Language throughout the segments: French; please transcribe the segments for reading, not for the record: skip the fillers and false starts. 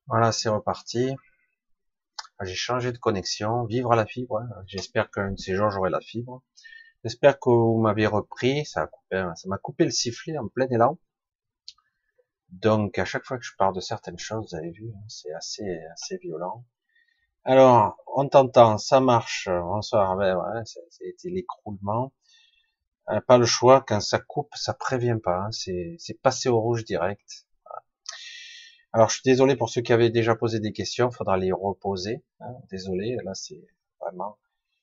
Voilà, c'est reparti. J'ai changé de connexion. Vivre à la fibre, hein. J'espère qu'un de ces jours j'aurai la fibre. J'espère que vous m'avez repris. Ça m'a coupé le sifflet en plein élan. Donc à chaque fois que je parle de certaines choses, vous avez vu, hein, c'est assez violent. Alors, on t'entend, ça marche. Bonsoir. Ben, ouais, c'était l'écroulement. Pas le choix. Quand ça coupe, ça prévient pas, hein. C'est passé au rouge direct. Alors, je suis désolé pour ceux qui avaient déjà posé des questions. Faudra les reposer, hein. Désolé. Là, c'est vraiment.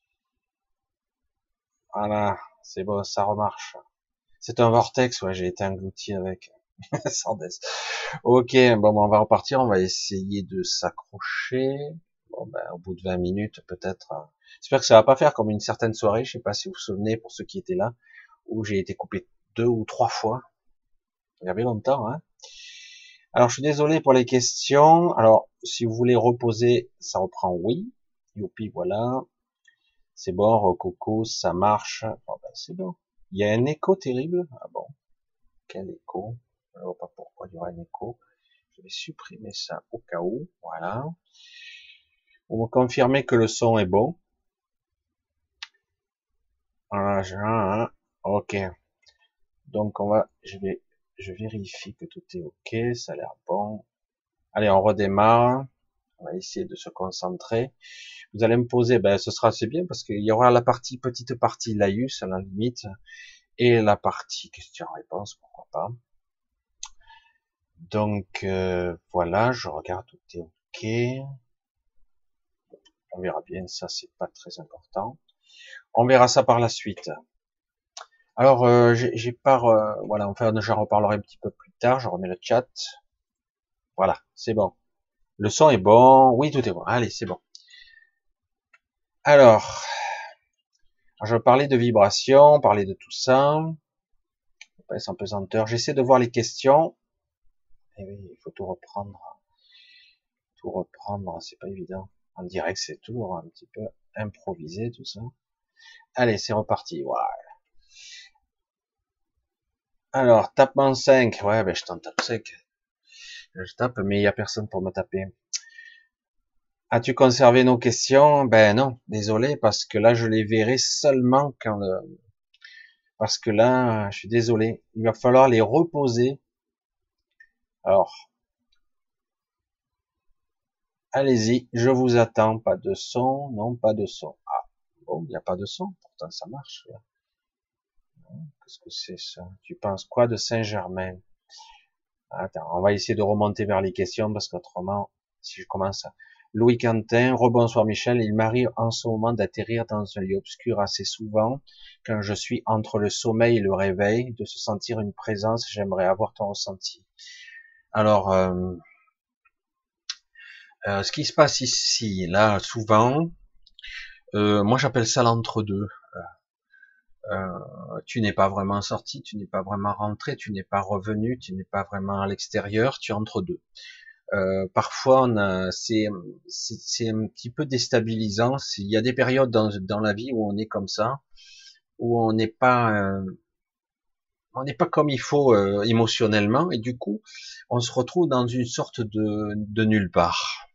Voilà, c'est bon, ça remarche. C'est un vortex, ouais, j'ai été englouti avec. Sardès. Ok, bon, ben, on va repartir, on va essayer de s'accrocher. Bon, ben, au bout de 20 minutes, peut-être. J'espère que ça va pas faire comme une certaine soirée, je sais pas si vous vous souvenez, pour ceux qui étaient là, où j'ai été coupé 2 ou 3 fois. Il y avait longtemps, hein. Alors, je suis désolé pour les questions. Alors, si vous voulez reposer, ça reprend, oui. Youpi, voilà. C'est bon, Rococo, ça marche. Bon, ben, c'est bon. Il y a un écho terrible. Ah bon, quel écho? Je ne vois pas pourquoi il y aura un écho. Je vais supprimer ça au cas où. Voilà. Vous me confirmez que le son est bon. Voilà, ok. Donc je vérifie que tout est ok. Ça a l'air bon. Allez, on redémarre. On va essayer de se concentrer. Vous allez me poser, ben, ce sera assez bien parce qu'il y aura la petite partie laïus à la limite et la partie question-réponse, pourquoi pas. Donc voilà, je regarde, tout est ok. On verra bien, ça c'est pas très important. On verra ça par la suite. Alors j'ai pas, voilà, enfin j'en reparlerai un petit peu plus tard. Je remets le chat. Voilà, c'est bon. Le son est bon. Oui, tout est bon. Allez, c'est bon. Alors, je parlais de vibration, parler de tout ça. Pas sans pesanteur. J'essaie de voir les questions. Et oui, il faut tout reprendre. Tout reprendre, c'est pas évident. En direct, c'est toujours un petit peu improvisé tout ça. Allez, c'est reparti. Voilà. Alors, tapement 5. Ouais, ben je t'en tape 5. Je tape, mais il y a personne pour me taper. As-tu conservé nos questions? Ben non, désolé, parce que là, je les verrai seulement parce que là, je suis désolé. Il va falloir les reposer. Alors, allez-y, je vous attends. Pas de son, non, pas de son. Ah, bon, il n'y a pas de son, pourtant ça marche. Qu'est-ce que c'est ça? Tu penses quoi de Saint-Germain? Attends, on va essayer de remonter vers les questions parce qu'autrement, si je commence à... Louis Quentin, rebonsoir Michel, il m'arrive en ce moment d'atterrir dans un lieu obscur assez souvent, quand je suis entre le sommeil et le réveil, de se sentir une présence, j'aimerais avoir ton ressenti. Alors, ce qui se passe ici, là, souvent, moi j'appelle ça l'entre-deux. Tu n'es pas vraiment sorti, tu n'es pas vraiment rentré, tu n'es pas revenu, tu n'es pas vraiment à l'extérieur, tu es entre deux. Parfois, c'est un petit peu déstabilisant. Il y a des périodes dans la vie où on est comme ça, où on n'est pas comme il faut émotionnellement, et du coup, on se retrouve dans une sorte de nulle part,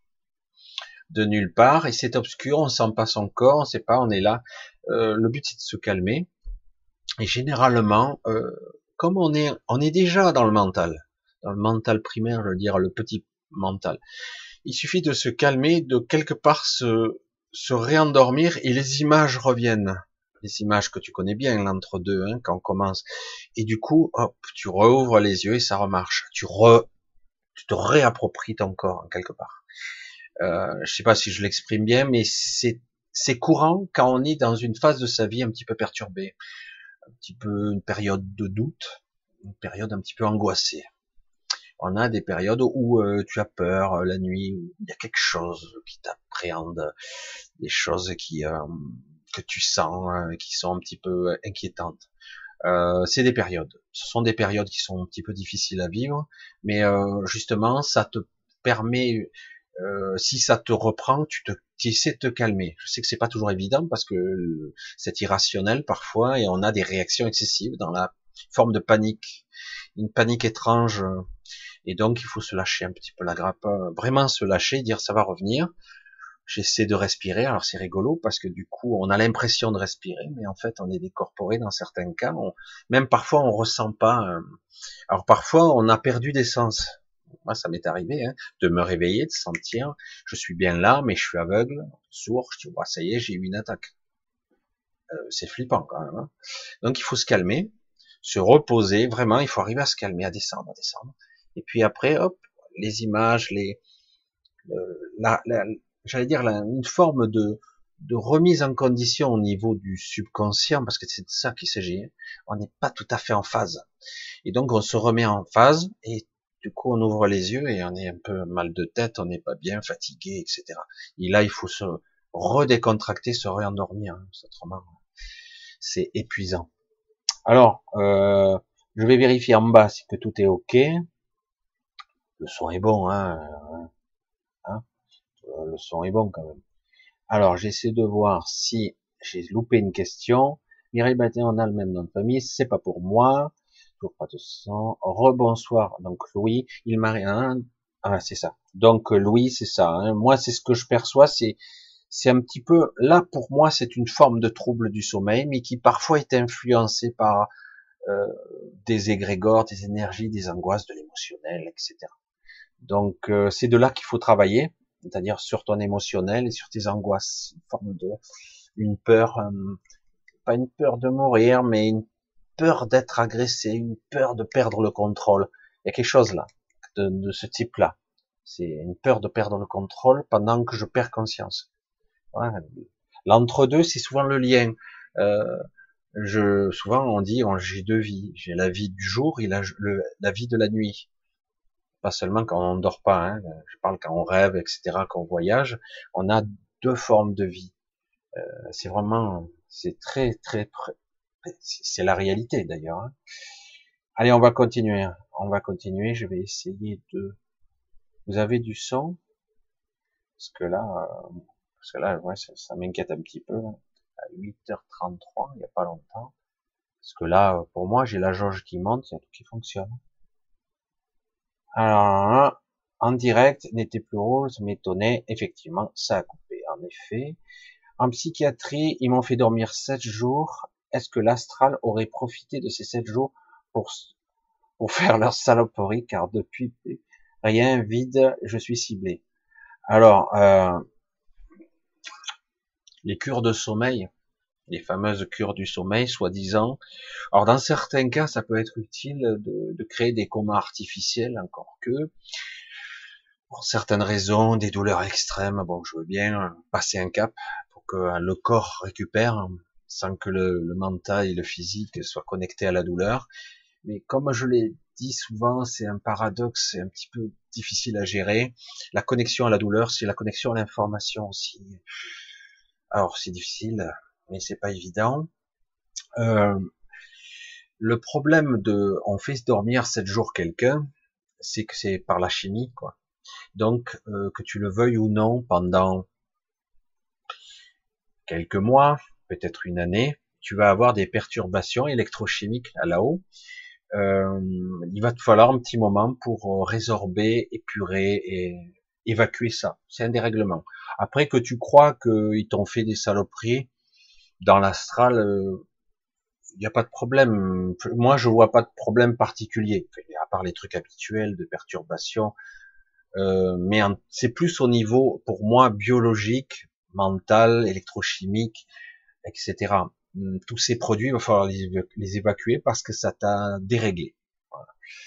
et c'est obscur, on sent pas son corps, on sait pas, on est là. Le but c'est de se calmer, et généralement, comme on est déjà dans le mental primaire, je veux dire le petit mental. Il suffit de se calmer, de quelque part se réendormir et les images reviennent. Les images que tu connais bien, l'entre-deux, hein, quand on commence. Et du coup, hop, tu rouvres les yeux et ça remarche. Tu te réappropries ton corps, quelque part. Je sais pas si je l'exprime bien, mais c'est courant quand on est dans une phase de sa vie un petit peu perturbée, un petit peu une période de doute, une période un petit peu angoissée. On a des périodes où tu as peur la nuit, où il y a quelque chose qui t'appréhende, des choses que tu sens, qui sont un petit peu inquiétantes. C'est des périodes. Ce sont des périodes qui sont un petit peu difficiles à vivre, mais justement, ça te permet, si ça te reprend, tu essaies de te calmer. Je sais que c'est pas toujours évident parce que c'est irrationnel parfois et on a des réactions excessives dans la forme de panique, une panique étrange. Et donc il faut se lâcher un petit peu la grappe, vraiment se lâcher, dire ça va revenir. J'essaie de respirer. Alors c'est rigolo parce que du coup on a l'impression de respirer, mais en fait on est décorporé dans certains cas. Même parfois on ressent pas. Alors parfois on a perdu des sens. Moi ça m'est arrivé de me réveiller, de sentir je suis bien là, mais je suis aveugle, sourd. Je dis ça y est, j'ai eu une attaque. C'est flippant quand même. Donc il faut se calmer, se reposer. Vraiment, il faut arriver à se calmer, à descendre, à descendre. Et puis après, hop, les images, la, la, j'allais dire une forme de remise en condition au niveau du subconscient, parce que c'est de ça qu'il s'agit. On n'est pas tout à fait en phase. Et donc on se remet en phase, et du coup on ouvre les yeux et on est un peu mal de tête, on n'est pas bien, fatigué, etc. Et là il faut se redécontracter, se réendormir, autrement c'est épuisant. Alors, je vais vérifier en bas si que tout est ok. Le son est bon, hein, le son est bon quand même. Alors, j'essaie de voir si j'ai loupé une question. Mireille Batin, on a le même nom de famille, c'est pas pour moi. Toujours pas de sang. Rebonsoir. Donc Louis, il m'a rien. Ah, c'est ça. Donc Louis, c'est ça. Hein. Moi, c'est ce que je perçois, c'est un petit peu là pour moi, c'est une forme de trouble du sommeil, mais qui parfois est influencé par des égrégores, des énergies, des angoisses, de l'émotionnel, etc. Donc c'est de là qu'il faut travailler, c'est-à-dire sur ton émotionnel et sur tes angoisses, une forme de, une peur, pas une peur de mourir, mais une peur d'être agressé, une peur de perdre le contrôle. Il y a quelque chose là, de ce type-là. C'est une peur de perdre le contrôle pendant que je perds conscience. Ouais. L'entre-deux, c'est souvent le lien. Euh, souvent on dit, j'ai deux vies. J'ai la vie du jour et la vie de la nuit. Pas seulement quand on dort pas. Hein. Je parle quand on rêve, etc., quand on voyage. On a deux formes de vie. C'est vraiment, c'est c'est la réalité d'ailleurs. Hein. Allez, on va continuer. On va continuer. Je vais essayer de. Vous avez du son? Parce que là, ouais, ça m'inquiète un petit peu. Là. À 8h33, il n'y a pas longtemps. Parce que là, pour moi, j'ai la jauge qui monte, il y a tout qui fonctionne. Alors, en direct, n'était plus rose, m'étonnait. Effectivement, ça a coupé. En effet. En psychiatrie, ils m'ont fait dormir 7 jours. Est-ce que l'astral aurait profité de ces 7 jours pour, pour faire leur saloperie? Car depuis, rien, vide, je suis ciblé. Alors, les cures de sommeil, les fameuses cures du sommeil, soi-disant. Alors, dans certains cas, ça peut être utile de créer des comas artificiels, encore que, pour certaines raisons, des douleurs extrêmes, bon, je veux bien passer un cap pour que le corps récupère, sans que le mental et le physique soient connectés à la douleur. Mais comme je l'ai dit souvent, c'est un paradoxe, c'est un petit peu difficile à gérer. La connexion à la douleur, c'est la connexion à l'information aussi. Alors, c'est difficile, mais c'est pas évident. Euh, le problème on fait dormir 7 jours quelqu'un, c'est que c'est par la chimie, quoi. Donc, que tu le veuilles ou non, pendant quelques mois, peut-être une année, tu vas avoir des perturbations électrochimiques à la haut. Il va te falloir un petit moment pour résorber, épurer et évacuer ça. C'est un dérèglement. Après que tu crois qu'ils t'ont fait des saloperies dans l'astral, il n'y a pas de problème. Moi, je vois pas de problème particulier, à part les trucs habituels de perturbation. Mais c'est plus au niveau, pour moi, biologique, mental, électrochimique, etc. Tous ces produits, il va falloir les évacuer parce que ça t'a déréglé. Voilà.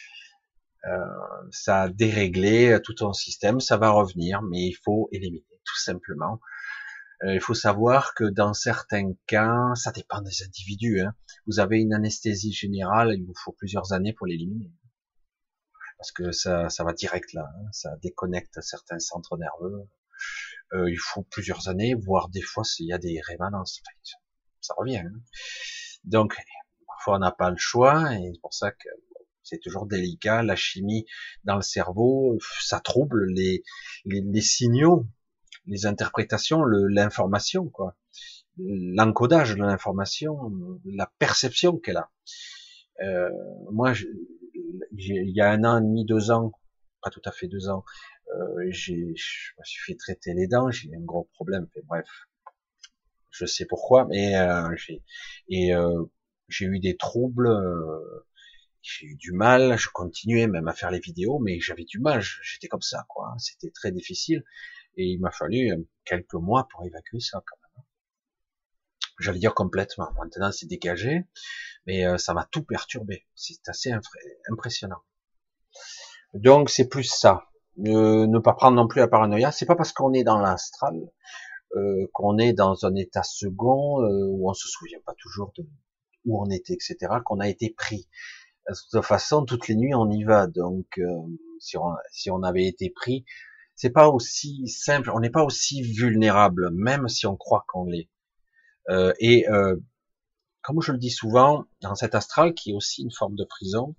Ça a déréglé tout ton système, ça va revenir, mais il faut éliminer, tout simplement. Il faut savoir que dans certains cas, ça dépend des individus. Hein. Vous avez une anesthésie générale, il vous faut plusieurs années pour l'éliminer. Parce que ça va direct là, hein. Ça déconnecte certains centres nerveux. Il faut plusieurs années, voire des fois, il y a des rémanences. Enfin, ça revient. Hein. Donc, parfois on n'a pas le choix, et c'est pour ça que c'est toujours délicat. La chimie dans le cerveau, ça trouble les signaux, les interprétations, l'information, quoi, l'encodage de l'information, la perception qu'elle a. Moi, il y a 1 an et demi, 2 ans, pas tout à fait 2 ans, je me suis fait traiter les dents, j'ai eu un gros problème. Enfin, bref, je sais pourquoi, mais et j'ai eu des troubles. J'ai eu du mal, je continuais même à faire les vidéos, mais j'avais du mal, j'étais comme ça, quoi. C'était très difficile, et il m'a fallu quelques mois pour évacuer ça, quand même. J'allais dire complètement. Maintenant, c'est dégagé, mais ça m'a tout perturbé. C'est assez impressionnant. Donc, c'est plus ça. Ne pas prendre non plus la paranoïa. C'est pas parce qu'on est dans l'astral qu'on est dans un état second où on se souvient pas toujours de où on était, etc., qu'on a été pris. De toute façon, toutes les nuits, on y va. Donc, si on avait été pris, c'est pas aussi simple. On n'est pas aussi vulnérable, même si on croit qu'on l'est. Et comme je le dis souvent, dans cet astral, qui est aussi une forme de prison,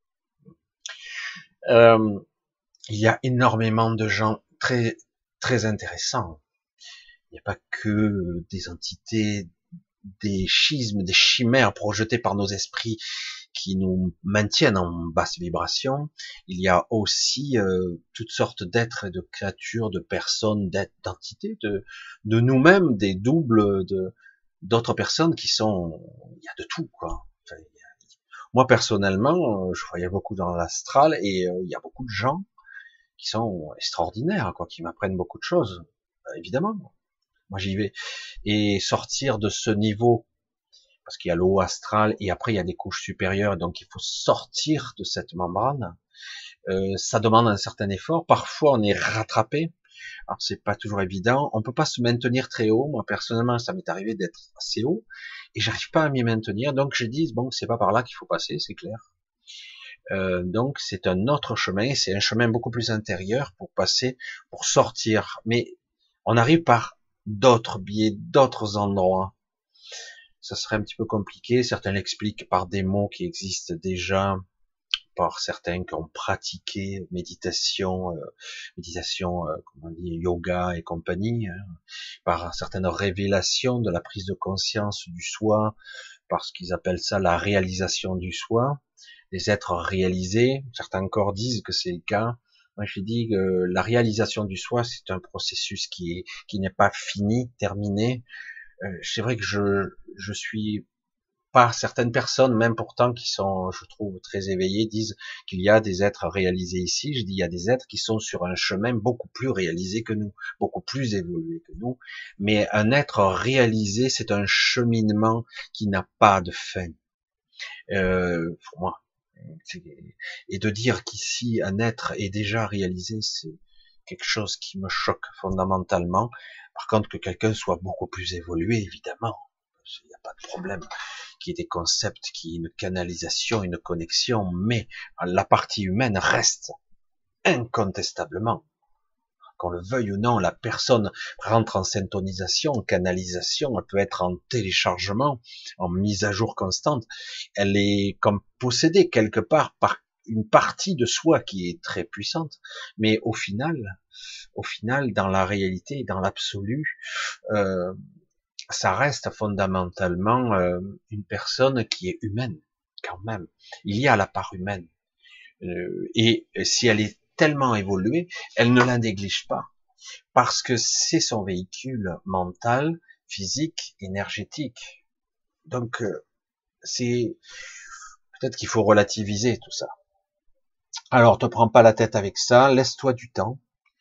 euh, il y a énormément de gens très très intéressants. Il n'y a pas que des entités, des schismes, des chimères projetées par nos esprits qui nous maintiennent en basse vibration. Il y a aussi toutes sortes d'êtres et de créatures, de personnes, d'entités, de nous-mêmes, des doubles de d'autres personnes qui sont, il y a de tout, quoi. Enfin, moi personnellement, je voyais beaucoup dans l'astral, et il y a beaucoup de gens qui sont extraordinaires, quoi, qui m'apprennent beaucoup de choses, évidemment. Moi j'y vais, et sortir de ce niveau, parce qu'il y a l'eau astrale et après il y a des couches supérieures, donc il faut sortir de cette membrane. Ça demande un certain effort. Parfois on est rattrapé. Alors c'est pas toujours évident. On peut pas se maintenir très haut. Moi personnellement, ça m'est arrivé d'être assez haut et j'arrive pas à m'y maintenir. Donc je dis bon, c'est pas par là qu'il faut passer, c'est clair. Donc c'est un autre chemin. C'est un chemin beaucoup plus intérieur pour passer, pour sortir. Mais on arrive par d'autres biais, d'autres endroits. Ça serait un petit peu compliqué. Certains l'expliquent par des mots qui existent déjà, par certains qui ont pratiqué méditation, comment on dit, yoga et compagnie, hein, par certaines révélations de la prise de conscience du soi, parce qu'ils appellent ça la réalisation du soi, les êtres réalisés. Certains encore disent que c'est le cas. Moi, je dis que la réalisation du soi, c'est un processus qui n'est pas fini, terminé. C'est vrai que je suis pas, certaines personnes, même pourtant qui sont, je trouve, très éveillées, disent qu'il y a des êtres réalisés ici. Je dis, il y a des êtres qui sont sur un chemin beaucoup plus réalisé que nous, beaucoup plus évolué que nous. Mais un être réalisé, c'est un cheminement qui n'a pas de fin. Pour moi. Et de dire qu'ici, un être est déjà réalisé, c'est quelque chose qui me choque fondamentalement. Par contre, que quelqu'un soit beaucoup plus évolué, évidemment, il n'y a pas de problème, qu'il y ait des concepts, qu'il y ait une canalisation, une connexion, mais la partie humaine reste incontestablement, qu'on le veuille ou non, la personne rentre en syntonisation, en canalisation, elle peut être en téléchargement, en mise à jour constante, elle est comme possédée quelque part par une partie de soi qui est très puissante, mais au final, dans la réalité, dans l'absolu, euh, ça reste fondamentalement une personne qui est humaine, quand même. Il y a la part humaine. Et si elle est tellement évoluée, elle ne la néglige pas, parce que c'est son véhicule mental, physique, énergétique. Donc, c'est peut-être qu'il faut relativiser tout ça. Alors, te prends pas la tête avec ça, laisse-toi du temps,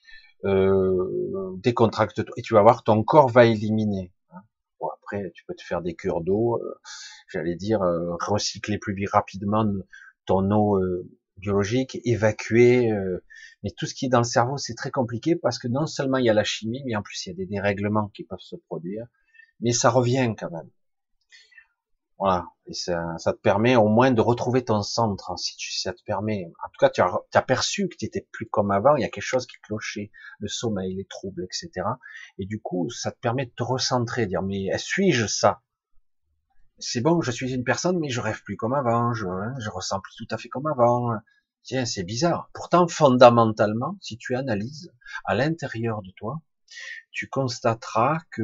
décontracte-toi, et tu vas voir, ton corps va éliminer. Bon, après, tu peux te faire des cures d'eau, j'allais dire, recycler plus rapidement ton eau biologique, évacuer, mais tout ce qui est dans le cerveau, c'est très compliqué parce que non seulement il y a la chimie, mais en plus il y a des dérèglements qui peuvent se produire, mais ça revient quand même. Voilà, et ça te permet au moins de retrouver ton centre, ça te permet, en tout cas tu as perçu que tu étais plus comme avant, il y a quelque chose qui clochait, le sommeil, les troubles, etc. Et du coup, ça te permet de te recentrer, dire mais suis-je ça? C'est bon, je suis une personne, mais je rêve plus comme avant, je ressens plus tout à fait comme avant. Tiens, c'est bizarre. Pourtant, fondamentalement, si tu analyses à l'intérieur de toi, tu constateras que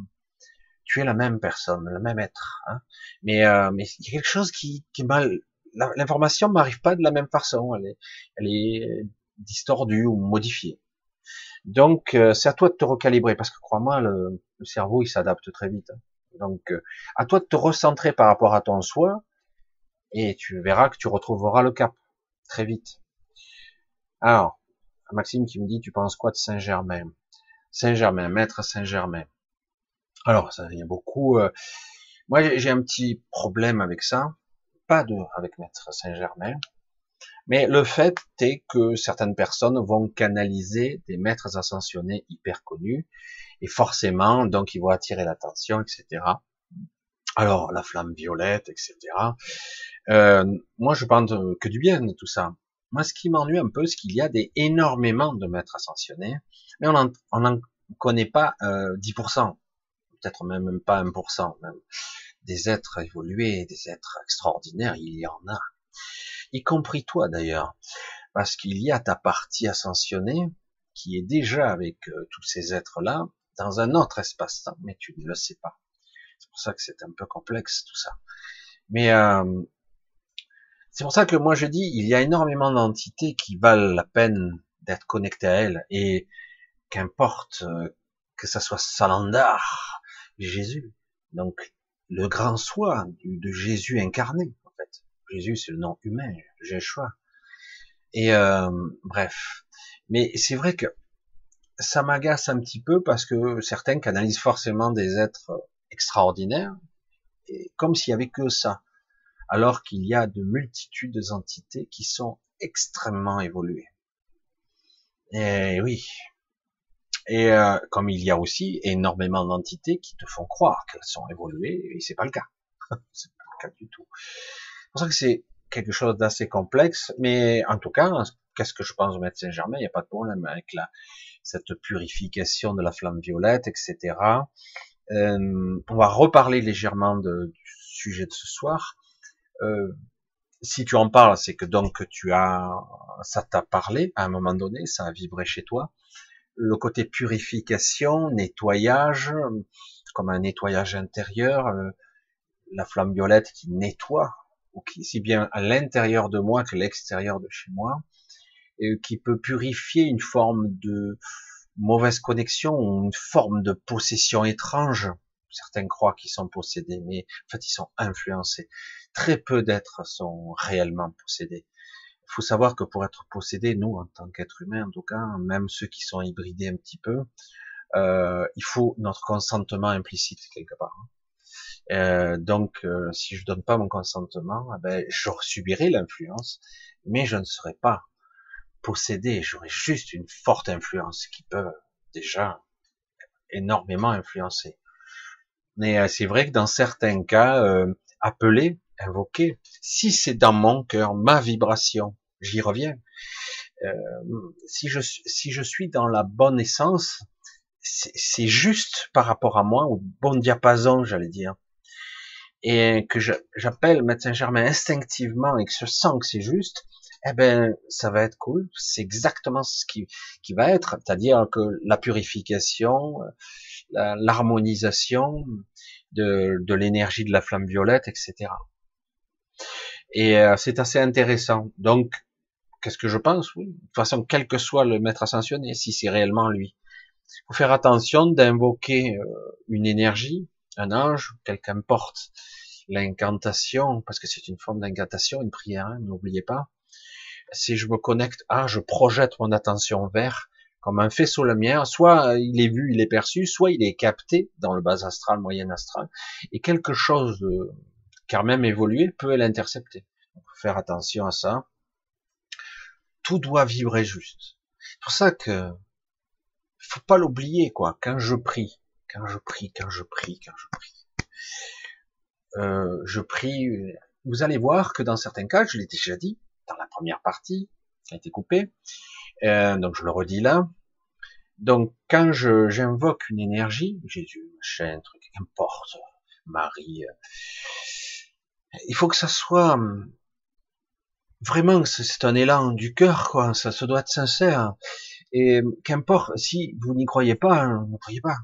tu es la même personne, le même être. Hein. Mais il y a quelque chose qui est mal. l'information m'arrive pas de la même façon, elle est distordue ou modifiée. Donc, c'est à toi de te recalibrer, parce que crois-moi, le cerveau, il s'adapte très vite. Donc, à toi de te recentrer par rapport à ton soi, et tu verras que tu retrouveras le cap très vite. Alors, Maxime qui me dit, tu penses quoi de Saint-Germain? Saint-Germain, maître Saint-Germain. Alors, ça, il y a beaucoup. Moi, j'ai un petit problème avec ça, pas avec maître Saint-Germain, mais le fait est que certaines personnes vont canaliser des maîtres ascensionnés hyper connus, et forcément, donc, ils vont attirer l'attention, etc. Alors, la flamme violette, etc. Moi, je pense que du bien de tout ça. Moi, ce qui m'ennuie un peu, c'est qu'il y a énormément de maîtres ascensionnés, mais on n'en connaît pas 10%, peut-être même pas 1%, même. Des êtres évolués, des êtres extraordinaires, il y en a. Y compris toi d'ailleurs, parce qu'il y a ta partie ascensionnée qui est déjà avec tous ces êtres-là dans un autre espace-temps, mais tu ne le sais pas. C'est pour ça que c'est un peu complexe tout ça. Mais c'est pour ça que moi je dis, il y a énormément d'entités qui valent la peine d'être connectées à elles, et qu'importe que ça soit Salandar, Jésus, donc le grand soi de Jésus incarné, en fait. Jésus, c'est le nom humain, Jéchoua. Et bref. Mais c'est vrai que ça m'agace un petit peu parce que certains canalisent forcément des êtres extraordinaires, et comme s'il y avait que ça, alors qu'il y a de multitudes d'entités qui sont extrêmement évoluées. Et oui. Et comme il y a aussi énormément d'entités qui te font croire qu'elles sont évoluées, et c'est pas le cas. C'est pas le cas du tout. C'est pour ça que c'est quelque chose d'assez complexe, mais en tout cas, qu'est-ce que je pense de Maître Saint-Germain? Il n'y a pas de problème avec cette purification de la flamme violette, etc. On va reparler légèrement du sujet de ce soir. Si tu en parles, c'est que donc ça t'a parlé à un moment donné, ça a vibré chez toi. Le côté purification, nettoyage, comme un nettoyage intérieur, la flamme violette qui nettoie, ou qui, si bien à l'intérieur de moi que l'extérieur de chez moi, et qui peut purifier une forme de mauvaise connexion, ou une forme de possession étrange. Certains croient qu'ils sont possédés, mais en fait ils sont influencés. Très peu d'êtres sont réellement possédés. Il faut savoir que pour être possédé, nous, en tant qu'êtres humains, en tout cas, même ceux qui sont hybridés un petit peu, il faut notre consentement implicite quelque part. Donc, si je donne pas mon consentement, je subirai l'influence, mais je ne serai pas possédé. J'aurai juste une forte influence qui peut déjà énormément influencer. Mais c'est vrai que dans certains cas, appeler, invoquer, si c'est dans mon cœur, ma vibration, j'y reviens. Si je suis dans la bonne essence, c'est juste par rapport à moi, au bon diapason, j'allais dire, et que j'appelle Maître Saint-Germain instinctivement et que je sens que c'est juste, eh ben, ça va être cool. C'est exactement ce qui va être, c'est-à-dire que la purification, l'harmonisation de l'énergie de la flamme violette, etc. Et c'est assez intéressant. Donc, qu'est-ce que je pense? Oui. De toute façon, quel que soit le maître ascensionné, si c'est réellement lui, il faut faire attention d'invoquer une énergie, un ange, quelqu'un porte l'incantation, parce que c'est une forme d'incantation, une prière, hein, n'oubliez pas. Si je me connecte, je projette mon attention vers, comme un faisceau lumière, soit il est vu, il est perçu, soit il est capté dans le bas astral, moyen astral, et quelque chose car même évolué peut l'intercepter. Donc, faut faire attention à ça. Tout doit vibrer juste. C'est pour ça que faut pas l'oublier, quoi. Quand je prie, je prie. Vous allez voir que dans certains cas, je l'ai déjà dit dans la première partie, qui a été coupée, donc je le redis là. Donc quand j'invoque une énergie, Jésus, machin, truc, qu'importe, Marie, il faut que ça soit vraiment, c'est un élan du cœur, quoi. Ça se doit être sincère. Et qu'importe, si vous n'y croyez pas, ne croyez pas.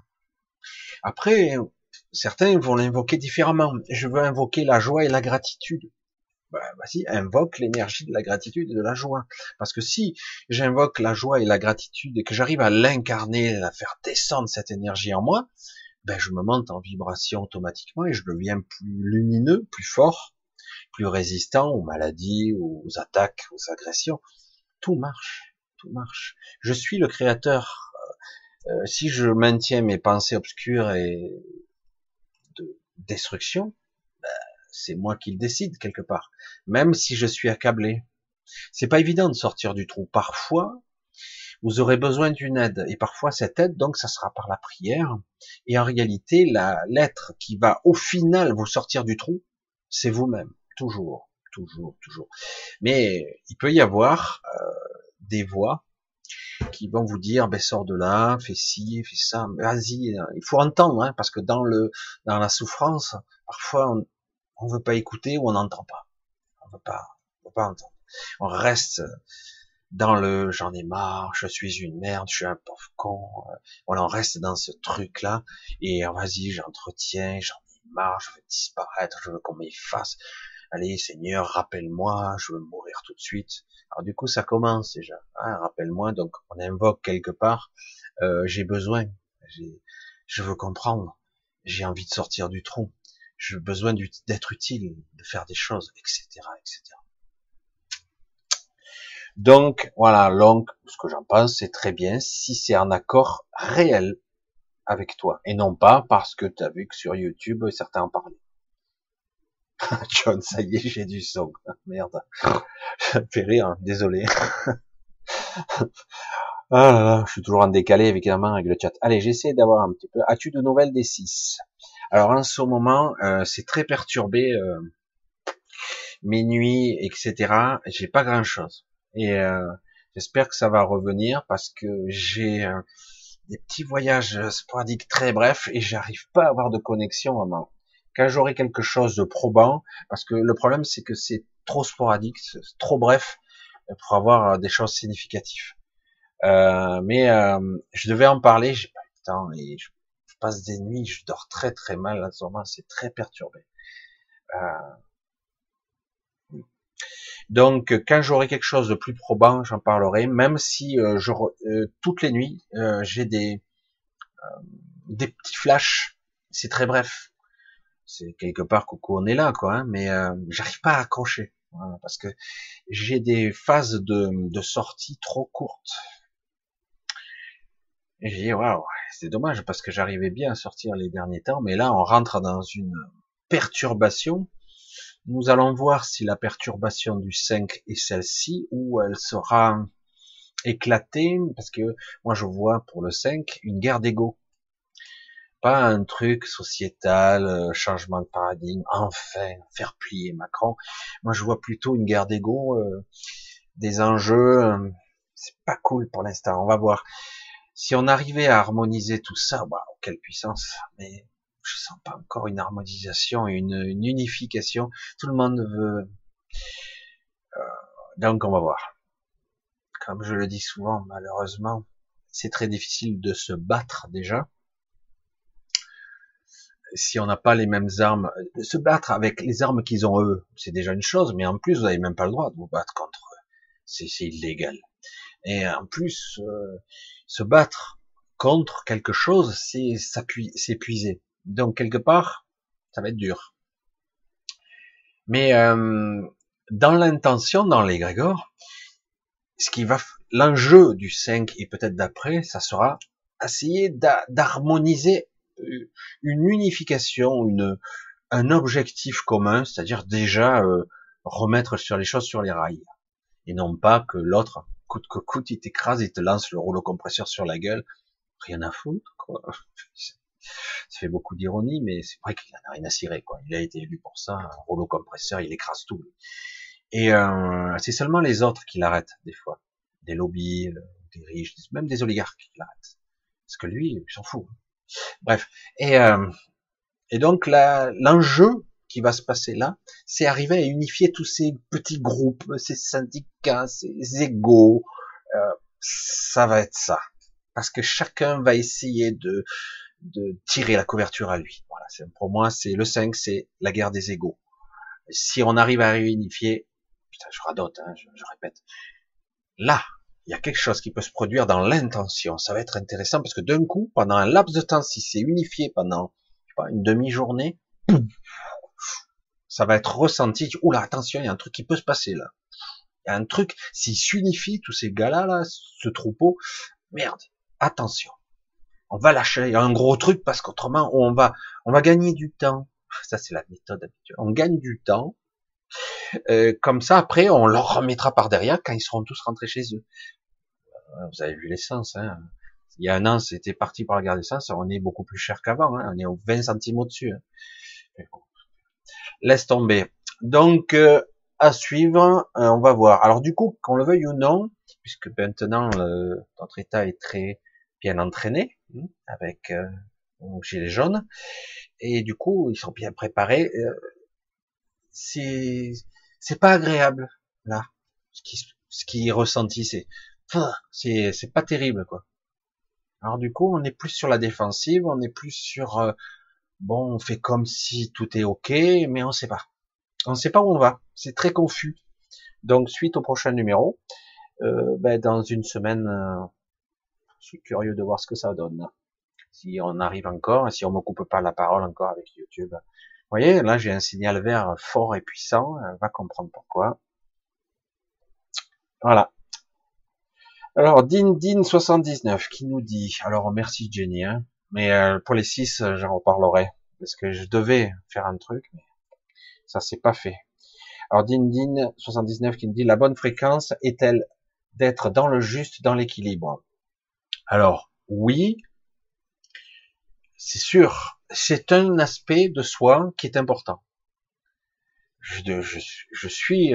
Après, certains vont l'invoquer différemment. Je veux invoquer la joie et la gratitude. Ben, vas-y, invoque l'énergie de la gratitude et de la joie. Parce que si j'invoque la joie et la gratitude et que j'arrive à l'incarner, à faire descendre cette énergie en moi, ben je me monte en vibration automatiquement et je deviens plus lumineux, plus fort, plus résistant aux maladies, aux attaques, aux agressions. Tout marche, tout marche. Je suis le créateur. Si je maintiens mes pensées obscures et de destruction, c'est moi qui le décide quelque part. Même si je suis accablé. C'est pas évident de sortir du trou. Parfois, vous aurez besoin d'une aide. Et parfois, cette aide, donc, ça sera par la prière. Et en réalité, l'être qui va, au final, vous sortir du trou, c'est vous-même. Toujours, toujours, toujours. Mais il peut y avoir des voix qui vont vous dire, ben, sors de là, fais ci, fais ça. Vas-y, il faut entendre, hein, parce que dans la souffrance, parfois, on veut pas écouter ou on n'entend pas. On veut pas entendre. On reste dans le j'en ai marre, je suis une merde, je suis un pauvre con. Voilà, on reste dans ce truc-là et vas-y, j'entretiens, j'en ai marre, je veux disparaître, je veux qu'on m'efface. Allez, Seigneur, rappelle-moi, je veux mourir tout de suite. Alors du coup, ça commence déjà. Hein, rappelle-moi, donc on invoque quelque part. J'ai besoin, je veux comprendre, j'ai envie de sortir du trou, j'ai besoin d'être utile, de faire des choses, etc., etc. Donc voilà, donc ce que j'en pense, c'est très bien si c'est en accord réel avec toi et non pas parce que tu as vu que sur YouTube certains en parlaient. John, ça y est, j'ai du son. Merde, ça me fait rire, hein. Désolé. Ah là là, je suis toujours en décalé évidemment avec le chat. Allez, j'essaie d'avoir un petit peu. As-tu de nouvelles des 6? Alors en ce moment, c'est très perturbé, mes nuits, etc. J'ai pas grand-chose. Et j'espère que ça va revenir parce que j'ai des petits voyages sporadiques très brefs et j'arrive pas à avoir de connexion vraiment. Quand j'aurai quelque chose de probant, parce que le problème c'est que c'est trop sporadique, c'est trop bref pour avoir des choses significatives. Mais je devais en parler, j'ai pas eu le temps et je passe des nuits, je dors très très mal là, en ce moment, c'est très perturbé. Euh, Donc, quand j'aurai quelque chose de plus probant, j'en parlerai, même si toutes les nuits, j'ai des petits flashs. C'est très bref. C'est quelque part, coucou, on est là, quoi. Hein, mais j'arrive pas à accrocher, voilà, parce que j'ai des phases de sortie trop courtes. Et j'ai dit, waouh, c'est dommage, parce que j'arrivais bien à sortir les derniers temps, mais là, on rentre dans une perturbation. Nous allons voir si la perturbation du 5 est celle-ci, ou elle sera éclatée, parce que moi je vois pour le 5 une guerre d'ego. Pas un truc sociétal, changement de paradigme, enfin, faire plier Macron. Moi je vois plutôt une guerre d'ego, des enjeux, c'est pas cool pour l'instant, on va voir. Si on arrivait à harmoniser tout ça, bah, quelle puissance, mais je sens pas encore une harmonisation, une unification. Tout le monde veut, donc on va voir. Comme je le dis souvent, malheureusement, c'est très difficile de se battre déjà. Si on n'a pas les mêmes armes, se battre avec les armes qu'ils ont eux, c'est déjà une chose, mais en plus, vous n'avez même pas le droit de vous battre contre eux. C'est illégal. Et en plus, se battre contre quelque chose, c'est s'épuiser. Donc, quelque part, ça va être dur. Mais dans l'intention, dans l'égrégore, l'enjeu du 5 et peut-être d'après, ça sera essayer d'harmoniser une unification, un objectif commun, c'est-à-dire déjà remettre sur les choses sur les rails, et non pas que l'autre, coûte que coûte, il t'écrase, il te lance le rouleau compresseur sur la gueule, rien à foutre, quoi. Ça fait beaucoup d'ironie, mais c'est vrai qu'il en a rien à cirer, quoi. Il a été élu pour ça, un rouleau compresseur, il écrase tout. Et c'est seulement les autres qui l'arrêtent, des fois. Des lobbies, des riches, même des oligarques qui l'arrêtent. Parce que lui, il s'en fout. Bref. Et donc l'enjeu qui va se passer là, c'est arriver à unifier tous ces petits groupes, ces syndicats, ces égos. Ça va être ça. Parce que chacun va essayer de tirer la couverture à lui. Voilà. Pour moi, c'est le 5, c'est la guerre des égos. Si on arrive à réunifier, putain, je radote, hein, je répète, là, il y a quelque chose qui peut se produire dans l'intention. Ça va être intéressant parce que d'un coup, pendant un laps de temps, si c'est unifié pendant, je sais pas, une demi-journée, ça va être ressenti. Oula, attention, il y a un truc qui peut se passer là. Il y a un truc, s'ils s'unifient, tous ces gars-là, là, ce troupeau, merde, attention. On va lâcher, il y a un gros truc parce qu'autrement, on va gagner du temps. Ça, c'est la méthode habituelle. On gagne du temps. Comme ça, après, on leur remettra par derrière quand ils seront tous rentrés chez eux. Vous avez vu l'essence, hein. Il y a un an, c'était parti pour la guerre d'essence. On est beaucoup plus cher qu'avant, hein. On est aux 20 centimes au-dessus, hein. Laisse tomber. Donc, à suivre, on va voir. Alors du coup, qu'on le veuille ou non, puisque maintenant notre État est très bien entraîné, avec Gilets jaunes, et du coup, ils sont bien préparés. C'est pas agréable là, ce qui est ressenti, c'est pas terrible quoi. Alors du coup, on est plus sur la défensive, on est plus sur bon, on fait comme si tout est ok, mais on sait pas où on va, c'est très confus. Donc suite au prochain numéro, dans une semaine, je suis curieux de voir ce que ça donne. Si on arrive encore, si on me coupe pas la parole encore avec YouTube. Vous voyez, là j'ai un signal vert fort et puissant, on va comprendre pourquoi. Voilà. Alors Din79 qui nous dit, alors merci Jenny, hein, mais pour les 6, j'en reparlerai, parce que je devais faire un truc, mais ça s'est pas fait. Alors Din79 qui nous dit, la bonne fréquence est-elle d'être dans le juste, dans l'équilibre? Alors oui, c'est sûr, c'est un aspect de soi qui est important. Je suis,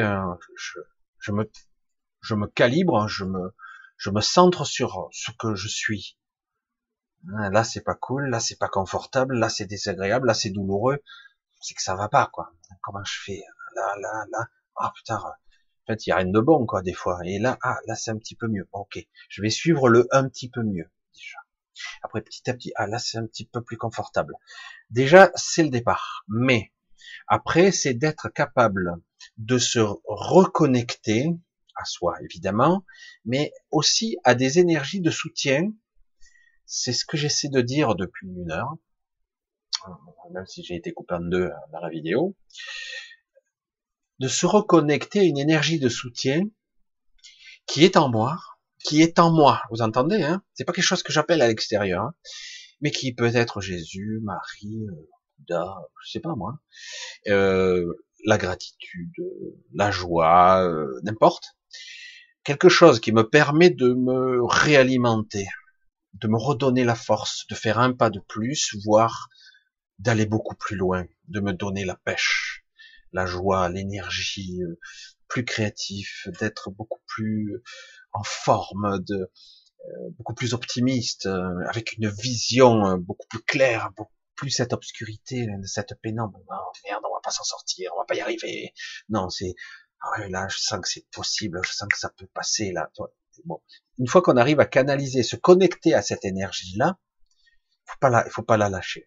je me calibre, je me centre sur ce que je suis. Là, c'est pas cool, là, c'est pas confortable, là, c'est désagréable, là, c'est douloureux. C'est que ça va pas, quoi. Comment je fais? Là. Ah, putain. En fait, il y a rien de bon, quoi, des fois. Et là, là, c'est un petit peu mieux. Ok. Je vais suivre le un petit peu mieux, déjà. Après, petit à petit, là, c'est un petit peu plus confortable. Déjà, c'est le départ. Mais, après, c'est d'être capable de se reconnecter à soi, évidemment, mais aussi à des énergies de soutien. C'est ce que j'essaie de dire depuis 1 heure, même si j'ai été coupé en deux dans la vidéo, de se reconnecter à une énergie de soutien qui est en moi, vous entendez, hein? C'est pas quelque chose que j'appelle à l'extérieur, hein, mais qui peut être Jésus, Marie, Bouddha, je sais pas moi, la gratitude, la joie, n'importe, quelque chose qui me permet de me réalimenter, de me redonner la force, de faire un pas de plus, voire d'aller beaucoup plus loin, de me donner la pêche, la joie, l'énergie, plus créatif, d'être beaucoup plus en forme, beaucoup plus optimiste, avec une vision beaucoup plus claire, beaucoup plus cette obscurité, cette pénombre. Oh, merde, on va pas s'en sortir, on va pas y arriver. Non, c'est là, je sens que c'est possible, je sens que ça peut passer là. Bon, une fois qu'on arrive à canaliser, se connecter à cette énergie-là, il faut pas la lâcher.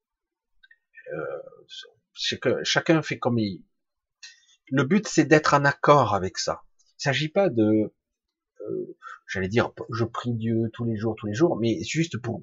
Chacun fait comme il. Le but, c'est d'être en accord avec ça. Il s'agit pas de, j'allais dire, je prie Dieu tous les jours, mais juste pour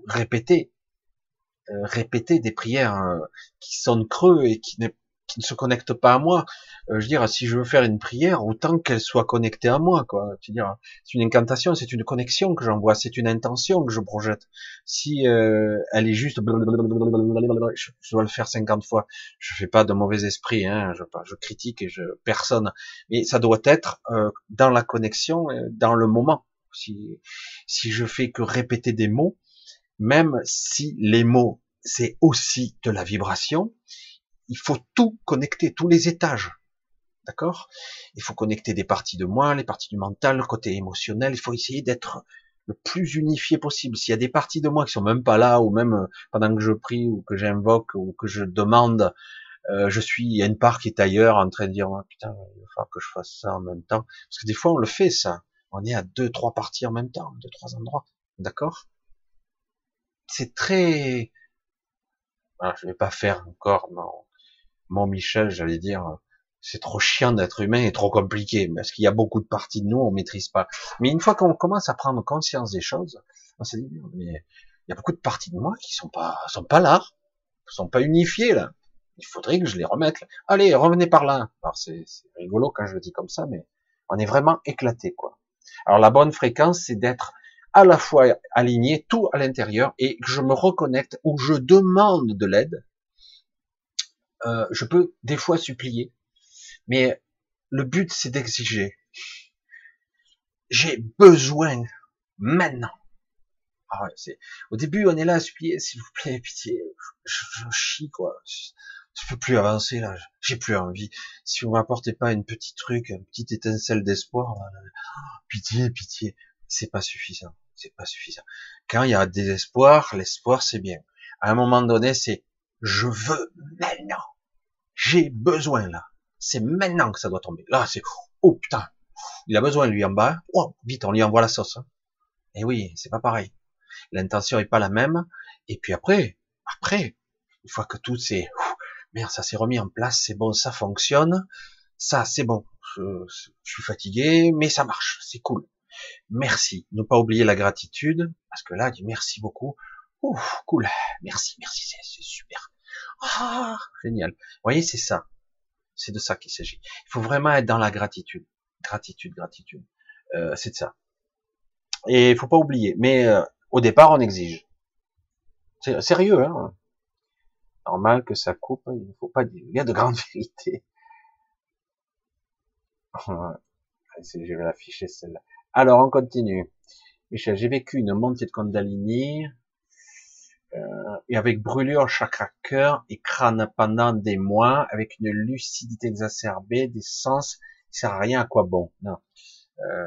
répéter des prières qui sonnent creux et qui ne se connectent pas à moi. Je veux dire, si je veux faire une prière, autant qu'elle soit connectée à moi, quoi. Je veux dire, c'est une incantation, c'est une connexion que j'envoie, c'est une intention que je projette. Si elle est juste, je dois le faire 50 fois. Je fais pas de mauvais esprit, hein. Je critique et personne, mais ça doit être dans la connexion, dans le moment. Si je fais que répéter des mots, même si les mots, c'est aussi de la vibration, il faut tout connecter, tous les étages. D'accord? Il faut connecter des parties de moi, les parties du mental, le côté émotionnel. Il faut essayer d'être le plus unifié possible. S'il y a des parties de moi qui sont même pas là, ou même pendant que je prie, ou que j'invoque, ou que je demande, il y a une part qui est ailleurs, en train de dire, oh, putain, il va falloir que je fasse ça en même temps. Parce que des fois, on le fait, ça. On est à 2, 3 parties en même temps, 2, 3 endroits. D'accord? C'est très, voilà, je vais pas faire encore mon Michel, j'allais dire, c'est trop chiant d'être humain et trop compliqué, parce qu'il y a beaucoup de parties de nous, on maîtrise pas. Mais une fois qu'on commence à prendre conscience des choses, on se dit, mais il y a beaucoup de parties de moi qui sont pas là, sont pas unifiées, là. Il faudrait que je les remette, là. Allez, revenez par là. Alors, c'est rigolo quand je le dis comme ça, mais on est vraiment éclaté, quoi. Alors, la bonne fréquence, c'est d'être à la fois aligné, tout à l'intérieur, et que je me reconnecte, ou je demande de l'aide. Je peux des fois supplier, mais le but, c'est d'exiger. J'ai besoin maintenant. Ah ouais, au début, on est là à supplier, s'il vous plaît, pitié. Je chie, quoi. Je peux plus avancer, là. J'ai plus envie. Si vous m'apportez pas une petite truc, une petite étincelle d'espoir, pitié, pitié. C'est pas suffisant. C'est pas suffisant. Quand il y a désespoir, l'espoir, c'est bien. À un moment donné, c'est je veux maintenant. J'ai besoin, là. C'est maintenant que ça doit tomber. Là, c'est oh putain. Il a besoin, lui, en bas. Oh, vite, on lui envoie la sauce. Hein. Et oui, c'est pas pareil. L'intention est pas la même. Et puis après, une fois que tout c'est, merde, ça s'est remis en place, c'est bon, ça fonctionne, ça c'est bon. Je suis fatigué, mais ça marche, c'est cool. Merci. Ne pas oublier la gratitude, parce que là, dit merci beaucoup. Ouf, cool. Merci, c'est super. Ah, génial. Vous voyez, c'est ça. C'est de ça qu'il s'agit. Il faut vraiment être dans la gratitude. Gratitude. C'est de ça. Et il faut pas oublier. Mais au départ, on exige. C'est sérieux, hein. Normal que ça coupe. Il ne faut pas dire. Il y a de grandes vérités. Je vais l'afficher celle-là. Alors, on continue. Michel, j'ai vécu une montée de Kundalini et avec brûlure chakra cœur et crâne pendant des mois, avec une lucidité exacerbée, des sens, ça sert à rien, à quoi bon. Non. Euh,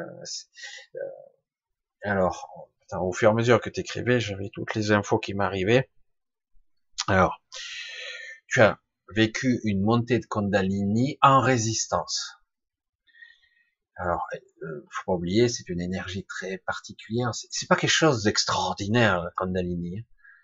alors, putain, au fur et à mesure que tu écrivais, j'avais toutes les infos qui m'arrivaient. Alors, tu as vécu une montée de Kundalini en résistance. Alors, faut pas oublier, c'est une énergie très particulière. C'est pas quelque chose d'extraordinaire, la Kundalini.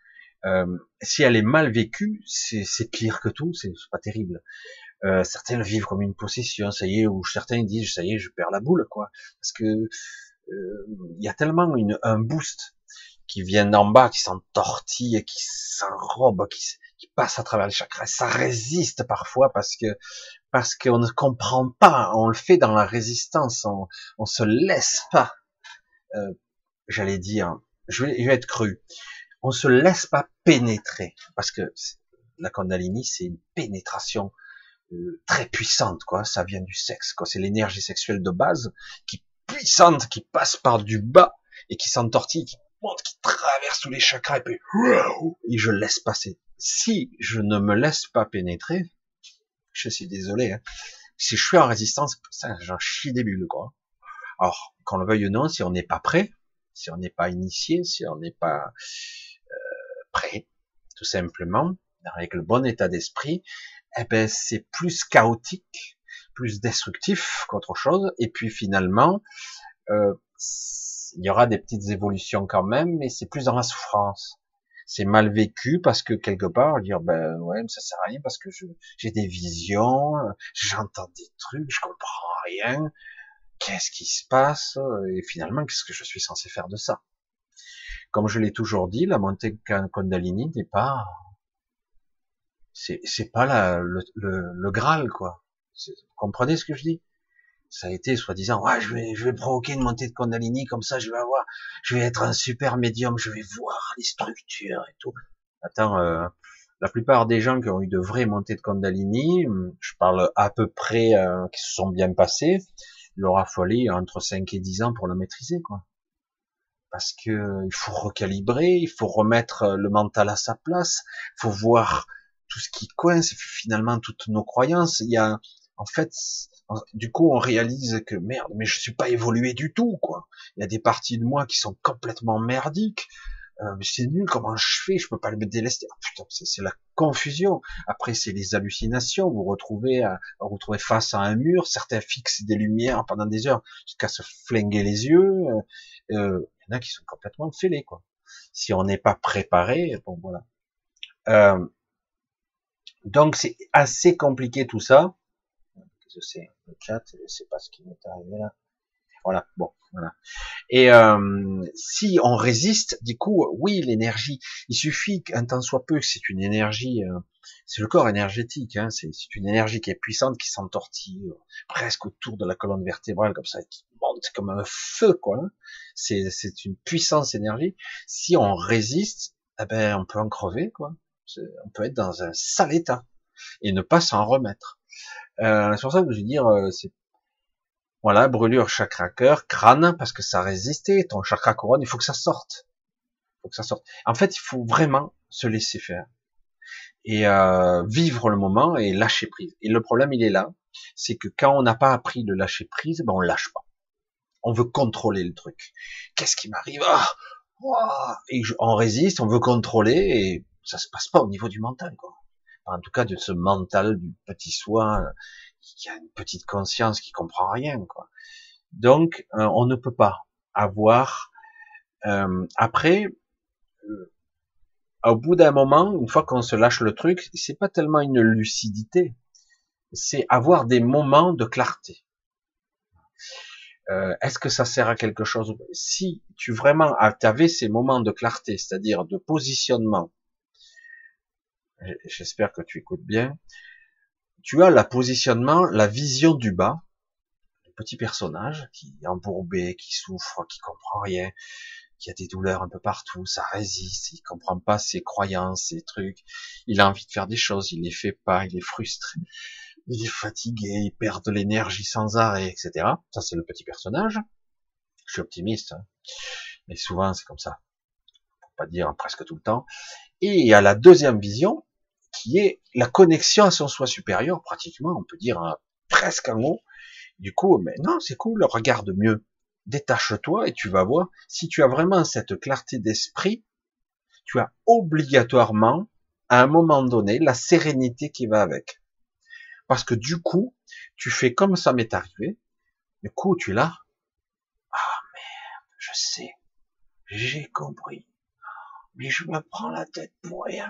Si elle est mal vécue, c'est pire que tout. C'est pas terrible. Certains le vivent comme une possession, ça y est, ou certains disent, ça y est, je perds la boule, quoi. Parce que il y a tellement un boost qui vient d'en bas, qui s'entortille, qui s'enrobe, qui passe à travers les chakras. Ça résiste parfois parce qu'on ne comprend pas, on le fait dans la résistance, on se laisse pas, j'allais dire, je vais être cru, on se laisse pas pénétrer, parce que la Kundalini, c'est une pénétration très puissante, quoi. Ça vient du sexe, quoi. C'est l'énergie sexuelle de base qui puissante, qui passe par du bas et qui s'entortille, qui monte, qui traverse tous les chakras et puis et je laisse passer. Si je ne me laisse pas pénétrer, je suis désolé, hein, si je suis en résistance, ça, j'en chie des bulles, quoi. Alors, qu'on le veuille ou non, si on n'est pas prêt, si on n'est pas initié, si on n'est pas prêt, tout simplement, avec le bon état d'esprit, eh ben, c'est plus chaotique, plus destructif qu'autre chose, et puis finalement, il y aura des petites évolutions quand même, mais c'est plus dans la souffrance. C'est mal vécu parce que quelque part, dire ben ouais, mais ça sert à rien parce que j'ai des visions, j'entends des trucs, je comprends rien. Qu'est-ce qui se passe? Et finalement, qu'est-ce que je suis censé faire de ça? Comme je l'ai toujours dit, la montée Kundalini n'est pas, c'est pas le Graal, quoi. Vous comprenez ce que je dis? Ça a été soi-disant, ouais, je vais provoquer une montée de Kundalini, comme ça, je vais être un super médium, je vais voir les structures et tout. Attends, la plupart des gens qui ont eu de vraies montées de Kundalini, je parle à peu près, qui se sont bien passés, il leur a fallu entre 5 et 10 ans pour la maîtriser, quoi. Parce que il faut recalibrer, il faut remettre le mental à sa place, il faut voir tout ce qui coince, finalement toutes nos croyances. Il y a, en fait, du coup, on réalise que merde, mais je suis pas évolué du tout, quoi. Il y a des parties de moi qui sont complètement merdiques. Mais c'est nul, comment je fais? Je peux pas me délester. Oh, putain, c'est la confusion. Après, c'est les hallucinations. Vous retrouvez face à un mur. Certains fixent des lumières pendant des heures jusqu'à se flinguer les yeux. Il y en a qui sont complètement fêlés, quoi. Si on n'est pas préparé, bon voilà. Donc c'est assez compliqué tout ça. je sais, le chat, je sais pas ce qui m'est arrivé là. Voilà, bon, voilà. Et si on résiste, du coup, oui, l'énergie, il suffit qu'un temps soit peu, que c'est une énergie, c'est le corps énergétique, hein, c'est une énergie qui est puissante, qui s'entortille presque autour de la colonne vertébrale, comme ça, qui monte comme un feu, quoi. Hein. C'est une puissance énergie. Si on résiste, eh ben, on peut en crever, quoi. On peut être dans un sale état et ne pas s'en remettre. C'est pour ça que je veux dire, c'est voilà, brûlure chakra cœur, crâne, parce que ça résistait. Ton chakra couronne, il faut que ça sorte. Il faut que ça sorte. En fait, il faut vraiment se laisser faire et vivre le moment et lâcher prise. Et le problème, il est là, c'est que quand on n'a pas appris de lâcher prise, ben on lâche pas. On veut contrôler le truc. Qu'est-ce qui m'arrive? On résiste, on veut contrôler et ça se passe pas au niveau du mental, quoi. En tout cas, de ce mental du petit soi qui a une petite conscience qui comprend rien, quoi. Donc, on ne peut pas avoir. Après, au bout d'un moment, une fois qu'on se lâche le truc, c'est pas tellement une lucidité, c'est avoir des moments de clarté. Est-ce que ça sert à quelque chose? Si tu vraiment avais ces moments de clarté, c'est-à-dire de positionnement, j'espère que tu écoutes bien, tu as la positionnement, la vision du bas, le petit personnage qui est embourbé, qui souffre, qui comprend rien, qui a des douleurs un peu partout, ça résiste, il comprend pas ses croyances, ses trucs, il a envie de faire des choses, il les fait pas, il est frustré, il est fatigué, il perd de l'énergie sans arrêt, etc. Ça, c'est le petit personnage. Je suis optimiste, hein. Mais souvent, c'est comme ça. Pour pas dire presque tout le temps. Et il y a la deuxième vision, qui est la connexion à son soi supérieur, pratiquement, on peut dire presque un mot. Du coup, mais non, c'est cool, regarde mieux. Détache-toi et tu vas voir, si tu as vraiment cette clarté d'esprit, tu as obligatoirement, à un moment donné, la sérénité qui va avec. Parce que du coup, tu fais comme ça m'est arrivé. Du coup, tu es là. Ah merde, je sais, j'ai compris. Mais je me prends la tête pour rien.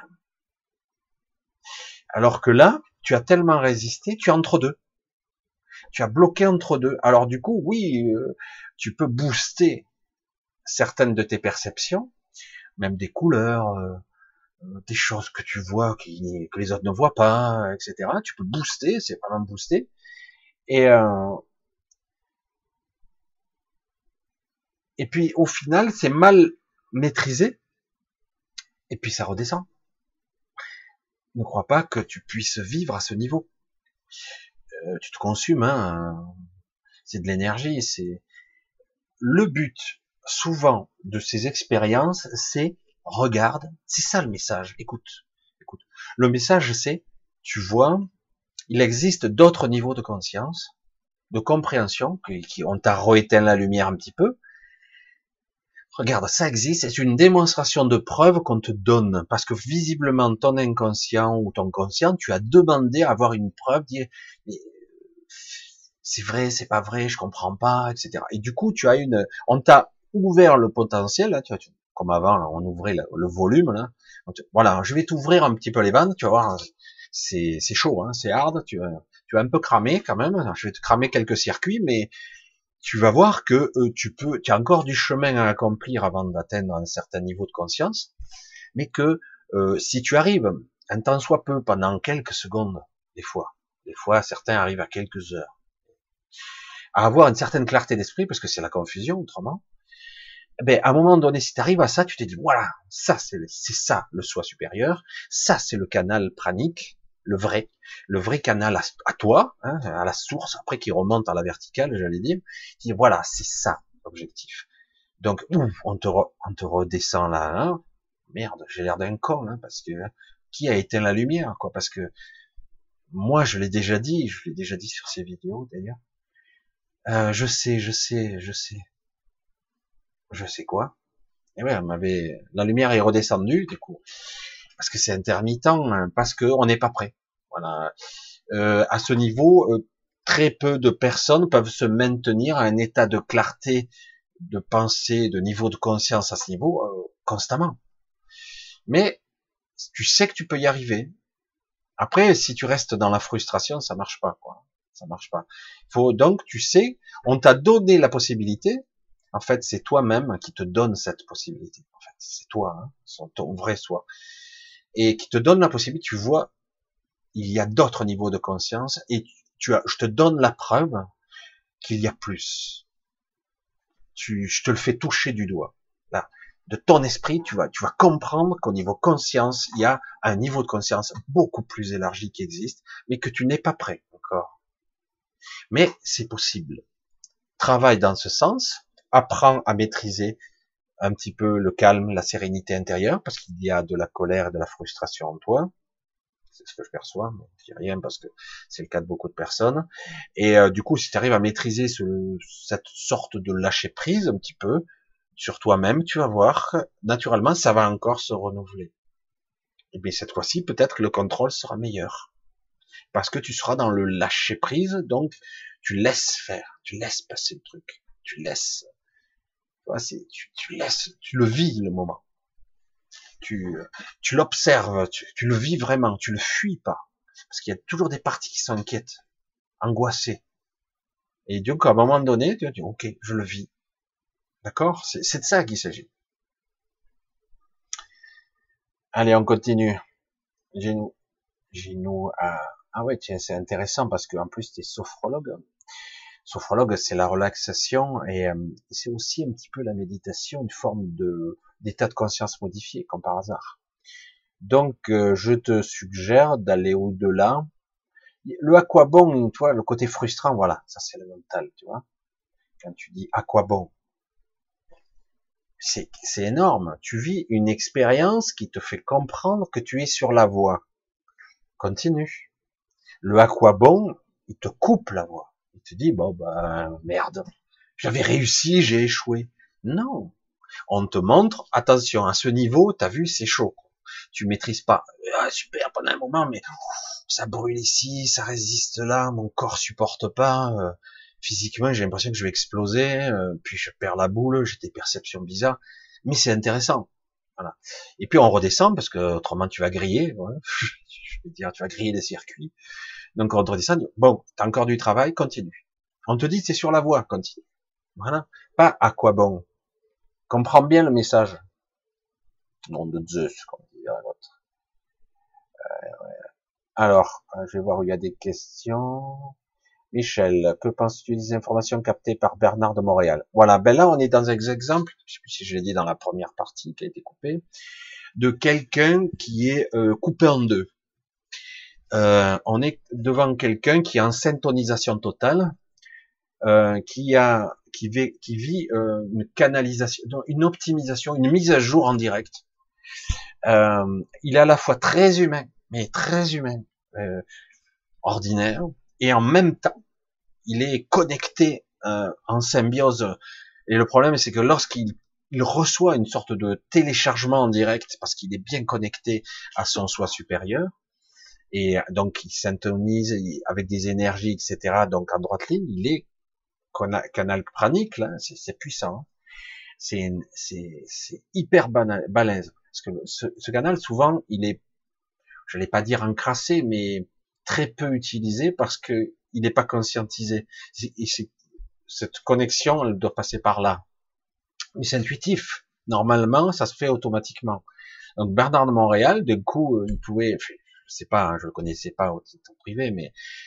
Alors que là, tu as tellement résisté, tu es entre deux. Tu as bloqué entre deux. Alors du coup, oui, tu peux booster certaines de tes perceptions, même des couleurs, des choses que tu vois que les autres ne voient pas, etc. Tu peux booster, c'est vraiment booster. Et et puis au final, c'est mal maîtrisé, et puis ça redescend. Ne crois pas que tu puisses vivre à ce niveau. Tu te consumes, hein, c'est de l'énergie, c'est le but souvent de ces expériences, c'est regarde, c'est ça le message, écoute, écoute. Le message c'est, tu vois, il existe d'autres niveaux de conscience, de compréhension, qui on t'a rééteint la lumière un petit peu. Regarde, ça existe, c'est une démonstration de preuve qu'on te donne, parce que visiblement ton inconscient ou ton conscient, tu as demandé à avoir une preuve, dire c'est vrai, c'est pas vrai, je comprends pas, etc. Et du coup, on t'a ouvert le potentiel, là, tu vois, comme avant, là, on ouvrait le volume, là. Voilà, je vais t'ouvrir un petit peu les vannes, tu vas voir, c'est chaud, hein, c'est hard, tu vas un peu cramer quand même. Alors, je vais te cramer quelques circuits, mais tu vas voir que tu as encore du chemin à accomplir avant d'atteindre un certain niveau de conscience, mais que si tu arrives, un temps soit peu, pendant quelques secondes, des fois certains arrivent à quelques heures, à avoir une certaine clarté d'esprit, parce que c'est la confusion autrement, ben, à un moment donné, si tu arrives à ça, tu te dis, voilà, ça, c'est ça, le soi supérieur, ça, c'est le canal pranique, le vrai canal à toi, hein, à la source, après qui remonte à la verticale, j'allais dire, tu dis, voilà, c'est ça, l'objectif. Donc, ouf, on te redescend là, hein. Merde, j'ai l'air d'un con, hein, parce que, qui a éteint la lumière, quoi, parce que, moi, je l'ai déjà dit sur ces vidéos, d'ailleurs. Je sais quoi. Et ouais, la lumière est redescendue, du coup, parce que c'est intermittent, hein, parce que on n'est pas prêt. Voilà. À ce niveau, très peu de personnes peuvent se maintenir à un état de clarté, de pensée, de niveau de conscience à ce niveau, constamment. Mais, tu sais que tu peux y arriver. Après, si tu restes dans la frustration, ça marche pas, quoi. Ça marche pas. Faut donc, tu sais, on t'a donné la possibilité. En fait, c'est toi-même qui te donne cette possibilité. En fait, c'est toi, hein, c'est ton vrai soi, et qui te donne la possibilité. Tu vois, il y a d'autres niveaux de conscience, et je te donne la preuve qu'il y a plus. Je te le fais toucher du doigt. Là, de ton esprit, tu vas comprendre qu'au niveau conscience, il y a un niveau de conscience beaucoup plus élargi qui existe, mais que tu n'es pas prêt encore. Mais c'est possible. Travaille dans ce sens, apprends à maîtriser un petit peu le calme, la sérénité intérieure, parce qu'il y a de la colère et de la frustration en toi. C'est ce que je perçois, mais je dis rien parce que c'est le cas de beaucoup de personnes. Et du coup, si tu arrives à maîtriser cette sorte de lâcher prise un petit peu sur toi-même, tu vas voir, naturellement, ça va encore se renouveler. Et bien cette fois-ci, peut-être que le contrôle sera meilleur, parce que tu seras dans le lâcher prise, donc tu laisses faire, tu laisses passer le truc, tu laisses, tu laisses, tu le vis le moment, tu l'observes, tu le vis vraiment, tu le fuis pas, parce qu'il y a toujours des parties qui s'inquiètent, angoissées. Et donc, à un moment donné, tu vas dire, ok, je le vis. D'accord? C'est de ça qu'il s'agit. Allez, on continue. Ginou, ah ouais, tiens, c'est intéressant parce qu'en plus, tu es sophrologue. Sophrologue, c'est la relaxation et c'est aussi un petit peu la méditation, une forme d'état de conscience modifié, comme par hasard. Donc, je te suggère d'aller au-delà. Le à quoi bon, tu vois, le côté frustrant, voilà, ça c'est le mental, tu vois. Quand tu dis à quoi bon, c'est énorme. Tu vis une expérience qui te fait comprendre que tu es sur la voie. Continue. Le à quoi bon, il te coupe la voie. Il te dit, bon, ben, merde. J'avais réussi, j'ai échoué. Non. On te montre, attention, à ce niveau, t'as vu, c'est chaud. Tu maîtrises pas. Ah, super, pendant un moment, mais ça brûle ici, ça résiste là, mon corps supporte pas. Physiquement, j'ai l'impression que je vais exploser. Puis je perds la boule, j'ai des perceptions bizarres. Mais c'est intéressant. Voilà. Et puis on redescend parce que autrement tu vas griller. Voilà. Je veux dire, tu vas griller des circuits. Donc on redescend. Bon, t'as encore du travail, continue. On te dit c'est sur la voie, continue. Voilà. Pas à quoi bon. Comprends bien le message. Nom de Zeus, comme dirait l'autre. Alors, je vais voir où il y a des questions. Michel, que penses-tu des informations captées par Bernard de Montréal? Voilà, ben là on est dans un exemple, je sais plus si je l'ai dit dans la première partie qui a été coupée, de quelqu'un qui est coupé en deux. On est devant quelqu'un qui est en syntonisation totale, qui vit une canalisation, une optimisation, une mise à jour en direct. Il est à la fois très humain, mais très humain, ordinaire, et en même temps, il est connecté en symbiose. Et le problème, c'est que lorsqu'il reçoit une sorte de téléchargement en direct, parce qu'il est bien connecté à son soi supérieur, et donc il s'intonise avec des énergies, etc. Donc en droite ligne, il est canal pranique, là, c'est puissant. C'est hyper balèze. Parce que ce canal, souvent, il est, je n'allais pas dire encrassé, mais très peu utilisé parce que il n'est pas conscientisé. Cette connexion, elle doit passer par là. Mais c'est intuitif. Normalement, ça se fait automatiquement. Donc Bernard de Montréal, d'un coup, il pouvait, je sais pas, hein, je le connaissais pas au titre privé, mais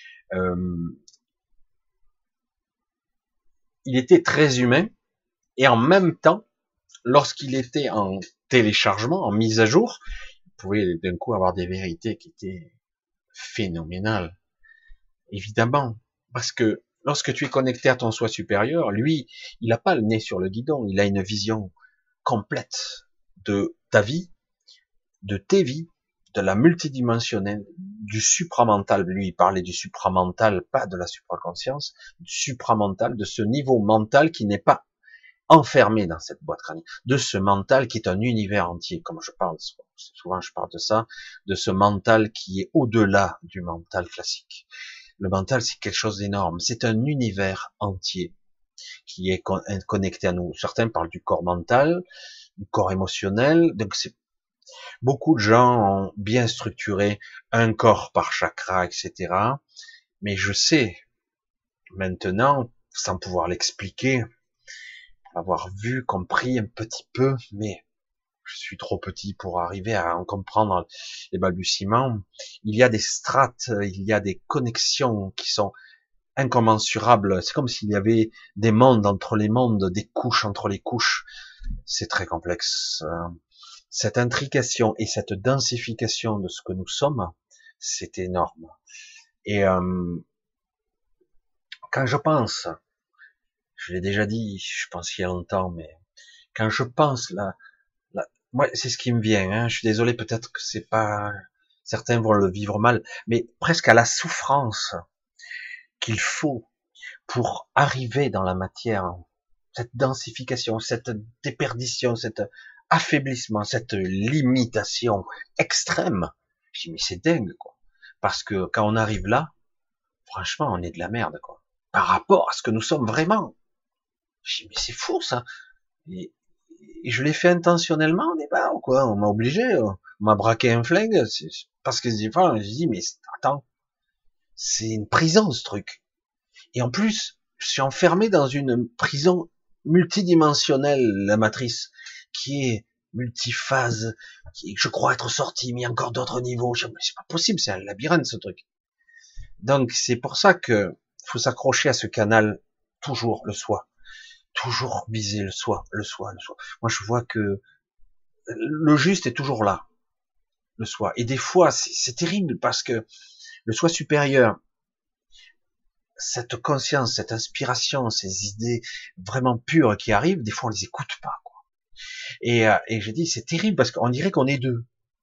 il était très humain et en même temps, lorsqu'il était en téléchargement, en mise à jour, il pouvait d'un coup avoir des vérités qui étaient phénoménales. Évidemment, parce que lorsque tu es connecté à ton soi supérieur, lui, il n'a pas le nez sur le guidon, il a une vision complète de ta vie, de tes vies, de la multidimensionnelle, du supramental. Lui, il parlait du supramental, pas de la supraconscience, du supramental, de ce niveau mental qui n'est pas enfermé dans cette boîte crânienne, de ce mental qui est un univers entier, comme je parle souvent, je parle de ça, de ce mental qui est au-delà du mental classique. Le mental, c'est quelque chose d'énorme, c'est un univers entier qui est connecté à nous. Certains parlent du corps mental, du corps émotionnel, donc c'est beaucoup de gens ont bien structuré un corps par chakra, etc. Mais je sais, Maintenant, sans pouvoir l'expliquer, avoir vu, compris un petit peu, mais je suis trop petit pour arriver à en comprendre les balbutiements. Il y a des strates, il y a des connexions qui sont incommensurables. C'est comme s'il y avait des mondes entre les mondes, des couches entre les couches. C'est très complexe. Cette intrication et cette densification de ce que nous sommes, c'est énorme. Et quand je pense, je l'ai déjà dit, je pense il y a longtemps, mais quand je pense là, moi c'est ce qui me vient. Hein, je suis désolé, peut-être que c'est pas, certains vont le vivre mal, mais presque à la souffrance qu'il faut pour arriver dans la matière, cette densification, cette déperdition, cet affaiblissement, cette limitation extrême. Je dis mais c'est dingue quoi, parce que quand on arrive là, franchement on est de la merde quoi, par rapport à ce que nous sommes vraiment. Je dis mais c'est fou ça. Et, et je l'ai fait intentionnellement au départ ou quoi, on m'a obligé, on m'a braqué un flingue, parce que des fois je dis mais attends, c'est une prison ce truc. Et en plus, je suis enfermé dans une prison multidimensionnelle, la matrice, qui est multiphase, qui, je crois être sorti, mais il y a encore d'autres niveaux. C'est pas possible, c'est un labyrinthe, ce truc. Donc, c'est pour ça que faut s'accrocher à ce canal toujours, le soi. Toujours viser le soi, le soi, le soi. Moi, je vois que le juste est toujours là, le soi. Et des fois, c'est terrible parce que le soi supérieur, cette conscience, cette inspiration, ces idées vraiment pures qui arrivent, des fois on les écoute pas, quoi. Et je dis c'est terrible parce qu'on dirait qu'on est deux.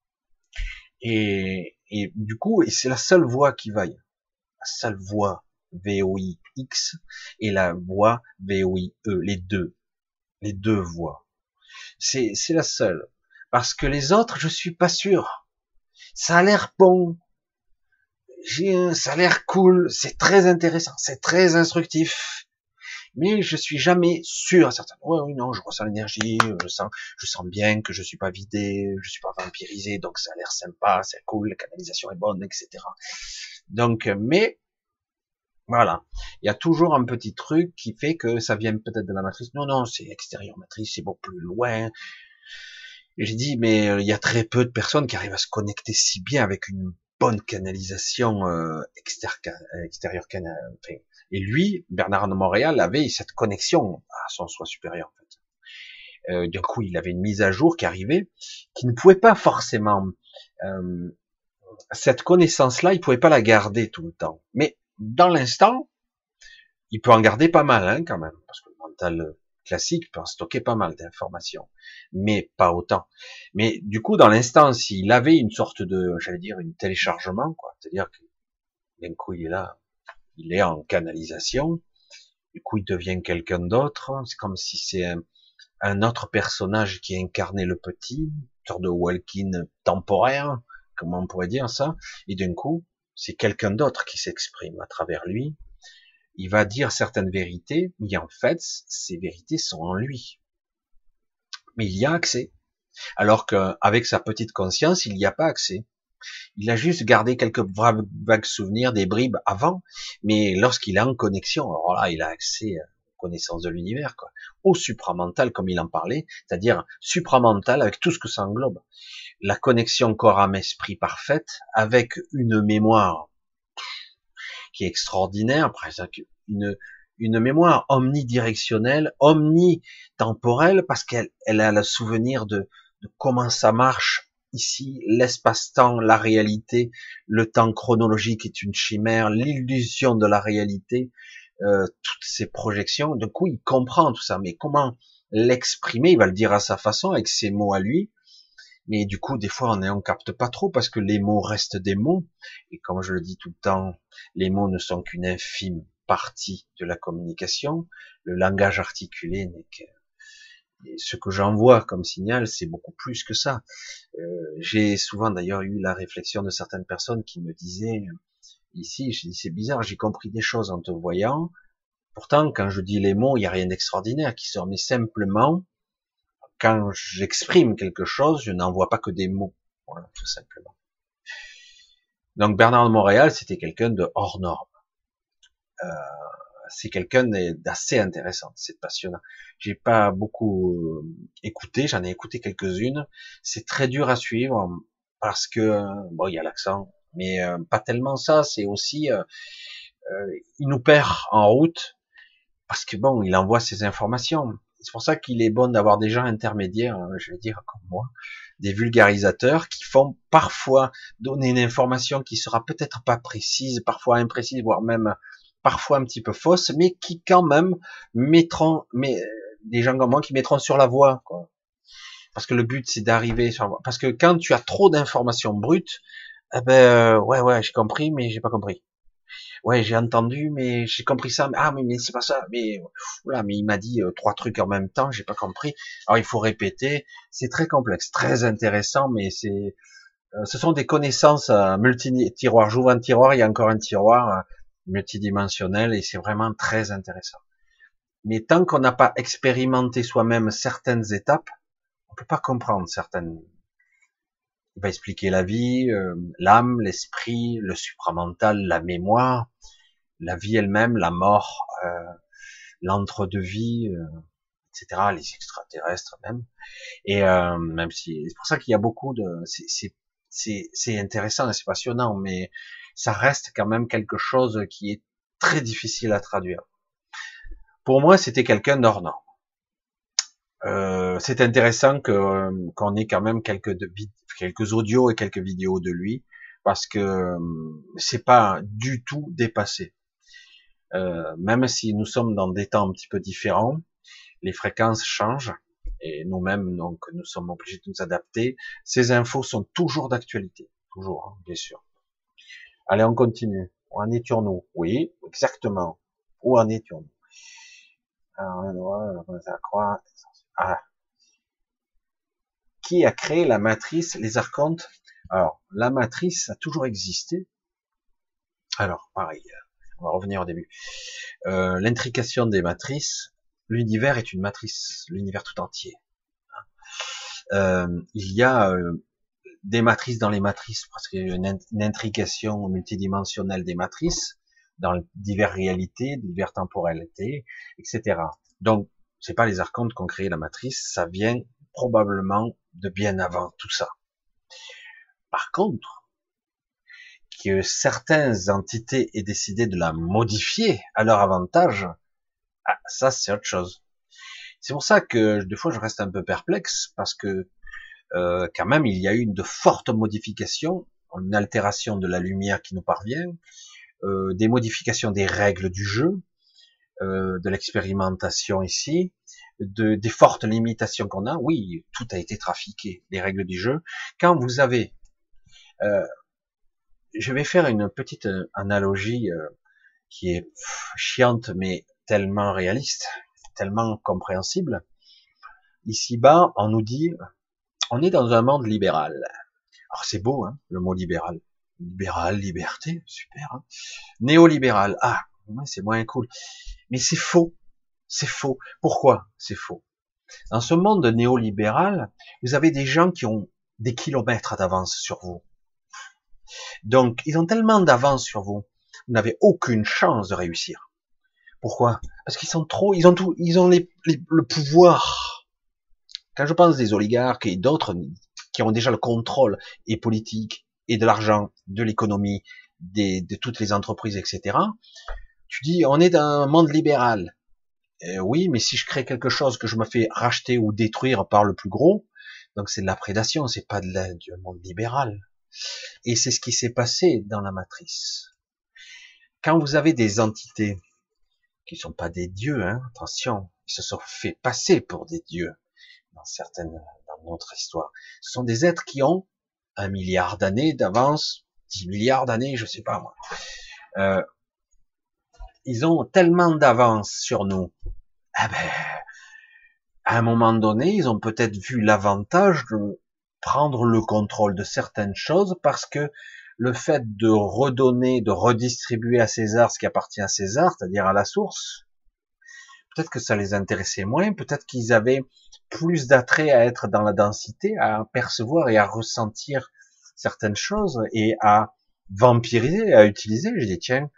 Et du coup, et c'est la seule voix qui vaille, la seule voix VOIX et la voix VOIE, les deux voix. C'est la seule parce que les autres, je suis pas sûr. Ça a l'air bon, ça a l'air cool, c'est très intéressant, c'est très instructif. Mais je suis jamais sûr à certains. Ouais, oui, non, je ressens l'énergie, je sens bien que je suis pas vidé, je suis pas vampirisé, donc ça a l'air sympa, c'est cool, la canalisation est bonne, etc. Donc, mais, voilà. Il y a toujours un petit truc qui fait que ça vient peut-être de la matrice. Non, non, c'est extérieur matrice, c'est beaucoup plus loin. Et j'ai dit, mais il y a très peu de personnes qui arrivent à se connecter si bien avec une bonne canalisation extérieure canal. Enfin, et lui, Bernard de Montréal, avait cette connexion à son soi supérieur. En fait. Du coup, il avait une mise à jour qui arrivait, qui ne pouvait pas forcément cette connaissance-là, il pouvait pas la garder tout le temps. Mais dans l'instant, il peut en garder pas mal, hein, quand même, parce que le mental classique peut en stocker pas mal d'informations, mais pas autant. Mais du coup, dans l'instant, s'il avait une sorte de, j'allais dire, une téléchargement, quoi, c'est-à-dire que d'un coup, il est là, il est en canalisation, du coup, il devient quelqu'un d'autre, c'est comme si c'est un autre personnage qui incarnait le petit, une sorte de walk-in temporaire, comment on pourrait dire ça, et d'un coup, c'est quelqu'un d'autre qui s'exprime à travers lui. Il va dire certaines vérités, mais en fait, ces vérités sont en lui. Mais il y a accès. Alors qu'avec sa petite conscience, il n'y a pas accès. Il a juste gardé quelques vagues souvenirs, des bribes avant, mais lorsqu'il est en connexion, alors là, il a accès aux connaissances de l'univers, quoi, au supramental, comme il en parlait, c'est-à-dire supramental avec tout ce que ça englobe. La connexion corps âme esprit parfaite, avec une mémoire qui est extraordinaire, presque une mémoire omnidirectionnelle, omnitemporelle, parce qu'elle a le souvenir de comment ça marche ici, l'espace-temps, la réalité, le temps chronologique est une chimère, l'illusion de la réalité, toutes ces projections. Du coup, il comprend tout ça, mais comment l'exprimer? Il va le dire à sa façon, avec ses mots à lui. Mais du coup, des fois, on capte pas trop parce que les mots restent des mots. Et comme je le dis tout le temps, les mots ne sont qu'une infime partie de la communication. Le langage articulé n'est que, et ce que j'envoie comme signal, c'est beaucoup plus que ça. J'ai souvent d'ailleurs eu la réflexion de certaines personnes qui me disaient, ici, je dis c'est bizarre, j'ai compris des choses en te voyant. Pourtant, quand je dis les mots, il n'y a rien d'extraordinaire qui sort, mais simplement, quand j'exprime quelque chose, je n'envoie pas que des mots. Voilà, tout simplement. Donc Bernard de Montréal, c'était quelqu'un de hors norme. c'est quelqu'un d'assez intéressant, c'est passionnant. J'ai pas beaucoup écouté, j'en ai écouté quelques-unes. C'est très dur à suivre parce que bon, il y a l'accent, mais pas tellement ça. C'est aussi, il nous perd en route parce que bon, il envoie ses informations. C'est pour ça qu'il est bon d'avoir des gens intermédiaires, hein, je vais dire comme moi, des vulgarisateurs qui font parfois donner une information qui sera peut-être pas précise, parfois imprécise, voire même parfois un petit peu fausse, mais qui quand même mettront, mais des gens comme moi qui mettront sur la voie, quoi. Parce que le but c'est d'arriver sur la voie. Parce que quand tu as trop d'informations brutes, eh ben ouais j'ai compris, mais j'ai pas compris. Ouais, j'ai entendu, mais j'ai compris ça. Mais c'est pas ça. Mais oula, mais il m'a dit trois trucs en même temps, j'ai pas compris. Alors il faut répéter. C'est très complexe, très intéressant, mais ce sont des connaissances multi-tiroirs. J'ouvre un tiroir, il y a encore un tiroir multidimensionnel, et c'est vraiment très intéressant. Mais tant qu'on n'a pas expérimenté soi-même certaines étapes, on peut pas comprendre certaines. Il va expliquer la vie, l'âme, l'esprit, le supramental, la mémoire, la vie elle-même, la mort, l'entre-deux-vie, etc., les extraterrestres même. Et même si c'est pour ça qu'il y a beaucoup de, c'est intéressant et c'est passionnant, mais ça reste quand même quelque chose qui est très difficile à traduire. Pour moi, c'était quelqu'un d'hors norme. C'est intéressant qu'on ait quand même quelques audios et quelques vidéos de lui, parce que c'est pas du tout dépassé. Même si nous sommes dans des temps un petit peu différents, les fréquences changent et nous-mêmes, donc, nous sommes obligés de nous adapter. Ces infos sont toujours d'actualité, toujours, hein, bien sûr. Allez, on continue. Où en étions-nous? Oui, exactement. Où en étions-nous? Alors, on va croire. Ah. Qui a créé la matrice, les archontes? Alors, la matrice a toujours existé. Alors, pareil, on va revenir au début. L'intrication des matrices, l'univers est une matrice, l'univers tout entier. Il y a des matrices dans les matrices, parce qu'il y a une intrication multidimensionnelle des matrices, dans diverses réalités, diverses temporalités, etc. Donc, c'est pas les archontes qui ont créé la matrice, ça vient probablement de bien avant tout ça. Par contre, que certaines entités aient décidé de la modifier à leur avantage, ça c'est autre chose. C'est pour ça que des fois je reste un peu perplexe, parce que quand même il y a eu de fortes modifications, une altération de la lumière qui nous parvient, des modifications des règles du jeu, de l'expérimentation ici, des fortes limitations qu'on a. Oui, tout a été trafiqué, les règles du jeu. Quand vous avez je vais faire une petite analogie qui est chiante mais tellement réaliste, tellement compréhensible. Ici-bas, on nous dit, on est dans un monde libéral. Alors c'est beau, hein, le mot libéral. Libéral, liberté, super. Hein. Néolibéral, c'est moins cool. Mais c'est faux, c'est faux. Pourquoi c'est faux? Dans ce monde néolibéral, vous avez des gens qui ont des kilomètres d'avance sur vous. Donc, ils ont tellement d'avance sur vous, vous n'avez aucune chance de réussir. Pourquoi? Parce qu'ils sont trop, ils ont tout, ils ont le pouvoir. Quand je pense des oligarques et d'autres qui ont déjà le contrôle et politique et de l'argent, de l'économie, de toutes les entreprises, etc. Tu dis, on est dans un monde libéral. Oui, mais si je crée quelque chose que je me fais racheter ou détruire par le plus gros, donc c'est de la prédation, c'est pas du monde libéral. Et c'est ce qui s'est passé dans la matrice. Quand vous avez des entités qui sont pas des dieux, hein, attention, ils se sont fait passer pour des dieux dans notre histoire. Ce sont des êtres qui ont 1 milliard d'années d'avance, 10 milliards d'années, je sais pas moi. Ils ont tellement d'avance sur nous. Ah ben, à un moment donné, ils ont peut-être vu l'avantage de prendre le contrôle de certaines choses, parce que le fait de redonner, de redistribuer à César ce qui appartient à César, c'est-à-dire à la source, peut-être que ça les intéressait moins, peut-être qu'ils avaient plus d'attrait à être dans la densité, à percevoir et à ressentir certaines choses et à vampiriser, à utiliser. Je dis tiens,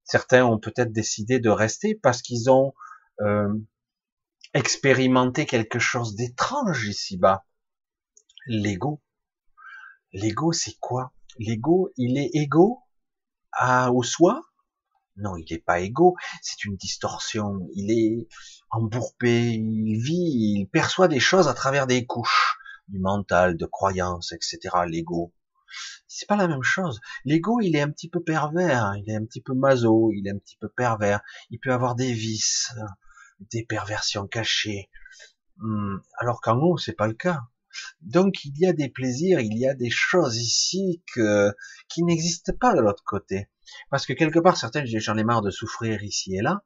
Certains ont peut-être décidé de rester parce qu'ils ont euh, expérimenté quelque chose d'étrange ici-bas. L'ego. L'ego, c'est quoi? L'ego, il est égaux au soi? Non, il n'est pas égaux. C'est une distorsion. Il est embourbé. Il vit, il perçoit des choses à travers des couches du mental, de croyances, etc. L'ego. C'est pas la même chose. L'ego, il est un petit peu pervers. Il est un petit peu maso. Il est un petit peu pervers. Il peut avoir des vices, des perversions cachées. Alors qu'en haut, c'est pas le cas. Donc il y a des plaisirs, il y a des choses ici qui n'existent pas de l'autre côté. Parce que quelque part, certains disent j'en ai marre de souffrir ici et là.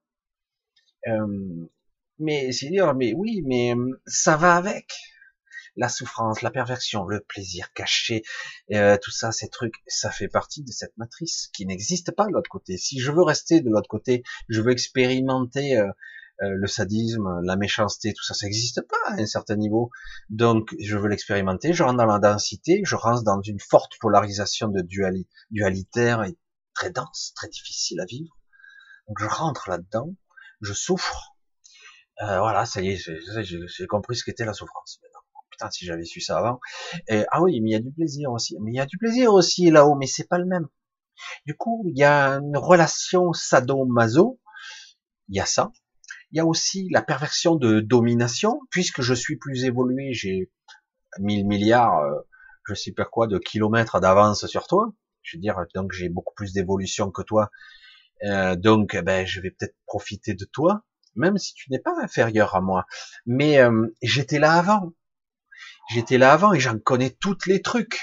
Mais c'est dire, mais oui, mais ça va avec la souffrance, la perversion, le plaisir caché, tout ça, ces trucs, ça fait partie de cette matrice qui n'existe pas de l'autre côté. Si je veux rester de l'autre côté, je veux expérimenter le sadisme, la méchanceté, tout ça, ça n'existe pas à un certain niveau. Donc, je veux l'expérimenter, je rentre dans la densité, je rentre dans une forte polarisation de dualitaire et très dense, très difficile à vivre. Donc, je rentre là-dedans, je souffre. Voilà, ça y est, j'ai compris ce qu'était la souffrance. Maintenant. Putain, si j'avais su ça avant. Ah oui, mais il y a du plaisir aussi. Mais il y a du plaisir aussi là-haut, mais c'est pas le même. Du coup, il y a une relation sado-maso. Il y a ça. Il y a aussi la perversion de domination, puisque je suis plus évolué, j'ai 1000 milliards, je sais pas quoi, de kilomètres d'avance sur toi. Je veux dire, donc j'ai beaucoup plus d'évolution que toi. Donc, ben, je vais peut-être profiter de toi, même si tu n'es pas inférieur à moi. Mais j'étais là avant. J'étais là avant et j'en connais toutes les trucs.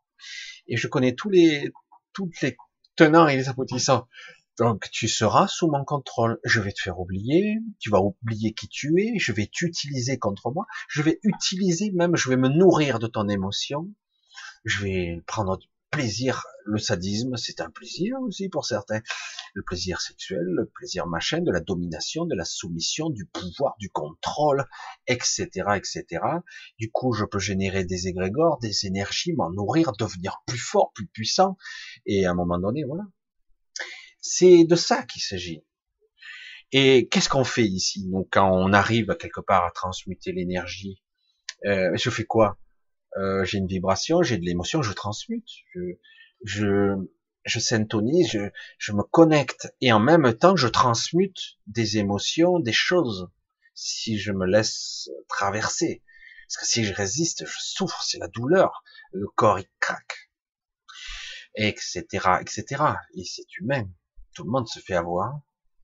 Et je connais toutes les tenants et les aboutissants. Donc, tu seras sous mon contrôle. Je vais te faire oublier. Tu vas oublier qui tu es. Je vais t'utiliser contre moi. Je vais utiliser même, je vais me nourrir de ton émotion. Je vais prendre du plaisir. Le sadisme, c'est un plaisir aussi pour certains. Le plaisir sexuel, le plaisir machin, de la domination, de la soumission, du pouvoir, du contrôle, etc., etc. Du coup, je peux générer des égrégores, des énergies, m'en nourrir, devenir plus fort, plus puissant. Et à un moment donné, voilà. C'est de ça qu'il s'agit. Et qu'est-ce qu'on fait ici? Donc, quand on arrive quelque part à transmuter l'énergie, je fais quoi? J'ai une vibration, j'ai de l'émotion, je transmute, je, je syntonise, je me connecte et en même temps je transmute des émotions, des choses. Si je me laisse traverser, parce que si je résiste, je souffre, c'est la douleur, le corps il craque, etc., etc. Et c'est humain, tout le monde se fait avoir.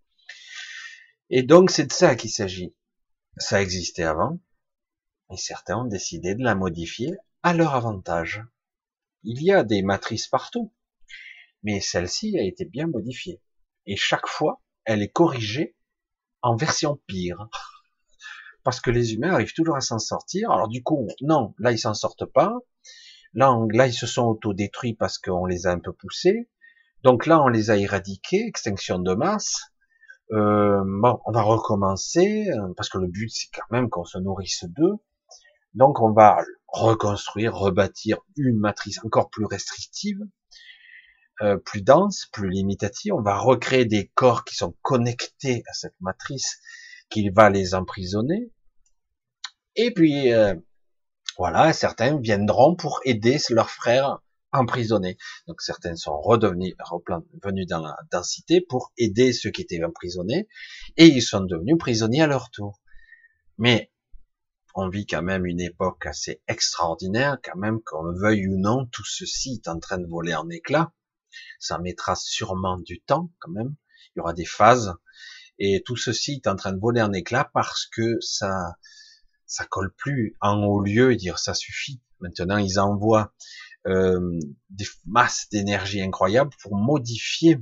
Et donc c'est de ça qu'il s'agit. Ça existait avant, et certains ont décidé de la modifier à leur avantage. Il y a des matrices partout, mais celle-ci a été bien modifiée. Et chaque fois, elle est corrigée en version pire. Parce que les humains arrivent toujours à s'en sortir. Alors du coup, non, là ils s'en sortent pas. Là ils se sont autodétruits parce qu'on les a un peu poussés. Donc là, on les a éradiqués, extinction de masse. Bon, on va recommencer, parce que le but c'est quand même qu'on se nourrisse d'eux. Donc on va reconstruire, rebâtir une matrice encore plus restrictive, plus dense, plus limitative. On va recréer des corps qui sont connectés à cette matrice qui va les emprisonner. Et puis voilà, certains viendront pour aider leurs frères emprisonnés. Donc certains sont revenus dans la densité pour aider ceux qui étaient emprisonnés, et ils sont devenus prisonniers à leur tour. Mais on vit quand même une époque assez extraordinaire, quand même, qu'on le veuille ou non, tout ceci est en train de voler en éclats. Ça mettra sûrement du temps, quand même. Il y aura des phases. Et tout ceci est en train de voler en éclats parce que ça colle plus en haut lieu et dire ça suffit. Maintenant, ils envoient des masses d'énergie incroyables pour modifier,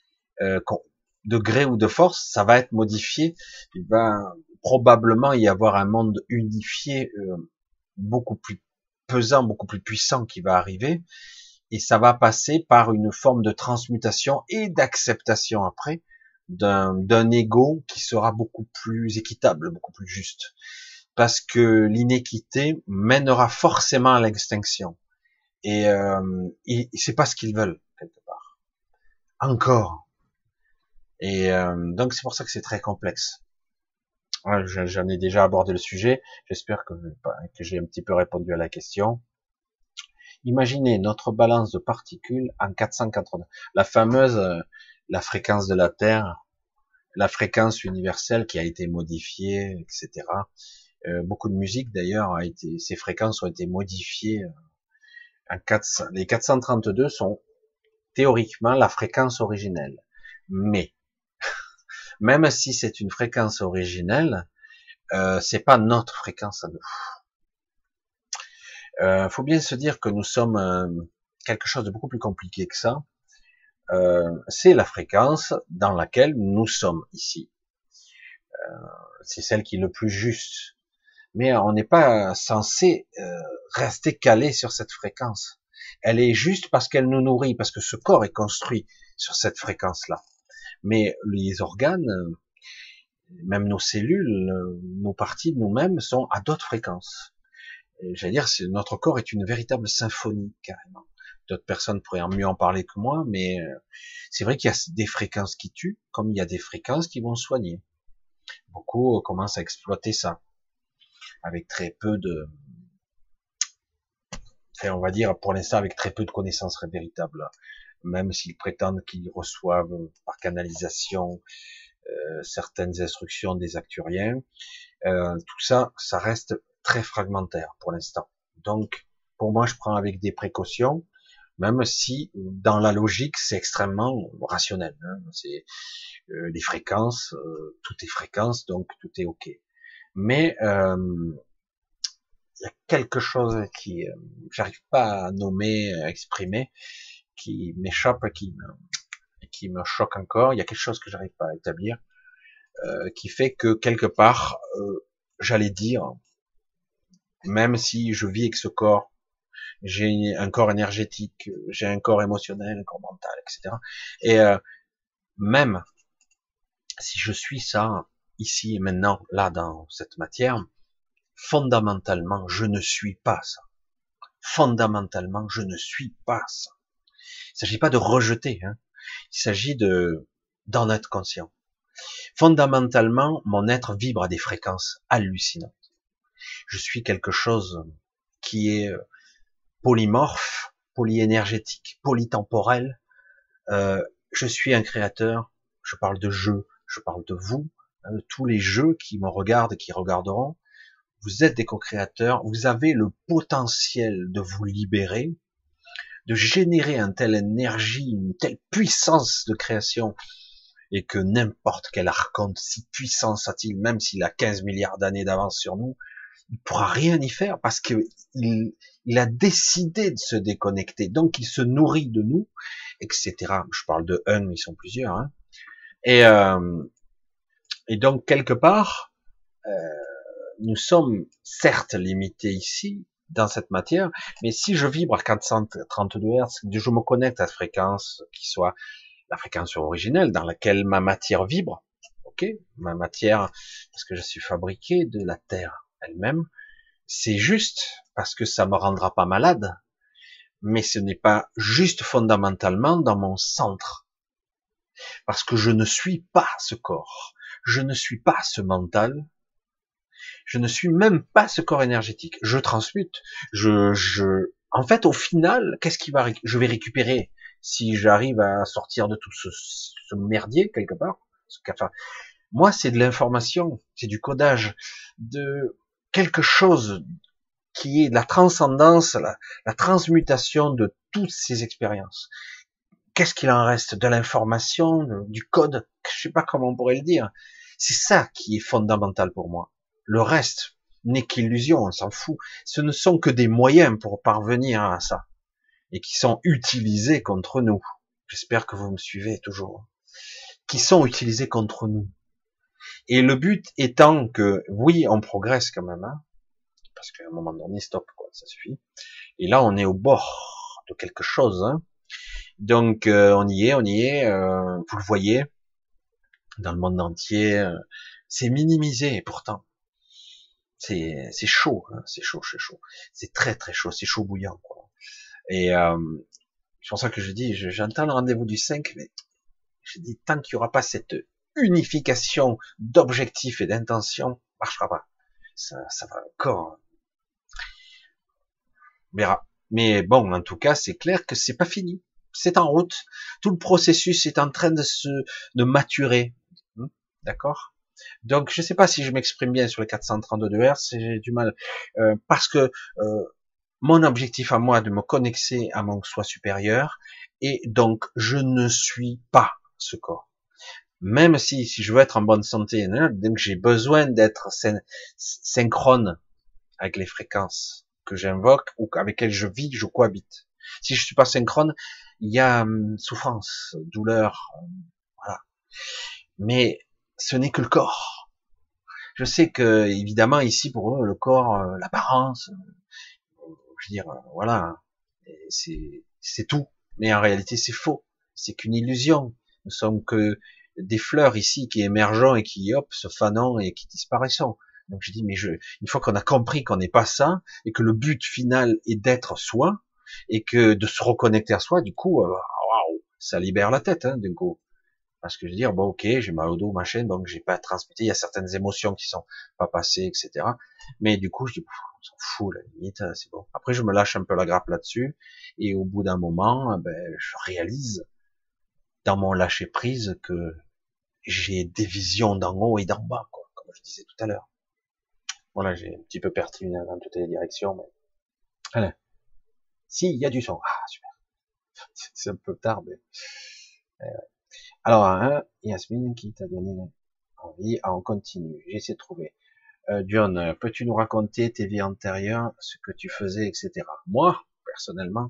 de gré ou de force, ça va être modifié. Il va probablement y avoir un monde unifié, beaucoup plus pesant, beaucoup plus puissant qui va arriver. Et ça va passer par une forme de transmutation et d'acceptation après d'un ego qui sera beaucoup plus équitable, beaucoup plus juste. Parce que l'inéquité mènera forcément à l'extinction. Et c'est pas ce qu'ils veulent, quelque part. Encore. Et donc c'est pour ça que c'est très complexe. Ouais, j'en ai déjà abordé le sujet. J'espère que j'ai un petit peu répondu à la question. Imaginez notre balance de particules en 480. La fameuse, la fréquence de la Terre, la fréquence universelle qui a été modifiée, etc. Beaucoup de musique d'ailleurs ces fréquences ont été modifiées. Les 432 sont théoriquement la fréquence originelle. Mais même si c'est une fréquence originelle, c'est pas notre fréquence à nous. Faut bien se dire que nous sommes quelque chose de beaucoup plus compliqué que ça. C'est la fréquence dans laquelle nous sommes ici. C'est celle qui est le plus juste. Mais on n'est pas censé rester calé sur cette fréquence. Elle est juste parce qu'elle nous nourrit, parce que ce corps est construit sur cette fréquence-là. Mais les organes, même nos cellules, nos parties de nous-mêmes sont à d'autres fréquences. J'allais dire, notre corps est une véritable symphonie, carrément. D'autres personnes pourraient mieux en parler que moi, mais c'est vrai qu'il y a des fréquences qui tuent, comme il y a des fréquences qui vont soigner. Beaucoup commencent à exploiter ça, avec très peu de, enfin, on va dire, pour l'instant, avec très peu de connaissances véritables. Même s'ils prétendent qu'ils reçoivent par canalisation certaines instructions des acturiens, tout ça, ça reste très fragmentaire pour l'instant. Donc, pour moi, je prends avec des précautions, même si dans la logique, c'est extrêmement rationnel. Hein. C'est les fréquences, tout est fréquence, donc tout est ok. Mais il y a quelque chose qui j'arrive pas à nommer, à exprimer, qui m'échappe, qui me choque encore. Il y a quelque chose que j'arrive pas à établir, qui fait que quelque part, j'allais dire, même si je vis avec ce corps, j'ai un corps énergétique, j'ai un corps émotionnel, un corps mental, etc. Et même si je suis ça ici et maintenant, là dans cette matière, fondamentalement, je ne suis pas ça. Fondamentalement, je ne suis pas ça. Il ne s'agit pas de rejeter, hein. Il s'agit d'en être conscient. Fondamentalement, mon être vibre à des fréquences hallucinantes. Je suis quelque chose qui est polymorphe, polyénergétique, polytemporel. Je suis un créateur. Je parle de jeu, je parle de vous, hein, de tous les jeux qui me regardent et qui regarderont. Vous êtes des co-créateurs. Vous avez le potentiel de vous libérer, de générer une telle énergie, une telle puissance de création, et que n'importe quel archonte, si puissant soit-il, même s'il a 15 milliards d'années d'avance sur nous, il pourra rien y faire parce que il a décidé de se déconnecter. Donc il se nourrit de nous, etc. Je parle de un, mais ils sont plusieurs. Hein. Et, et donc quelque part, nous sommes certes limités ici dans cette matière, mais si je vibre à 432 Hz, je me connecte à la fréquence qui soit la fréquence originelle dans laquelle ma matière vibre, ok, ma matière, parce que je suis fabriqué de la terre elle-même, c'est juste parce que ça me rendra pas malade, mais ce n'est pas juste fondamentalement dans mon centre, parce que je ne suis pas ce corps, je ne suis pas ce mental, je ne suis même pas ce corps énergétique. Je transmute, en fait, au final, je vais récupérer si j'arrive à sortir de tout ce merdier quelque part. Enfin, moi, c'est de l'information, c'est du codage, de quelque chose qui est de la transcendance, la transmutation de toutes ces expériences. Qu'est-ce qu'il en reste? De l'information, du code, je sais pas comment on pourrait le dire. C'est ça qui est fondamental pour moi. Le reste n'est qu'illusion, on s'en fout. Ce ne sont que des moyens pour parvenir à ça, et qui sont utilisés contre nous. J'espère que vous me suivez toujours. Qui sont utilisés contre nous. Et le but étant que, oui, on progresse quand même, hein, parce qu'à un moment donné, stop, quoi, ça suffit. Et là, on est au bord de quelque chose. Hein. Donc, on y est. Vous le voyez, dans le monde entier, c'est minimisé, et pourtant, c'est chaud, hein, c'est chaud, c'est très très chaud, c'est chaud bouillant, quoi. Et c'est pour ça que je dis, j'entends le rendez-vous du 5, mais Je dis, tant qu'il n'y aura pas cette unification d'objectifs et d'intentions, ça marchera pas. Ça va encore, on verra. Mais bon, en tout cas, c'est clair que c'est pas fini. C'est en route. Tout le processus est en train de maturer. D'accord? Donc, je sais pas si je m'exprime bien sur les 432 Hz, j'ai du mal, parce que mon objectif à moi de me connecter à mon soi supérieur, et donc je ne suis pas ce corps. Même si je veux être en bonne santé, hein, donc j'ai besoin d'être synchrone avec les fréquences que j'invoque ou avec lesquelles je vis, je cohabite. Si je suis pas synchrone, il y a souffrance, douleur, voilà. Mais ce n'est que le corps. Je sais que évidemment ici pour eux le corps, l'apparence, je veux dire, voilà, c'est tout. Mais en réalité c'est faux. C'est qu'une illusion. Nous sommes que des fleurs ici qui émergeons et qui hop se fanons et qui disparaissons. Donc je dis mais une fois qu'on a compris qu'on n'est pas ça et que le but final est d'être soi et que de se reconnecter à soi, du coup, waouh, ça libère la tête, hein, du coup. Parce que je veux dire, bon, ok, j'ai mal au dos, machin, donc j'ai pas transmuté, il y a certaines émotions qui sont pas passées, etc. Mais du coup, je dis, on s'en fout, la limite, c'est bon. Après, je me lâche un peu la grappe là-dessus, et au bout d'un moment, ben, je réalise, dans mon lâcher prise, que j'ai des visions d'en haut et d'en bas, quoi, comme je disais tout à l'heure. Voilà, j'ai un petit peu perdu dans toutes les directions, mais, voilà. Si, il y a du son. Ah, super. C'est un peu tard, mais, alors, hein, Yasmine qui t'a donné envie, on continue, j'essaie de trouver. John, peux-tu nous raconter tes vies antérieures, ce que tu faisais, etc. Moi, personnellement,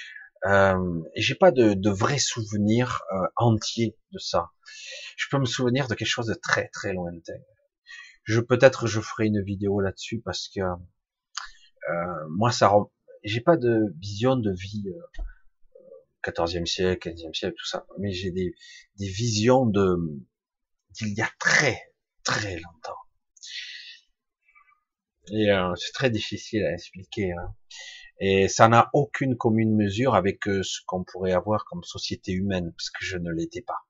j'ai pas de vrais souvenirs entiers de ça. Je peux me souvenir de quelque chose de très très lointain. Peut-être je ferai une vidéo là-dessus parce que moi j'ai pas de vision de vie 14e siècle, 15e siècle, tout ça, mais j'ai des visions d'il y a très très longtemps. Et c'est très difficile à expliquer. Hein. Et ça n'a aucune commune mesure avec ce qu'on pourrait avoir comme société humaine, parce que je ne l'étais pas.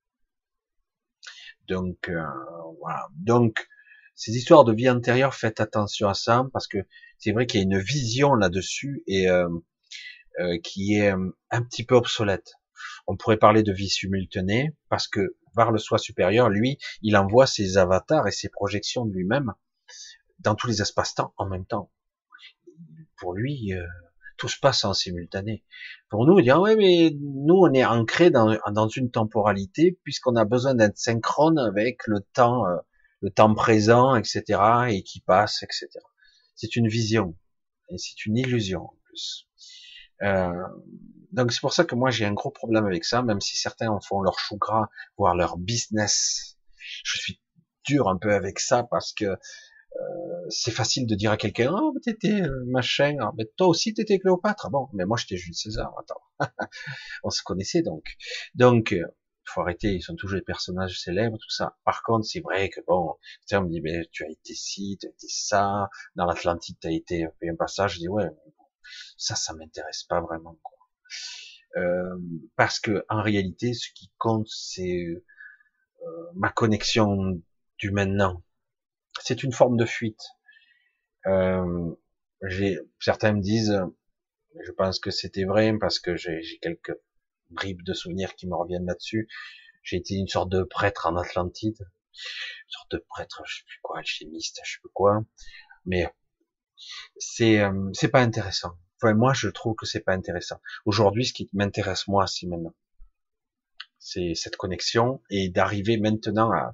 Donc voilà. Donc ces histoires de vie antérieure, faites attention à ça, parce que c'est vrai qu'il y a une vision là-dessus et qui est un petit peu obsolète. On pourrait parler de vie simultanée, parce que vers le soi supérieur, lui, il envoie ses avatars et ses projections de lui-même dans tous les espaces-temps en même temps. Pour lui, tout se passe en simultané. Pour nous, il dit, ah ouais, mais nous, on est ancré dans une temporalité, puisqu'on a besoin d'être synchrone avec le temps présent, etc., et qui passe, etc. C'est une vision, et c'est une illusion, en plus. Donc c'est pour ça que moi, j'ai un gros problème avec ça, même si certains en font leur chou gras, voire leur business. Je suis dur un peu avec ça, parce que c'est facile de dire à quelqu'un, oh, t'étais machin, ah, mais toi aussi t'étais Cléopâtre. Ah bon, mais moi j'étais Jules César, attends. On se connaissait donc. Donc, faut arrêter, ils sont toujours des personnages célèbres, tout ça. Par contre, c'est vrai que bon, tu sais, on me dit, ben, tu as été ci, tu as été ça, dans l'Atlantide, tu as été fait un passage, je dis, ouais, mais bon, ça m'intéresse pas vraiment, quoi. Parce que, en réalité, ce qui compte, c'est ma connexion du maintenant. C'est une forme de fuite. Euh, certains me disent, je pense que c'était vrai parce que j'ai quelques bribes de souvenirs qui me reviennent là-dessus. J'ai été une sorte de prêtre en Atlantide, une sorte de prêtre, je sais plus quoi, alchimiste, je sais plus quoi. Mais c'est pas intéressant. Enfin, moi, je trouve que c'est pas intéressant. Aujourd'hui, ce qui m'intéresse moi, c'est maintenant, c'est cette connexion et d'arriver maintenant à.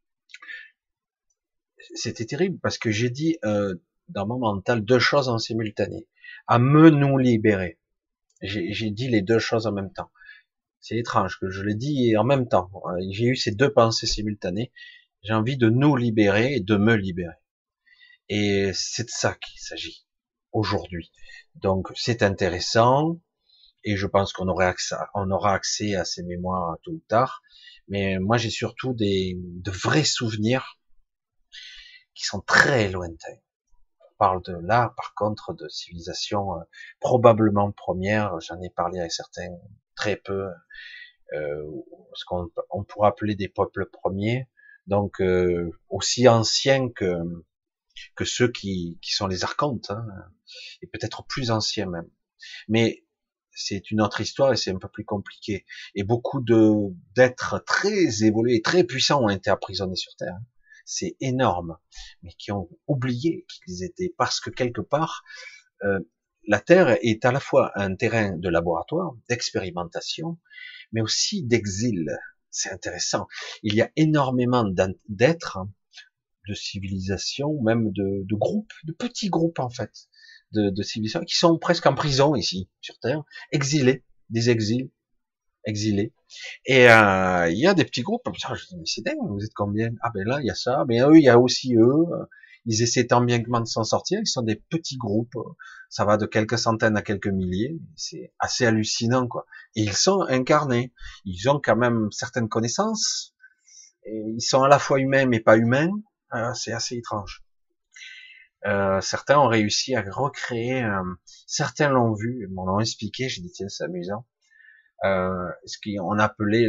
C'était terrible parce que j'ai dit dans mon mental deux choses en simultané. À nous libérer. J'ai dit les deux choses en même temps. C'est étrange que je l'ai dit en même temps. J'ai eu ces deux pensées simultanées. J'ai envie de nous libérer et de me libérer. Et c'est de ça qu'il s'agit aujourd'hui. Donc c'est intéressant et je pense qu'on aura accès à ces mémoires tôt ou tard. Mais moi j'ai surtout de vrais souvenirs qui sont très lointains. On parle de là, par contre, de civilisation probablement première. J'en ai parlé avec certains très peu. ce qu'on on pourrait appeler des peuples premiers, donc aussi anciens que ceux qui sont les archontes, hein, et peut-être plus anciens même. Mais c'est une autre histoire et c'est un peu plus compliqué. Et beaucoup d'êtres très évolués, très puissants ont été emprisonnés sur Terre. C'est énorme, mais qui ont oublié qu'ils étaient, parce que quelque part, euh, la Terre est à la fois un terrain de laboratoire, d'expérimentation, mais aussi d'exil. C'est intéressant. Il y a énormément d'êtres, de civilisations, même de groupes, de petits groupes en fait, de civilisations qui sont presque en prison ici sur Terre, exilés, des exils, exilés. Et il y a des petits groupes comme ça. Je dis mais c'est dingue, vous êtes combien? Ah ben là il y a ça, mais eux il y a aussi eux. Ils essaient tant bien que mal de s'en sortir. Ils sont des petits groupes. Ça va de quelques centaines à quelques milliers. C'est assez hallucinant quoi. Et ils sont incarnés. Ils ont quand même certaines connaissances. Et ils sont à la fois humains mais pas humains. C'est assez étrange. Certains ont réussi à recréer, certains l'ont vu, m'en ont expliqué, j'ai dit tiens c'est amusant, ce qu'on appelait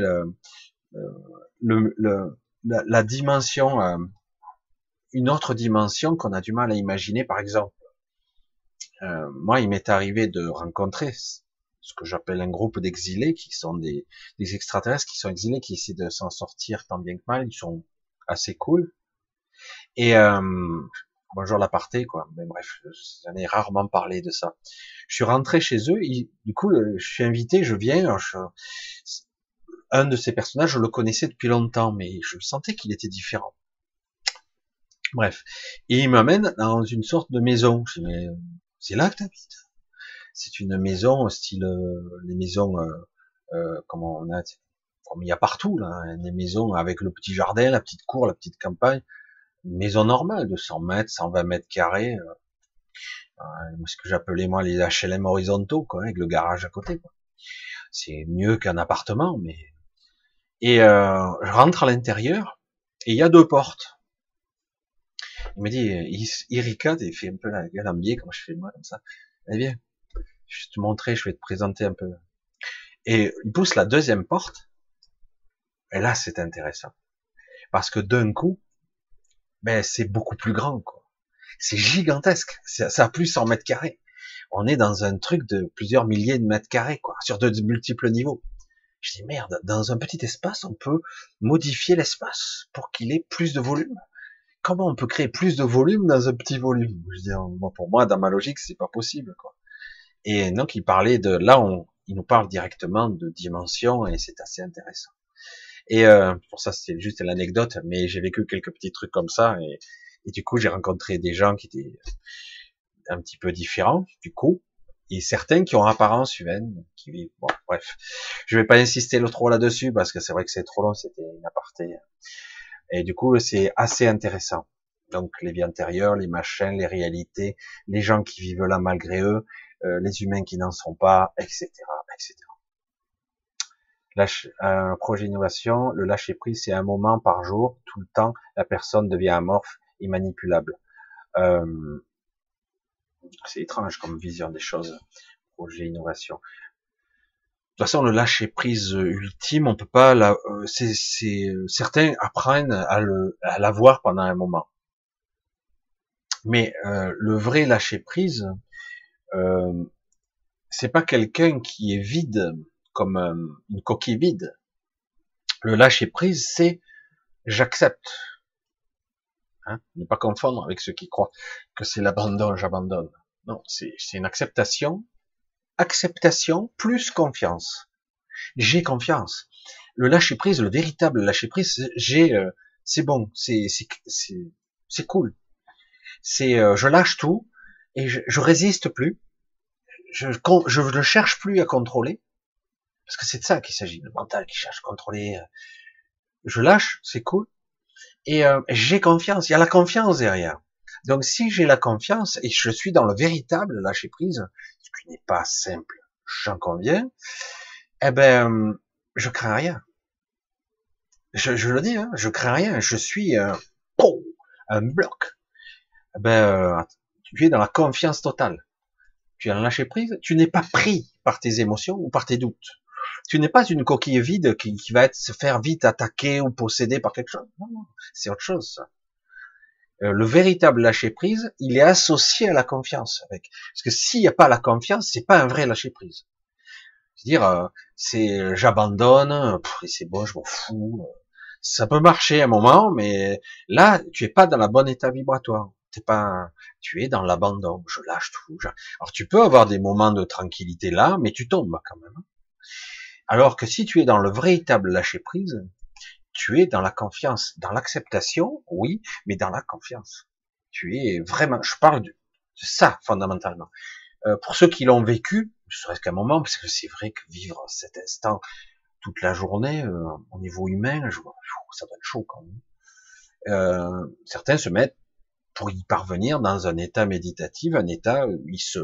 la dimension, une autre dimension qu'on a du mal à imaginer. Par exemple, moi il m'est arrivé de rencontrer ce que j'appelle un groupe d'exilés qui sont des extraterrestres qui sont exilés, qui essaient de s'en sortir tant bien que mal, ils sont assez cool. Et bonjour l'aparté, quoi. Mais bref, j'en ai rarement parlé de ça. Je suis rentré chez eux, du coup, je suis invité, je viens. Un de ces personnages, je le connaissais depuis longtemps, mais je sentais qu'il était différent. Bref, et il m'amène dans une sorte de maison. Je dis, mais c'est là que t'habites? C'est une maison style les maisons, comment on a, comme il y a partout là, hein, des maisons avec le petit jardin, la petite cour, la petite campagne. Une maison normale de 100 mètres, 120 mètres carrés, ce que j'appelais moi les HLM horizontaux, quoi, avec le garage à côté, quoi. C'est mieux qu'un appartement, mais et je rentre à l'intérieur et il y a deux portes. Il me dit, il ricade et il fait un peu la gueule en biais, comme je fais moi comme ça. Eh bien, je vais te montrer, je vais te présenter un peu. Et il pousse la deuxième porte. Et là, c'est intéressant parce que d'un coup, ben c'est beaucoup plus grand, quoi. C'est gigantesque. Ça a plus 100 mètres carrés. On est dans un truc de plusieurs milliers de mètres carrés, quoi, sur de multiples niveaux. Je dis merde, dans un petit espace, on peut modifier l'espace pour qu'il ait plus de volume. Comment on peut créer plus de volume dans un petit volume? Je dis, bon, pour moi, dans ma logique, c'est pas possible, quoi. Et donc, il parlait de, là, il nous parle directement de dimension et c'est assez intéressant. Et pour ça, c'était juste l'anecdote, mais j'ai vécu quelques petits trucs comme ça et du coup, j'ai rencontré des gens qui étaient un petit peu différents, du coup, et certains qui ont apparence humaine, qui vivent. Bon, bref, je vais pas insister trop là-dessus parce que c'est vrai que c'est trop long, c'était une aparté. Et du coup, c'est assez intéressant. Donc, les vies antérieures, les machins, les réalités, les gens qui vivent là malgré eux, les humains qui n'en sont pas, etc., etc. Projet innovation, le lâcher prise, c'est un moment par jour, tout le temps, la personne devient amorphe et manipulable. C'est étrange comme vision des choses. Projet innovation. De toute façon, le lâcher prise ultime, on peut pas. Certains apprennent à l'avoir pendant un moment. Mais le vrai lâcher prise, c'est pas quelqu'un qui est vide comme une coquille vide. Le lâcher prise, c'est j'accepte. Hein, ne pas confondre avec ceux qui croient que c'est l'abandon, j'abandonne. Non, c'est une acceptation. Acceptation plus confiance. J'ai confiance. Le lâcher prise, le véritable lâcher prise, c'est bon, c'est cool. C'est, je lâche tout et je résiste plus. Je ne cherche plus à contrôler parce que c'est de ça qu'il s'agit. Le mental qui cherche à contrôler. Je lâche, c'est cool. Et j'ai confiance. Il y a la confiance derrière. Donc si j'ai la confiance et je suis dans le véritable lâcher prise, ce qui n'est pas simple, j'en conviens. Eh ben, je crains rien. Je le dis, hein, je crains rien. Je suis un bloc. Eh ben, tu es dans la confiance totale. Tu es en lâcher prise. Tu n'es pas pris par tes émotions ou par tes doutes. Tu n'es pas une coquille vide qui va se faire vite attaquer ou posséder par quelque chose. Non, non, c'est autre chose, ça. Le véritable lâcher prise, il est associé à la confiance. Parce que s'il n'y a pas la confiance, c'est pas un vrai lâcher prise. C'est-à-dire, c'est j'abandonne, et c'est bon, je m'en fous. Ça peut marcher un moment, mais là, tu es pas dans la bonne état vibratoire. T'es pas, tu es dans l'abandon. Je lâche tout. Alors tu peux avoir des moments de tranquillité là, mais tu tombes quand même. Alors que si tu es dans le véritable lâcher prise, tu es dans la confiance, dans l'acceptation, oui, mais dans la confiance. Tu es vraiment, je parle de ça fondamentalement. Pour ceux qui l'ont vécu, ne serait-ce qu'un moment, parce que c'est vrai que vivre cet instant toute la journée, au niveau humain, ça doit être chaud quand même. Certains se mettent pour y parvenir dans un état méditatif, un état où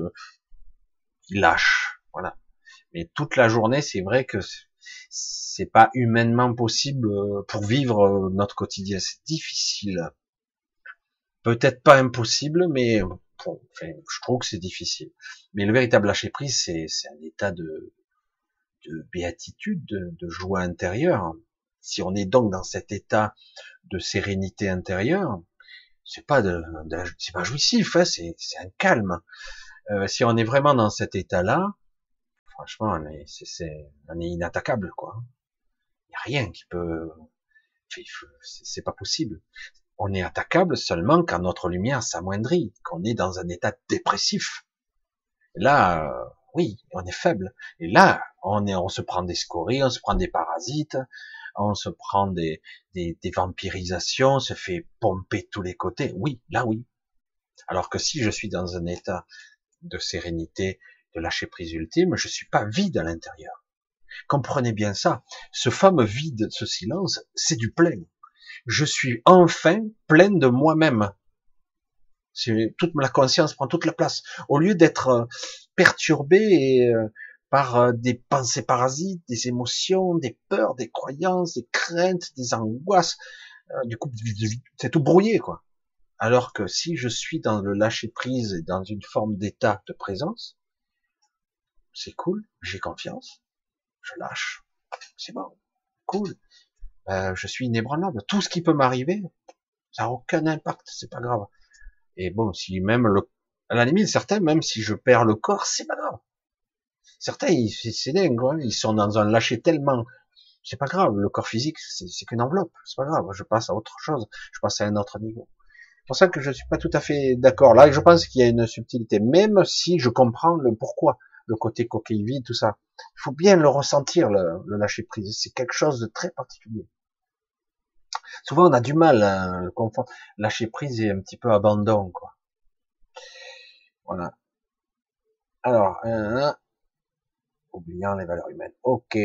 ils lâchent, voilà. Mais toute la journée, c'est vrai que c'est pas humainement possible pour vivre notre quotidien. C'est difficile. Peut-être pas impossible, mais bon, enfin, je trouve que c'est difficile. Mais le véritable lâcher prise, c'est un état de béatitude, de joie intérieure. Si on est donc dans cet état de sérénité intérieure, c'est pas c'est pas jouissif, hein, c'est un calme. Si on est vraiment dans cet état-là, franchement, on est inattaquable, quoi. Il y a rien qui peut, c'est pas possible. On est attaquable seulement quand notre lumière s'amoindrit, qu'on est dans un état dépressif. Là, oui, on est faible. Et là, on se prend des scories, on se prend des parasites, on se prend des vampirisations, on se fait pomper de tous les côtés. Oui, là oui. Alors que si je suis dans un état de sérénité, de lâcher prise ultime, je suis pas vide à l'intérieur. Comprenez bien ça. Ce fameux vide, ce silence, c'est du plein. Je suis enfin plein de moi-même. Toute la conscience prend toute la place. Au lieu d'être perturbé par des pensées parasites, des émotions, des peurs, des croyances, des craintes, des angoisses, du coup, c'est tout brouillé, quoi. Alors que si je suis dans le lâcher prise et dans une forme d'état de présence, c'est cool, j'ai confiance, je lâche, c'est bon, cool, je suis inébranlable. Tout ce qui peut m'arriver, ça n'a aucun impact, c'est pas grave. Et bon, si même à la limite, certains, même si je perds le corps, c'est pas grave. Certains, c'est dingue, hein, ils sont dans un lâcher tellement, c'est pas grave, le corps physique, c'est qu'une enveloppe, c'est pas grave, je passe à autre chose, je passe à un autre niveau. C'est pour ça que je suis pas tout à fait d'accord. Là, je pense qu'il y a une subtilité, même si je comprends le pourquoi, le côté coquille vide, tout ça. Il faut bien le ressentir, le lâcher prise. C'est quelque chose de très particulier. Souvent, on a du mal à le confondre. Lâcher prise et un petit peu abandon, quoi. Voilà. Alors, oubliant les valeurs humaines. Ok,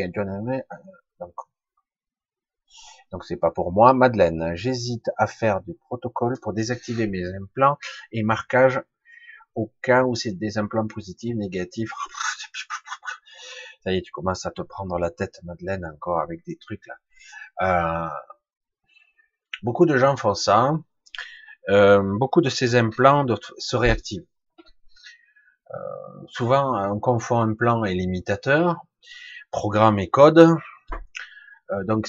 donc c'est pas pour moi. Madeleine, j'hésite à faire du protocole pour désactiver mes implants et marquages au cas où c'est des implants positifs, négatifs. Ça y est, tu commences à te prendre la tête, Madeleine, encore avec des trucs là. Beaucoup de gens font ça. Beaucoup de ces implants se réactivent. Souvent, on confond implant et limitateur, programme et code. Donc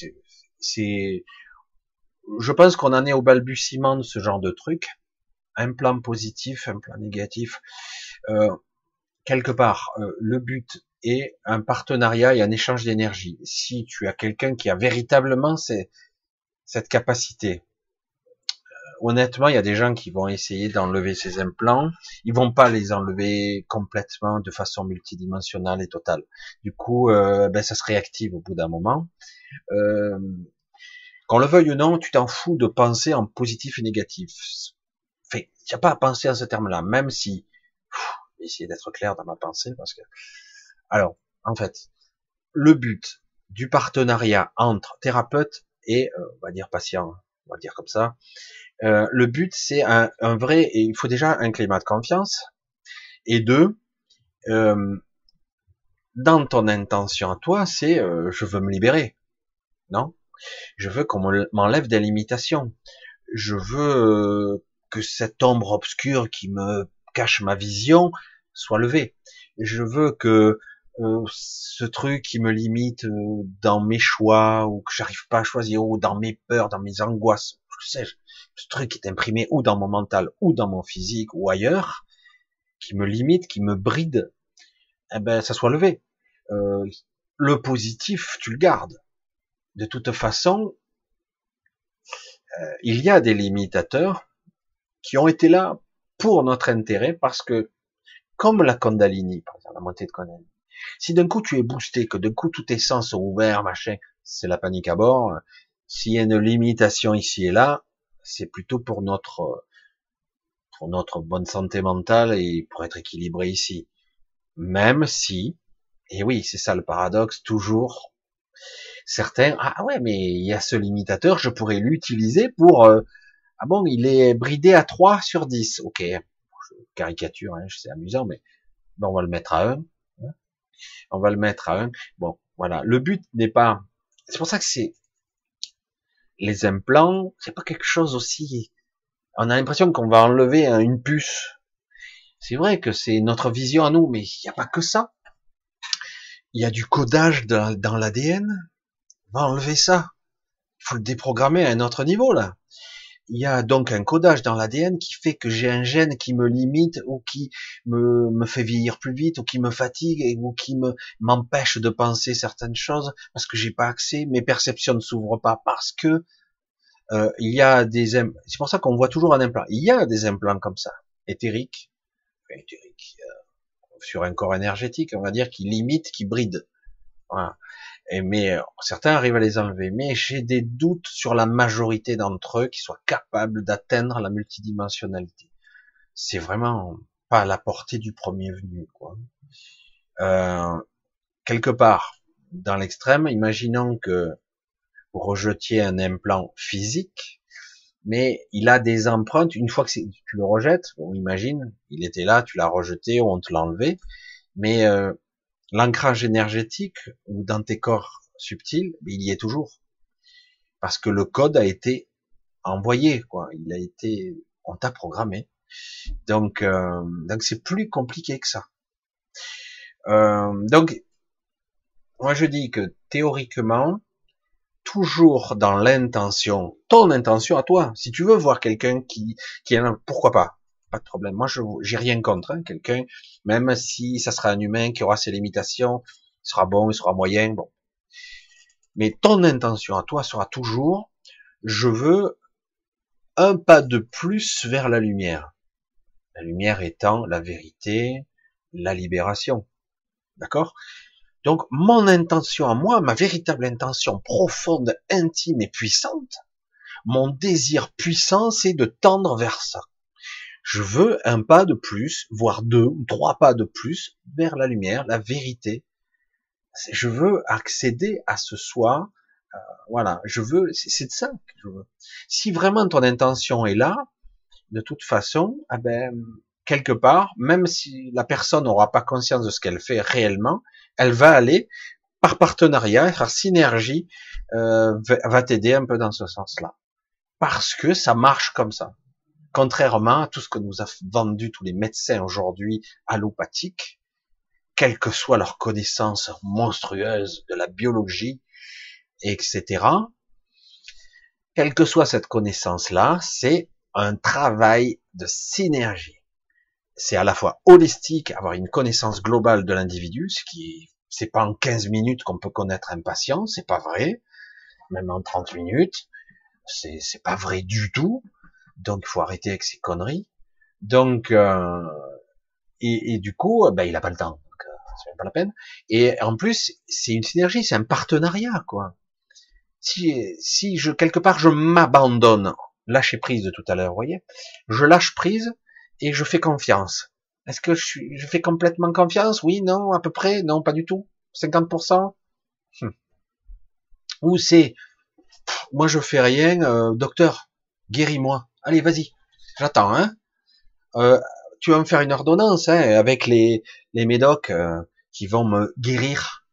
je pense qu'on en est au balbutiement de ce genre de truc. Implant positif, implant négatif. Quelque part, le but est un partenariat et un échange d'énergie. Si tu as quelqu'un qui a véritablement cette capacité, honnêtement, il y a des gens qui vont essayer d'enlever ces implants. Ils vont pas les enlever complètement de façon multidimensionnelle et totale. Du coup, ça se réactive au bout d'un moment. Qu'on le veuille ou non, tu t'en fous de penser en positif et négatif. Enfin, il n'y a pas à penser en ce terme-là, même si, je vais essayer d'être clair dans ma pensée, parce que, alors, en fait, le but du partenariat entre thérapeute et, on va dire patient, on va dire comme ça, le but c'est un vrai, et il faut déjà un climat de confiance, et deux, dans ton intention à toi, c'est je veux me libérer, non? Je veux qu'on m'enlève des limitations. Je veux que cette ombre obscure qui me cache ma vision soit levée. Je veux que ce truc qui me limite dans mes choix, ou que j'arrive pas à choisir, ou dans mes peurs, dans mes angoisses, je sais, ce truc qui est imprimé ou dans mon mental, ou dans mon physique, ou ailleurs, qui me limite, qui me bride, eh ben, ça soit levé. Euh, le positif, tu le gardes. De toute façon, il y a des limitateurs qui ont été là pour notre intérêt, parce que, comme la Kundalini, par exemple, la montée de Kundalini, si d'un coup tu es boosté, que d'un coup tous tes sens sont ouverts, machin, c'est la panique à bord. S'il y a une limitation ici et là, c'est plutôt pour notre bonne santé mentale et pour être équilibré ici. Même si, et oui, c'est ça le paradoxe, toujours, certains, ah ouais, mais il y a ce limitateur, je pourrais l'utiliser pour, ah bon, il est bridé à 3 sur 10. Ok, je caricature, hein, c'est amusant, mais bon, on va le mettre à 1. On va le mettre à 1. Bon, voilà. Le but n'est pas, c'est pour ça que c'est, les implants, c'est pas quelque chose aussi, on a l'impression qu'on va enlever une puce. C'est vrai que c'est notre vision à nous, mais il n'y a pas que ça. Il y a du codage dans l'ADN. On va enlever ça. Il faut le déprogrammer à un autre niveau, là. Il y a donc un codage dans l'ADN qui fait que j'ai un gène qui me limite, ou qui me fait vieillir plus vite, ou qui me fatigue, ou qui m'empêche de penser certaines choses, parce que j'ai pas accès, mes perceptions ne s'ouvrent pas, parce que il y a c'est pour ça qu'on voit toujours un implant. Il y a des implants comme ça, éthériques, sur un corps énergétique, on va dire, qui limite, qui bride. Voilà. Mais certains arrivent à les enlever. Mais j'ai des doutes sur la majorité d'entre eux qui soient capables d'atteindre la multidimensionnalité. C'est vraiment pas à la portée du premier venu, quoi. Euh, quelque part, dans l'extrême, imaginons que vous rejetiez un implant physique, mais il a des empreintes. Une fois que tu le rejettes, on imagine, il était là, tu l'as rejeté ou on te l'a enlevé, mais l'ancrage énergétique ou dans tes corps subtils, il y est toujours, parce que le code a été envoyé, quoi. Il a été, on t'a programmé. Donc c'est plus compliqué que ça. Donc moi je dis que théoriquement, toujours dans l'intention, ton intention à toi. Si tu veux voir quelqu'un qui est là, pourquoi pas de problème. Moi, j'ai rien contre quelqu'un, même si ça sera un humain qui aura ses limitations, il sera bon, il sera moyen, bon. Mais ton intention à toi sera toujours, je veux un pas de plus vers la lumière. La lumière étant la vérité, la libération. D'accord? Donc, mon intention à moi, ma véritable intention profonde, intime et puissante, mon désir puissant, c'est de tendre vers ça. Je veux un pas de plus, voire 2 ou 3 pas de plus vers la lumière, la vérité. Je veux accéder à ce soi. Voilà, je veux, c'est de ça que je veux. Si vraiment ton intention est là, de toute façon, eh ben, quelque part, même si la personne n'aura pas conscience de ce qu'elle fait réellement, elle va aller par partenariat, par synergie, va t'aider un peu dans ce sens-là. Parce que ça marche comme ça. Contrairement à tout ce que nous a vendu tous les médecins aujourd'hui allopathiques, quelle que soit leur connaissance monstrueuse de la biologie, etc., quelle que soit cette connaissance-là, c'est un travail de synergie. C'est à la fois holistique, avoir une connaissance globale de l'individu, ce qui c'est pas en 15 minutes qu'on peut connaître un patient, c'est pas vrai, même en 30 minutes, c'est pas vrai du tout. Donc il faut arrêter avec ces conneries. Donc et du coup, ben il a pas le temps, donc c'est même pas la peine. Et en plus, c'est une synergie, c'est un partenariat, quoi. Si je quelque part je m'abandonne, lâcher prise de tout à l'heure, vous voyez, je lâche prise et je fais confiance. Est-ce que je fais complètement confiance? Oui, non, à peu près, non, pas du tout. 50%. Ou c'est, moi je fais rien, docteur, guéris-moi. Allez, vas-y, j'attends, hein. Tu vas me faire une ordonnance, hein, avec les médocs qui vont me guérir.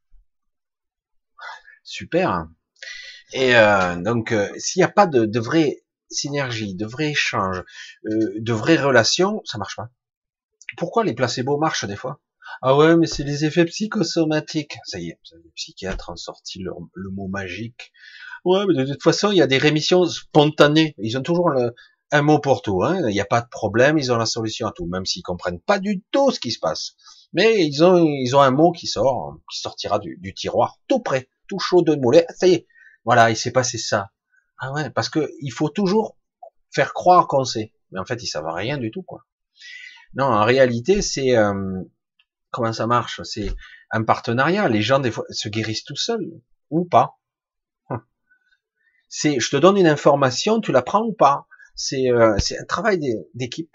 Super. Et donc, s'il n'y a pas de vraie synergie, de vrai échange, de vraies relations, ça marche pas. Pourquoi les placebos marchent des fois? Ah ouais, mais c'est les effets psychosomatiques. Ça y est, les psychiatres ont sorti le mot magique. Ouais, mais de toute façon, il y a des rémissions spontanées. Ils ont toujours un mot pour tout. Hein. Il n'y a pas de problème, ils ont la solution à tout, même s'ils comprennent pas du tout ce qui se passe. Mais ils ont un mot qui sortira du tiroir, tout prêt, tout chaud de moulet. Ça y est, voilà, il s'est passé ça. Ah ouais, parce que il faut toujours faire croire qu'on sait, mais en fait, ils savent rien du tout, quoi. Non, en réalité, c'est comment ça marche? C'est un partenariat. Les gens des fois se guérissent tout seuls ou pas. C'est, je te donne une information, tu la prends ou pas. C'est un travail d'équipe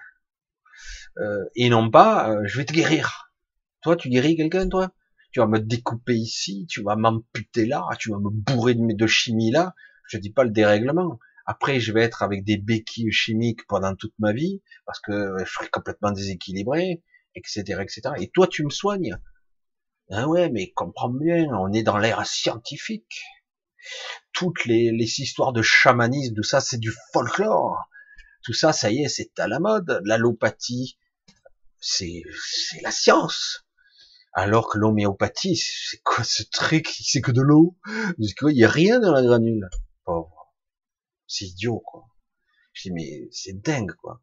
et non pas, je vais te guérir. Toi, tu guéris quelqu'un, toi? Tu vas me découper ici, tu vas m'amputer là, tu vas me bourrer de chimie là. Je dis pas le dérèglement. Après, je vais être avec des béquilles chimiques pendant toute ma vie parce que je serai complètement déséquilibré, etc., etc. Et toi, tu me soignes. Ah ouais, mais comprends bien, on est dans l'ère scientifique. Toutes les histoires de chamanisme, tout ça, c'est du folklore. Tout ça, ça y est, c'est à la mode. L'allopathie, c'est la science. Alors que l'homéopathie, c'est quoi ce truc? C'est que de l'eau. C'est quoi? Il y a rien dans la granule. Pauvre. C'est idiot, quoi. Je dis, mais c'est dingue, quoi.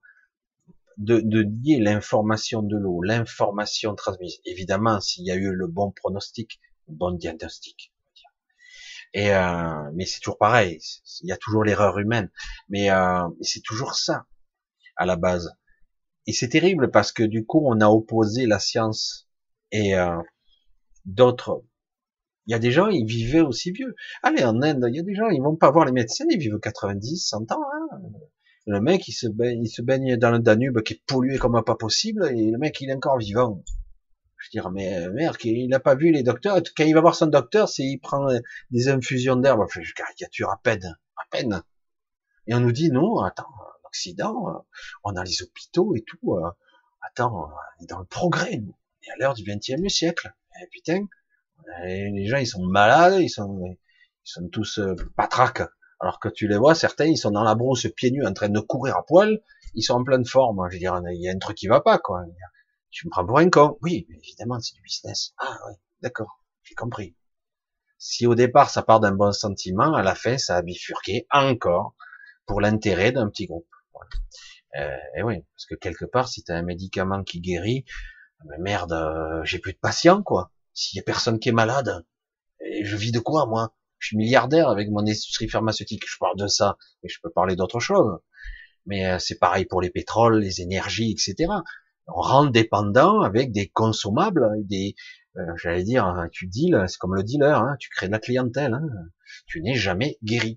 De nier l'information de l'eau, l'information transmise. Évidemment, s'il y a eu le bon pronostic, le bon diagnostic. Et mais c'est toujours pareil. Il y a toujours l'erreur humaine. Mais c'est toujours ça à la base. Et c'est terrible parce que du coup, on a opposé la science et d'autres. Il y a des gens, ils vivaient aussi vieux. Allez, en Inde, il y a des gens, ils vont pas voir les médecins, ils vivent 90, 100 ans. Hein. Le mec, il se baigne dans le Danube qui est pollué comme pas possible, et le mec, il est encore vivant. Je veux dire, mais merde, il n'a pas vu les docteurs. Quand il va voir son docteur, c'est il prend des infusions d'herbe. Enfin, je caricature à peine, à peine. Et on nous dit non, attends, en Occident, on a les hôpitaux et tout. Attends, on est dans le progrès, nous. On est à l'heure du XXe siècle. Et putain, les gens ils sont malades, ils sont tous patraques. Alors que tu les vois, certains ils sont dans la brousse pieds nus en train de courir à poil, ils sont en pleine forme. Je veux dire, il y a un truc qui va pas, quoi. Tu me prends pour un con. Oui, mais évidemment, c'est du business. Ah oui, d'accord, j'ai compris. Si au départ ça part d'un bon sentiment, à la fin ça a bifurqué encore pour l'intérêt d'un petit groupe. Voilà. Et oui, parce que quelque part, si tu as un médicament qui guérit, mais merde, j'ai plus de patients, quoi. S'il y a personne qui est malade, et je vis de quoi, moi? Je suis milliardaire avec mon industrie pharmaceutique. Je parle de ça, mais je peux parler d'autre chose. Mais c'est pareil pour les pétroles, les énergies, etc. On rend dépendant avec des consommables, j'allais dire, tu deals, c'est comme le dealer, hein, tu crées de la clientèle, hein, tu n'es jamais guéri.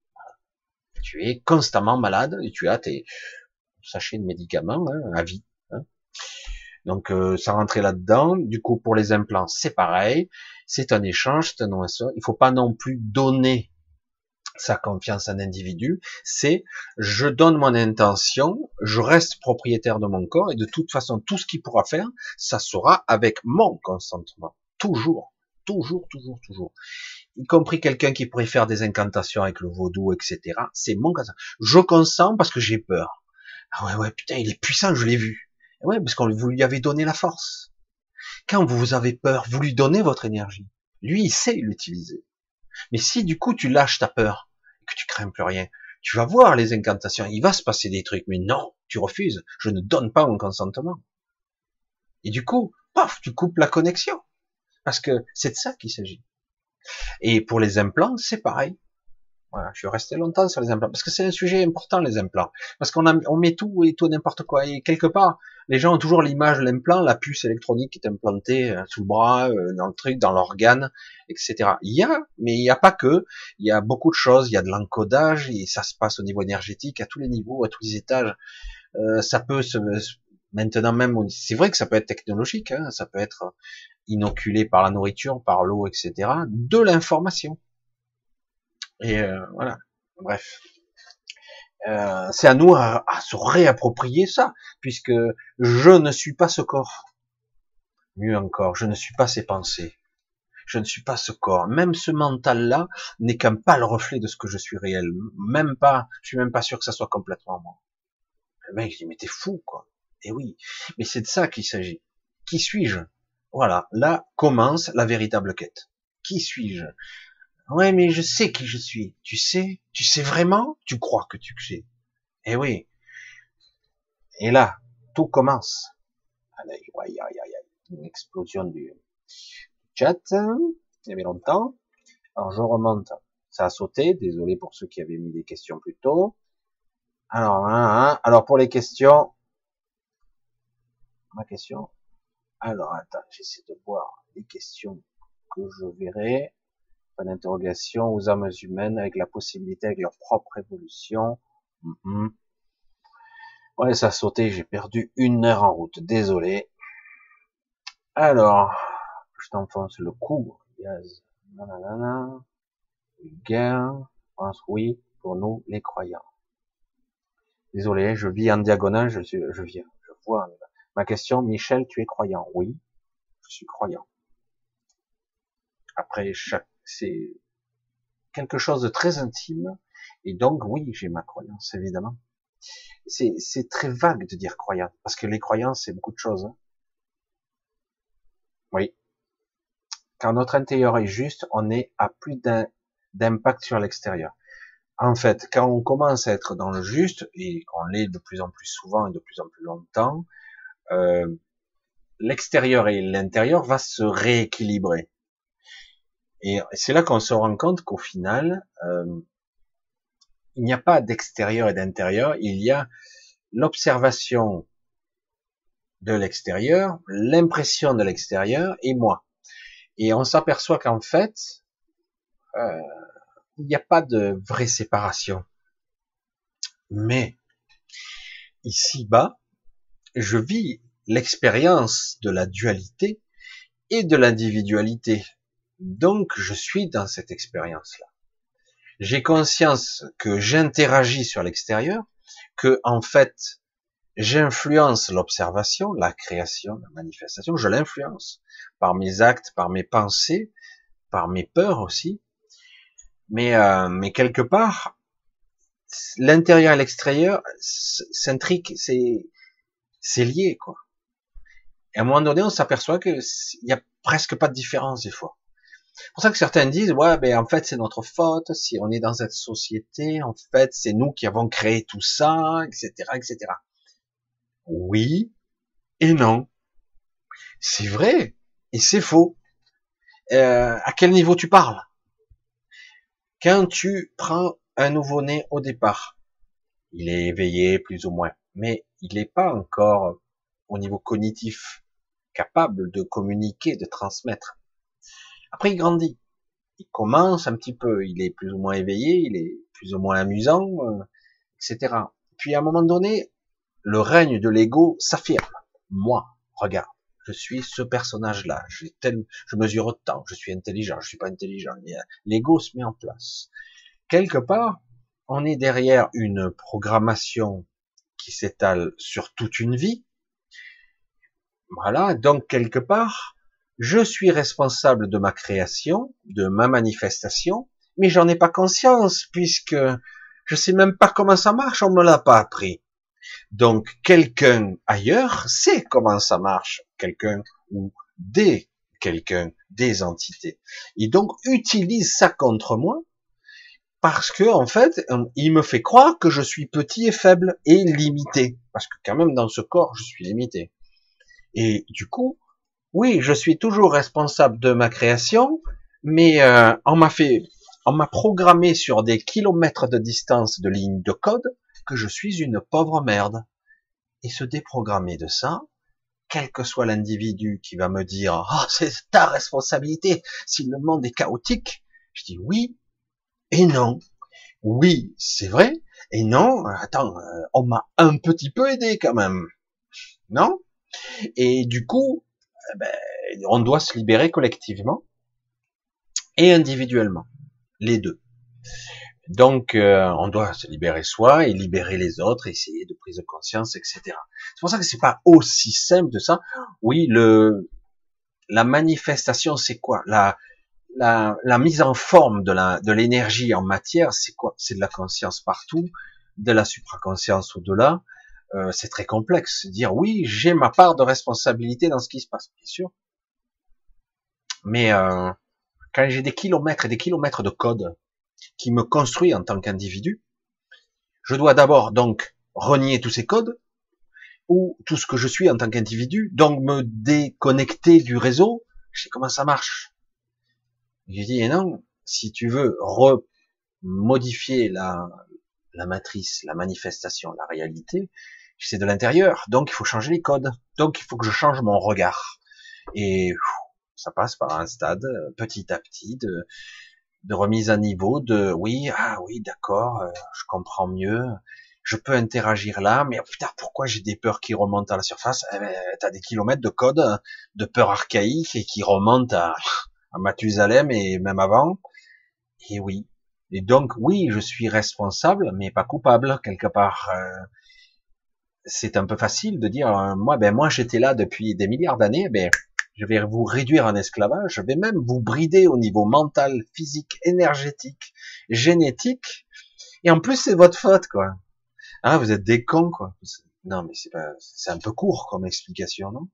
Tu es constamment malade et tu as tes sachets de médicaments hein, à vie. Hein. Donc ça rentrait là-dedans. Du coup, pour les implants, c'est pareil. C'est un échange, c'est un non-échange. Il faut pas non plus donner sa confiance à un individu. C'est je donne mon intention, je reste propriétaire de mon corps et de toute façon, tout ce qu'il pourra faire, ça sera avec mon consentement. Toujours, toujours, toujours, toujours. Y compris quelqu'un qui pourrait faire des incantations avec le vaudou, etc. C'est mon consentement. Je consens parce que j'ai peur. Ah ouais, ouais, putain, il est puissant, je l'ai vu. Ouais, parce qu'on vous lui avez donné la force. Quand vous avez peur, vous lui donnez votre énergie. Lui, il sait l'utiliser. Mais si du coup tu lâches ta peur, et que tu crains plus rien, tu vas voir les incantations, il va se passer des trucs. Mais non, tu refuses. Je ne donne pas mon consentement. Et du coup, paf, tu coupes la connexion. Parce que c'est de ça qu'il s'agit. Et pour les implants, c'est pareil. Voilà, je suis resté longtemps sur les implants parce que c'est un sujet important les implants parce on met tout et tout n'importe quoi et quelque part les gens ont toujours l'image de l'implant, la puce électronique qui est implantée sous le bras, dans le truc, dans l'organe, etc. Mais il y a pas que, il y a beaucoup de choses, il y a de l'encodage et ça se passe au niveau énergétique à tous les niveaux, à tous les étages. Ça peut maintenant même, c'est vrai que ça peut être technologique, hein, ça peut être inoculé par la nourriture, par l'eau, etc. De l'information. Et voilà. Bref, c'est à nous à se réapproprier ça, puisque je ne suis pas ce corps. Mieux encore, je ne suis pas ces pensées. Je ne suis pas ce corps. Même ce mental-là n'est qu'un pâle reflet de ce que je suis réel. Même pas, je suis même pas sûr que ça soit complètement moi. Le mec dit mais t'es fou quoi. Et oui, mais c'est de ça qu'il s'agit. Qui suis-je? Voilà, là commence la véritable quête. Qui suis-je? Ouais, mais je sais qui je suis. Tu sais? Tu sais vraiment? Tu crois que tu sais? Eh oui. Et là, tout commence. Allez, aïe, aïe, aïe, aïe. Une explosion du chat. Il y avait longtemps. Alors, je remonte. Ça a sauté. Désolé pour ceux qui avaient mis des questions plus tôt. Alors pour les questions, ma question. Alors, attends, j'essaie de voir les questions que je verrai. Point d'interrogation aux âmes humaines avec la possibilité avec leur propre évolution. Ouais, ça a sauté, j'ai perdu 1 heure en route, désolé. Alors, je t'enfonce le cou. Yes. Nanana. Guerre. Je pense oui, pour nous, les croyants. Désolé, je vis en diagonale, je vois. Ma question, Michel, tu es croyant? Oui, je suis croyant. Après, c'est quelque chose de très intime, et donc oui, j'ai ma croyance, évidemment. C'est très vague de dire croyant, parce que les croyances, c'est beaucoup de choses. Hein. Oui. Quand notre intérieur est juste, on est à plus d'impact sur l'extérieur. En fait, quand on commence à être dans le juste, et qu'on l'est de plus en plus souvent et de plus en plus longtemps, l'extérieur et l'intérieur va se rééquilibrer. Et c'est là qu'on se rend compte qu'au final, il n'y a pas d'extérieur et d'intérieur, il y a l'observation de l'extérieur, l'impression de l'extérieur et moi. Et on s'aperçoit qu'en fait, euh, il n'y a pas de vraie séparation. Mais ici-bas, je vis l'expérience de la dualité et de l'individualité. Donc, je suis dans cette expérience-là. J'ai conscience que j'interagis sur l'extérieur, que en fait, j'influence l'observation, la création, la manifestation, je l'influence par mes actes, par mes pensées, par mes peurs aussi. Mais quelque part, l'intérieur et l'extérieur s'intriquent, c'est lié, quoi. Et à un moment donné, on s'aperçoit que il y a presque pas de différence des fois. C'est pour ça que certains disent, ouais, ben en fait c'est notre faute, si on est dans cette société, en fait c'est nous qui avons créé tout ça, etc., etc. Oui et non, c'est vrai et c'est faux. À quel niveau tu parles? Quand tu prends un nouveau-né au départ, il est éveillé plus ou moins, mais il n'est pas encore au niveau cognitif capable de communiquer, de transmettre. Après il grandit, il commence un petit peu, il est plus ou moins éveillé, il est plus ou moins amusant, etc. Puis à un moment donné, le règne de l'ego s'affirme. Moi, regarde, je suis ce personnage-là, je mesure tant, je suis intelligent, je suis pas intelligent. L'ego se met en place. Quelque part, on est derrière une programmation qui s'étale sur toute une vie. Voilà, donc quelque part, je suis responsable de ma création, de ma manifestation, mais j'en ai pas conscience puisque je sais même pas comment ça marche, on me l'a pas appris. Donc quelqu'un ailleurs sait comment ça marche, quelqu'un ou des entités, et donc utilise ça contre moi parce que en fait, il me fait croire que je suis petit et faible et limité, parce que quand même dans ce corps, je suis limité. Et du coup, oui, je suis toujours responsable de ma création, mais on m'a programmé sur des kilomètres de distance de ligne de code que je suis une pauvre merde. Et se déprogrammer de ça, quel que soit l'individu qui va me dire ah, c'est ta responsabilité si le monde est chaotique, je dis oui et non. Oui, c'est vrai, et non, attends, on m'a un petit peu aidé quand même, non? Et du coup, ben, on doit se libérer collectivement et individuellement, les deux. Donc, on doit se libérer soi et libérer les autres, essayer de prise de conscience, etc. C'est pour ça que c'est pas aussi simple de ça. Oui, la manifestation, c'est quoi? La mise en forme de l'énergie en matière, c'est quoi? C'est de la conscience partout, de la supraconscience au-delà. C'est très complexe. Dire oui, j'ai ma part de responsabilité dans ce qui se passe, bien sûr. Mais quand j'ai des kilomètres et des kilomètres de code qui me construit en tant qu'individu, je dois d'abord donc renier tous ces codes ou tout ce que je suis en tant qu'individu, donc me déconnecter du réseau. Je sais comment ça marche. J'ai dit, et non, si tu veux modifier la matrice, la manifestation, la réalité, c'est de l'intérieur. Donc il faut changer les codes. Donc il faut que je change mon regard. Et ça passe par un stade petit à petit de remise à niveau, de oui, ah oui, d'accord, je comprends mieux, je peux interagir là, mais putain, pourquoi j'ai des peurs qui remontent à la surface? Eh ben, t'as des kilomètres de code, de peurs archaïques et qui remontent à Mathusalem et même avant. Et oui. Et donc, oui, je suis responsable, mais pas coupable, quelque part. C'est un peu facile de dire, moi, j'étais là depuis des milliards d'années, ben, je vais vous réduire en esclavage, je vais même vous brider au niveau mental, physique, énergétique, génétique, et en plus, c'est votre faute, quoi. Ah, vous êtes des cons, quoi. Non, mais c'est un peu court comme explication, non?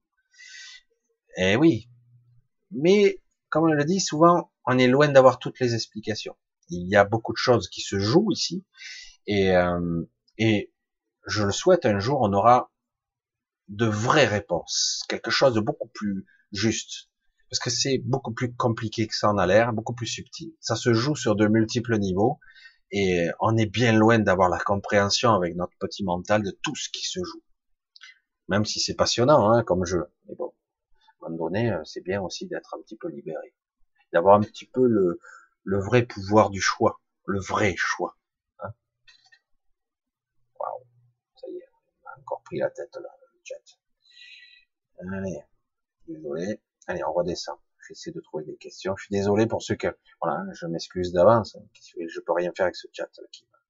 Eh oui. Mais, comme on le dit souvent, on est loin d'avoir toutes les explications. Il y a beaucoup de choses qui se jouent ici, et, euh, et je le souhaite, un jour, on aura de vraies réponses, quelque chose de beaucoup plus juste, parce que c'est beaucoup plus compliqué que ça en a l'air, beaucoup plus subtil. Ça se joue sur de multiples niveaux, et on est bien loin d'avoir la compréhension avec notre petit mental de tout ce qui se joue, même si c'est passionnant hein, comme jeu. Mais bon, à un moment donné, c'est bien aussi d'être un petit peu libéré, d'avoir un petit peu le vrai pouvoir du choix, le vrai choix. Hein. Waouh, ça y est, on a encore pris la tête là, le chat. Allez, désolé. Allez, on redescend. J'essaie de trouver des questions. Je suis désolé pour ceux que, voilà, je m'excuse d'avance. Je peux rien faire avec ce chat. Là,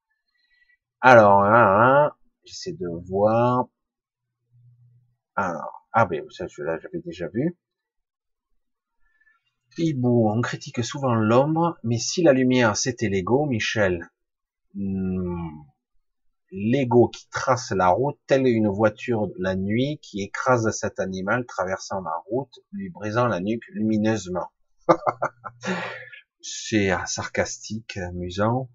alors, j'essaie de voir. Alors, ah ben, ça, là, j'avais déjà vu. Hibou, on critique souvent l'ombre, mais si la lumière c'était l'ego, Michel, l'ego qui trace la route, telle une voiture la nuit qui écrase cet animal traversant la route, lui brisant la nuque lumineusement. C'est sarcastique, amusant.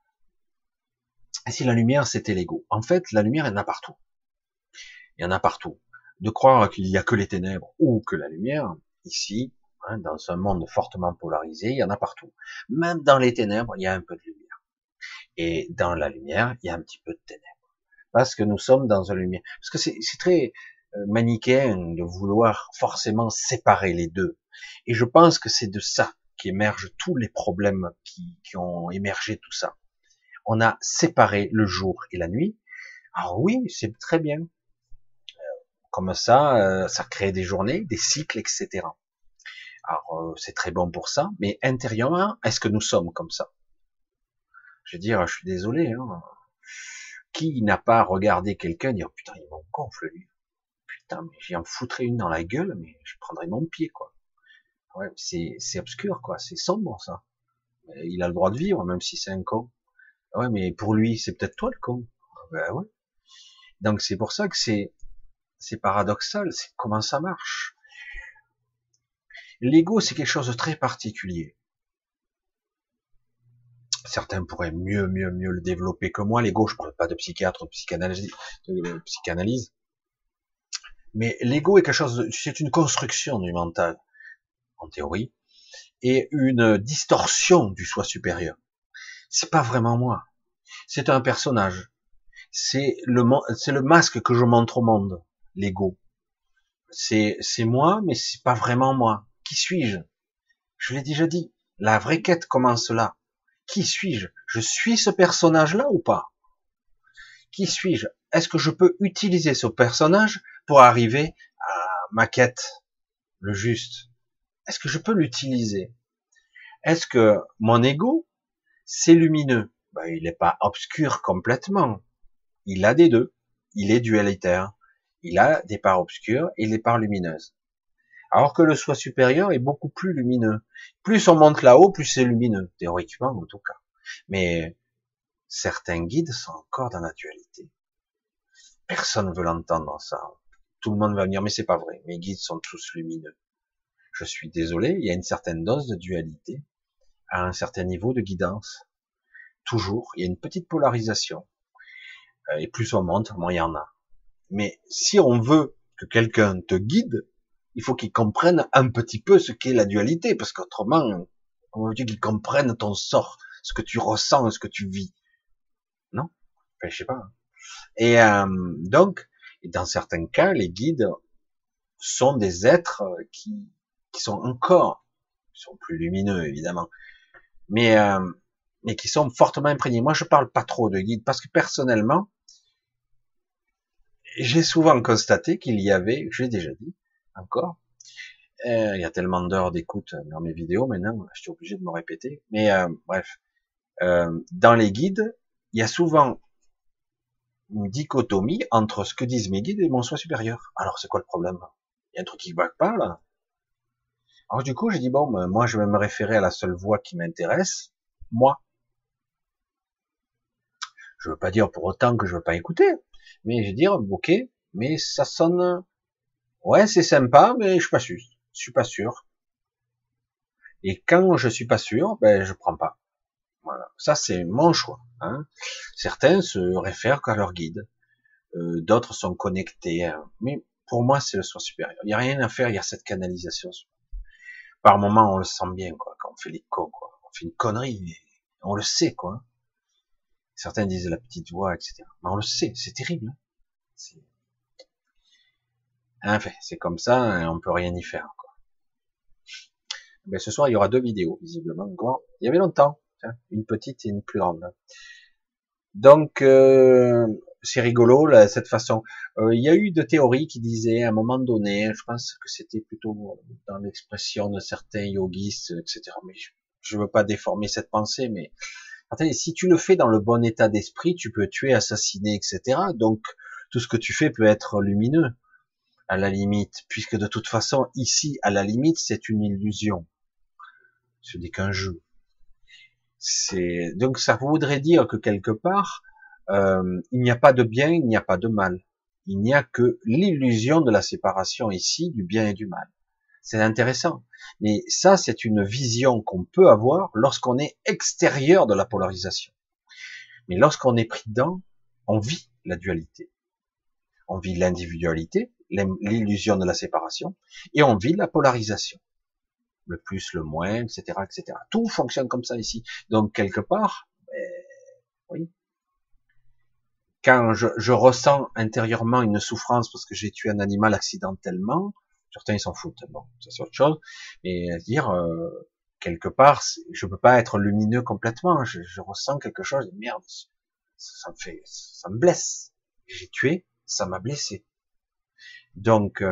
Et si la lumière c'était l'ego? En fait, la lumière, il y en a partout. Il y en a partout. De croire qu'il n'y a que les ténèbres ou que la lumière, ici, hein, dans un monde fortement polarisé, il y en a partout. Même dans les ténèbres, il y a un peu de lumière. Et dans la lumière, il y a un petit peu de ténèbres. Parce que nous sommes dans une lumière. Parce que c'est très manichéen de vouloir forcément séparer les deux. Et je pense que c'est de ça qu'émergent tous les problèmes qui ont émergé tout ça. On a séparé le jour et la nuit. Alors oui, c'est très bien. Comme ça crée des journées, des cycles, etc. Alors c'est très bon pour ça, mais intérieurement, est-ce que nous sommes comme ça? Je veux dire, je suis désolé, hein. Qui n'a pas regardé quelqu'un dire putain, il m'en gonfle lui. Putain, mais j'y en foutrais une dans la gueule, mais je prendrais mon pied, quoi. Ouais, c'est obscur, quoi. C'est sombre, ça. Il a le droit de vivre, même si c'est un con. Ouais, mais pour lui, c'est peut-être toi le con. Ben ouais. Donc c'est pour ça que c'est paradoxal. C'est comment ça marche. L'ego, c'est quelque chose de très particulier. Certains pourraient mieux le développer que moi. L'ego, je parle pas de psychiatre, de psychanalyse. Mais l'ego est quelque chose, c'est une construction du mental, en théorie, et une distorsion du soi supérieur. C'est pas vraiment moi. C'est un personnage. C'est le masque que je montre au monde. L'ego. C'est moi, mais c'est pas vraiment moi. Qui suis-je? Je l'ai déjà dit. La vraie quête commence là. Qui suis-je? Je suis ce personnage-là ou pas? Qui suis-je? Est-ce que je peux utiliser ce personnage pour arriver à ma quête, le juste? Est-ce que je peux l'utiliser? Est-ce que mon ego, c'est lumineux? Ben, il n'est pas obscur complètement. Il a des deux. Il est dualitaire. Il a des parts obscures et des parts lumineuses. Alors que le soi supérieur est beaucoup plus lumineux. Plus on monte là-haut, plus c'est lumineux, théoriquement en tout cas. Mais certains guides sont encore dans la dualité. Personne ne veut l'entendre ça. Tout le monde va venir, mais c'est pas vrai. Mes guides sont tous lumineux. Je suis désolé, il y a une certaine dose de dualité à un certain niveau de guidance. Toujours, il y a une petite polarisation. Et plus on monte, moins il y en a. Mais si on veut que quelqu'un te guide, il faut qu'il comprenne un petit peu ce qu'est la dualité, parce qu'autrement, comment veux-tu qu'il comprenne ton sort, ce que tu ressens, ce que tu vis? Non? Enfin, je sais pas. Et donc, dans certains cas, les guides sont des êtres qui sont encore, qui sont plus lumineux évidemment, mais qui sont fortement imprégnés. Moi, je parle pas trop de guides parce que personnellement, j'ai souvent constaté qu'il y avait, je l'ai déjà dit encore, il y a tellement d'heures d'écoute dans mes vidéos maintenant, je suis obligé de me répéter, mais bref, dans les guides, il y a souvent une dichotomie entre ce que disent mes guides et mon soi supérieur. Alors c'est quoi le problème? Il y a un truc qui va pas là. Alors du coup, j'ai dit bon, ben, moi je vais me référer à la seule voix qui m'intéresse, moi. Je veux pas dire pour autant que je veux pas écouter, mais je vais dire ok, mais ça sonne, ouais c'est sympa, mais je suis pas sûr, je suis pas sûr. Et quand je suis pas sûr, ben je prends pas. Voilà, ça c'est mon choix. Hein. Certains se réfèrent qu'à leur guide, d'autres sont connectés, hein. Mais pour moi c'est le soi supérieur. Il y a rien à faire, il y a cette canalisation. Par moment on le sent bien quoi, quand on fait les cons quoi, on fait une connerie, mais on le sait quoi. Certains disent la petite voix, etc. Mais on le sait, c'est terrible. Hein. Enfin, c'est comme ça, hein, on peut rien y faire. Quoi. Mais ce soir, il y aura 2 vidéos, visiblement. Bon, il y avait longtemps, hein, une petite et une plus grande. Donc, c'est rigolo, là, cette façon. Il y a eu de théories qui disaient, à un moment donné, je pense que c'était plutôt dans l'expression de certains yogis, etc. Mais je veux pas déformer cette pensée, mais attendez, si tu le fais dans le bon état d'esprit, tu peux tuer, assassiner, etc. Donc, tout ce que tu fais peut être lumineux, à la limite, puisque de toute façon, ici, à la limite, c'est une illusion. Ce n'est qu'un jeu. Donc, ça voudrait dire que quelque part, il n'y a pas de bien, il n'y a pas de mal. Il n'y a que l'illusion de la séparation ici, du bien et du mal. C'est intéressant. Mais ça, c'est une vision qu'on peut avoir lorsqu'on est extérieur de la polarisation. Mais lorsqu'on est pris dedans, on vit la dualité. On vit l'individualité, l'illusion de la séparation, et on vit la polarisation. Le plus, le moins, etc., etc. Tout fonctionne comme ça ici. Donc, quelque part, oui. Quand je ressens intérieurement une souffrance parce que j'ai tué un animal accidentellement, certains ils s'en foutent. Bon, ça c'est autre chose. Et dire, quelque part, je peux pas être lumineux complètement. Je ressens quelque chose. Et merde, ça me blesse. J'ai tué, ça m'a blessé. Donc,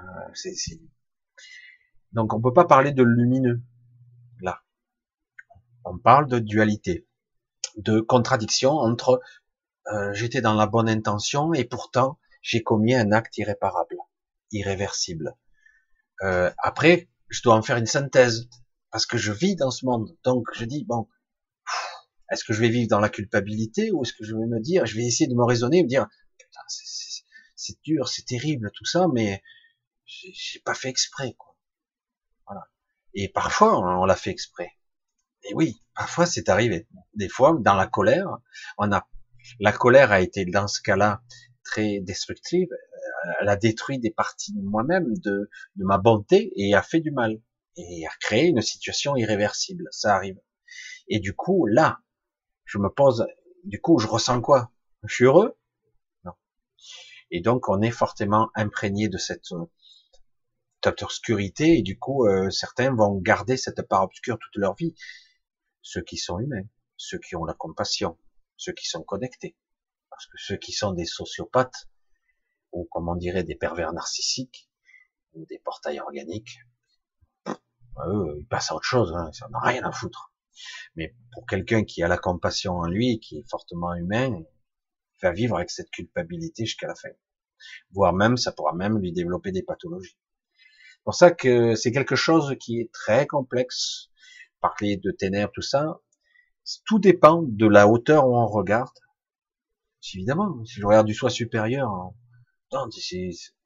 donc on peut pas parler de lumineux là. On parle de dualité, de contradiction entre j'étais dans la bonne intention et pourtant j'ai commis un acte irréparable, irréversible. Après, je dois en faire une synthèse parce que je vis dans ce monde. Donc je dis bon, est-ce que je vais vivre dans la culpabilité ou est-ce que je vais me dire, je vais essayer de me raisonner, me dire putain c'est dur, c'est terrible tout ça, mais j'ai pas fait exprès quoi. Voilà. Et parfois on l'a fait exprès. Et oui, parfois c'est arrivé. Des fois, dans la colère, la colère a été dans ce cas-là très destructive. Elle a détruit des parties de moi-même, de ma bonté, et a fait du mal. Et a créé une situation irréversible. Ça arrive. Et du coup, là, je me pose, du coup, je ressens quoi? Je suis heureux? Non. Et donc, on est fortement imprégné de cette obscurité, et du coup, certains vont garder cette part obscure toute leur vie. Ceux qui sont humains, ceux qui ont la compassion, ceux qui sont connectés. Parce que ceux qui sont des sociopathes, ou comme on dirait des pervers narcissiques, ou des portails organiques, eux, ils passent à autre chose, hein, ça n'a rien à foutre. Mais pour quelqu'un qui a la compassion en lui, qui est fortement humain, il va vivre avec cette culpabilité jusqu'à la fin. Voire même, ça pourra même lui développer des pathologies. C'est pour ça que c'est quelque chose qui est très complexe. Parler de ténèbres, tout ça, tout dépend de la hauteur où on regarde. Évidemment, si je regarde du soi supérieur, non,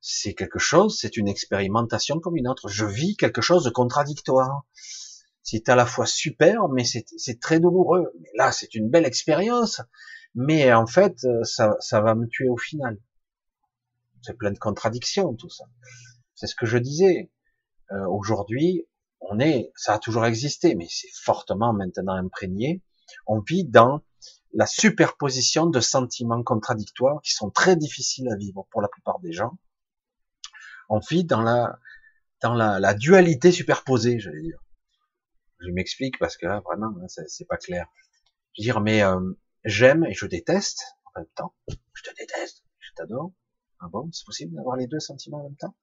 C'est quelque chose, c'est une expérimentation comme une autre. Je vis quelque chose de contradictoire. C'est à la fois super, mais c'est très douloureux. Mais là, c'est une belle expérience, mais en fait, ça va me tuer au final. C'est plein de contradictions, tout ça. C'est ce que je disais. Aujourd'hui, ça a toujours existé, mais c'est fortement maintenant imprégné. On vit dans la superposition de sentiments contradictoires qui sont très difficiles à vivre pour la plupart des gens. On vit dans la dualité superposée, j'allais dire. Je m'explique parce que là, vraiment, c'est pas clair. Je veux dire, mais j'aime et je déteste en même temps. Je te déteste, je t'adore. Ah bon, c'est possible d'avoir les deux sentiments en même temps?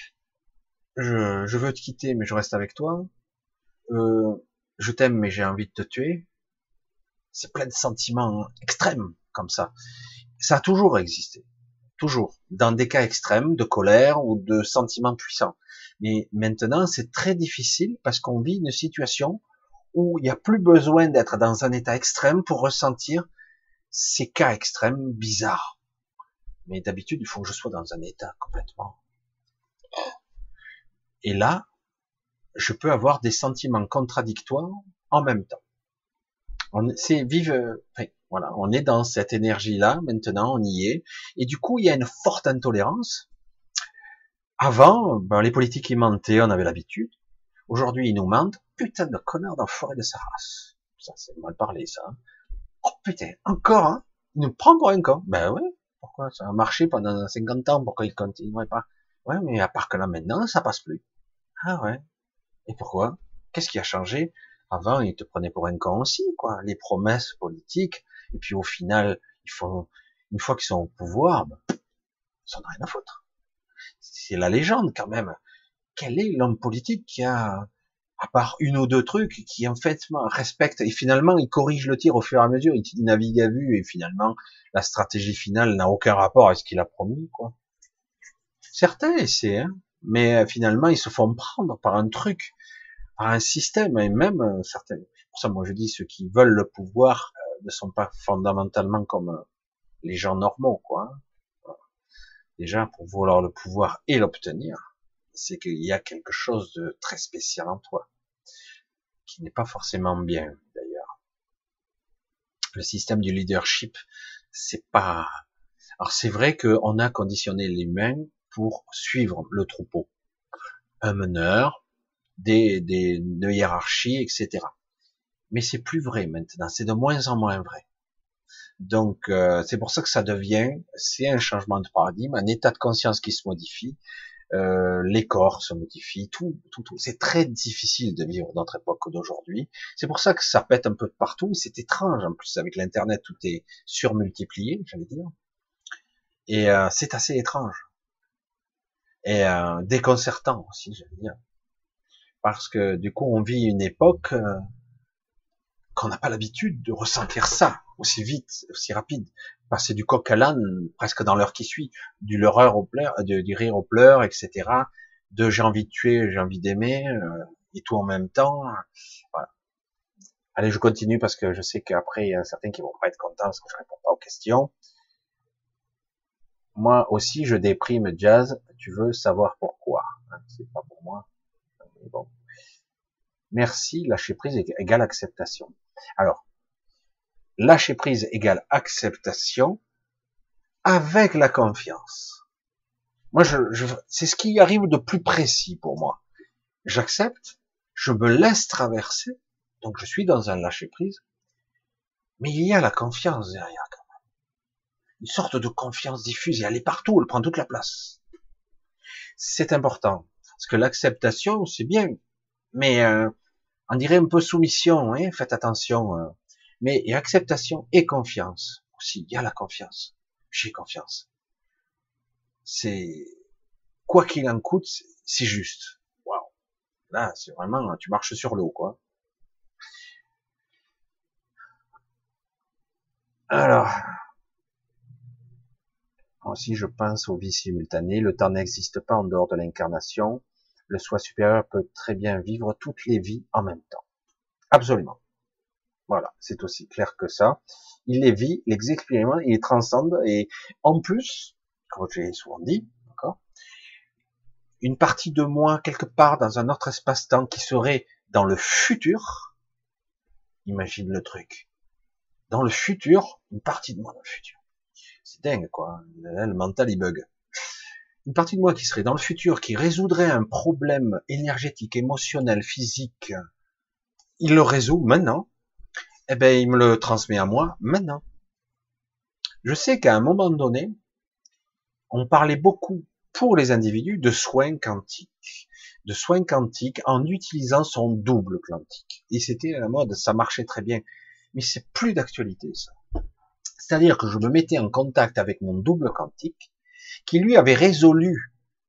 Je veux te quitter, mais je reste avec toi. Je t'aime, mais j'ai envie de te tuer. C'est plein de sentiments extrêmes comme ça. Ça a toujours existé, toujours, dans des cas extrêmes de colère ou de sentiments puissants. Mais maintenant, c'est très difficile parce qu'on vit une situation où il n'y a plus besoin d'être dans un état extrême pour ressentir ces cas extrêmes bizarres. Mais d'habitude, il faut que je sois dans un état complètement. Et là, je peux avoir des sentiments contradictoires en même temps. C'est enfin, voilà, on est dans cette énergie-là, maintenant, on y est. Et du coup, il y a une forte intolérance. Avant, les politiques, ils mentaient, on avait l'habitude. Aujourd'hui, ils nous mentent. Putain de connard d'enfoiré de sa race. Ça, c'est mal parlé, ça. Hein. Oh putain, encore, hein. Il nous prend pour un con. Ben ouais. Pourquoi? Ça a marché pendant 50 ans, pourquoi il continuerait pas? Ouais, mais à part que là, maintenant, ça passe plus. Ah ouais. Et pourquoi? Qu'est-ce qui a changé? Avant, ils te prenaient pour un con aussi, quoi. Les promesses politiques. Et puis, au final, une fois qu'ils sont au pouvoir, ça n'a rien à foutre. C'est la légende, quand même. Quel est l'homme politique qui a, à part une ou deux trucs, qui en fait respecte, et finalement il corrige le tir au fur et à mesure, il navigue à vue, et finalement la stratégie finale n'a aucun rapport avec ce qu'il a promis, quoi. Certains essaient, hein, mais finalement ils se font prendre par un truc, par un système, et même certains. Pour ça, moi je dis, ceux qui veulent le pouvoir ne sont pas fondamentalement comme les gens normaux, quoi. Déjà, pour vouloir le pouvoir et l'obtenir, c'est qu'il y a quelque chose de très spécial en toi, qui n'est pas forcément bien, d'ailleurs. Le système du leadership, c'est pas... Alors c'est vrai qu'on a conditionné l'humain pour suivre le troupeau. Un meneur, de hiérarchie, etc. Mais c'est plus vrai maintenant, c'est de moins en moins vrai. Donc c'est pour ça que c'est un changement de paradigme, un état de conscience qui se modifie, les corps se modifient, tout. C'est très difficile de vivre notre époque d'aujourd'hui. C'est pour ça que ça pète un peu de partout. C'est étrange en plus avec l'internet, tout est surmultiplié, j'allais dire, et c'est assez étrange et déconcertant aussi, j'allais dire, parce que du coup on vit une époque qu'on n'a pas l'habitude de ressentir ça aussi vite, aussi rapide. Passer du coq à l'âne presque dans l'heure qui suit, du leurre au pleur, du rire au pleur, etc. De j'ai envie de tuer, j'ai envie d'aimer, et tout en même temps. Voilà. Allez, je continue parce que je sais qu'après il y a certains qui vont pas être contents parce que je réponds pas aux questions. Moi aussi, je déprime Jazz. Tu veux savoir pourquoi? C'est pas pour moi. Mais bon. Merci. Lâcher prise égale acceptation. Alors, lâcher prise égale acceptation avec la confiance. Moi, c'est ce qui arrive de plus précis pour moi. J'accepte, je me laisse traverser, donc je suis dans un lâcher prise, mais il y a la confiance derrière, quand même. Une sorte de confiance diffuse, et elle est partout, elle prend toute la place. C'est important, parce que l'acceptation, c'est bien, mais on dirait un peu soumission, hein, faites attention. Mais et acceptation et confiance aussi, il y a la confiance. J'ai confiance. C'est quoi qu'il en coûte, c'est juste. Waouh. Là, c'est vraiment, tu marches sur l'eau, quoi. Alors, aussi, je pense aux vies simultanées. Le temps n'existe pas en dehors de l'incarnation. Le soi supérieur peut très bien vivre toutes les vies en même temps. Absolument. Voilà, c'est aussi clair que ça. Il les vit, il les expérimente, il les transcende, et en plus, comme j'ai souvent dit, d'accord, une partie de moi quelque part dans un autre espace-temps qui serait dans le futur. Imagine le truc. Dans le futur, une partie de moi dans le futur. C'est dingue, quoi. Le mental, il bug. Une partie de moi qui serait dans le futur, qui résoudrait un problème énergétique, émotionnel, physique, il le résout maintenant, eh ben, il me le transmet à moi maintenant. Je sais qu'à un moment donné, on parlait beaucoup pour les individus de soins quantiques, en utilisant son double quantique. Et c'était à la mode, ça marchait très bien. Mais c'est plus d'actualité, ça. C'est-à-dire que je me mettais en contact avec mon double quantique, qui lui avait résolu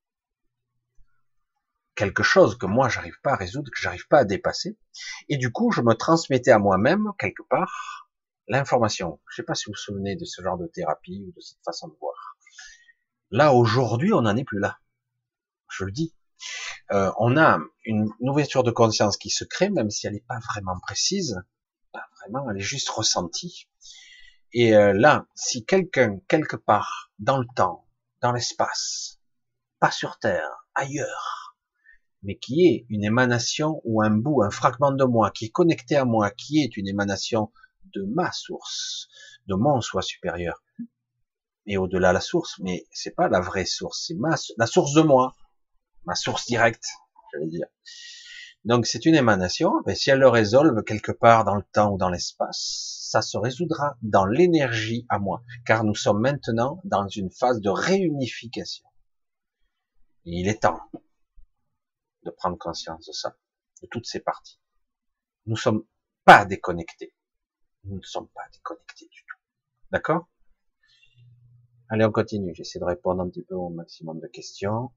quelque chose que moi j'arrive pas à résoudre, que j'arrive pas à dépasser, et du coup je me transmettais à moi-même quelque part l'information. Je sais pas si vous vous souvenez de ce genre de thérapie ou de cette façon de voir. Là aujourd'hui on n'en est plus là. Je le dis. On a une ouverture de conscience qui se crée, même si elle n'est pas vraiment précise, pas vraiment, elle est juste ressentie. Et là, si quelqu'un quelque part dans le temps, dans l'espace, pas sur Terre, ailleurs, mais qui est une émanation ou un bout, un fragment de moi, qui est connecté à moi, qui est une émanation de ma source, de mon soi supérieur, et au-delà de la source, mais c'est pas la vraie source, c'est la source de moi, ma source directe, j'allais dire. Donc c'est une émanation, mais si elle le résolve quelque part dans le temps ou dans l'espace, ça se résoudra dans l'énergie à moi, car nous sommes maintenant dans une phase de réunification. Et il est temps de prendre conscience de ça, de toutes ces parties. Nous ne sommes pas déconnectés. Nous ne sommes pas déconnectés du tout. D'accord? Allez, on continue. J'essaie de répondre un petit peu au maximum de questions.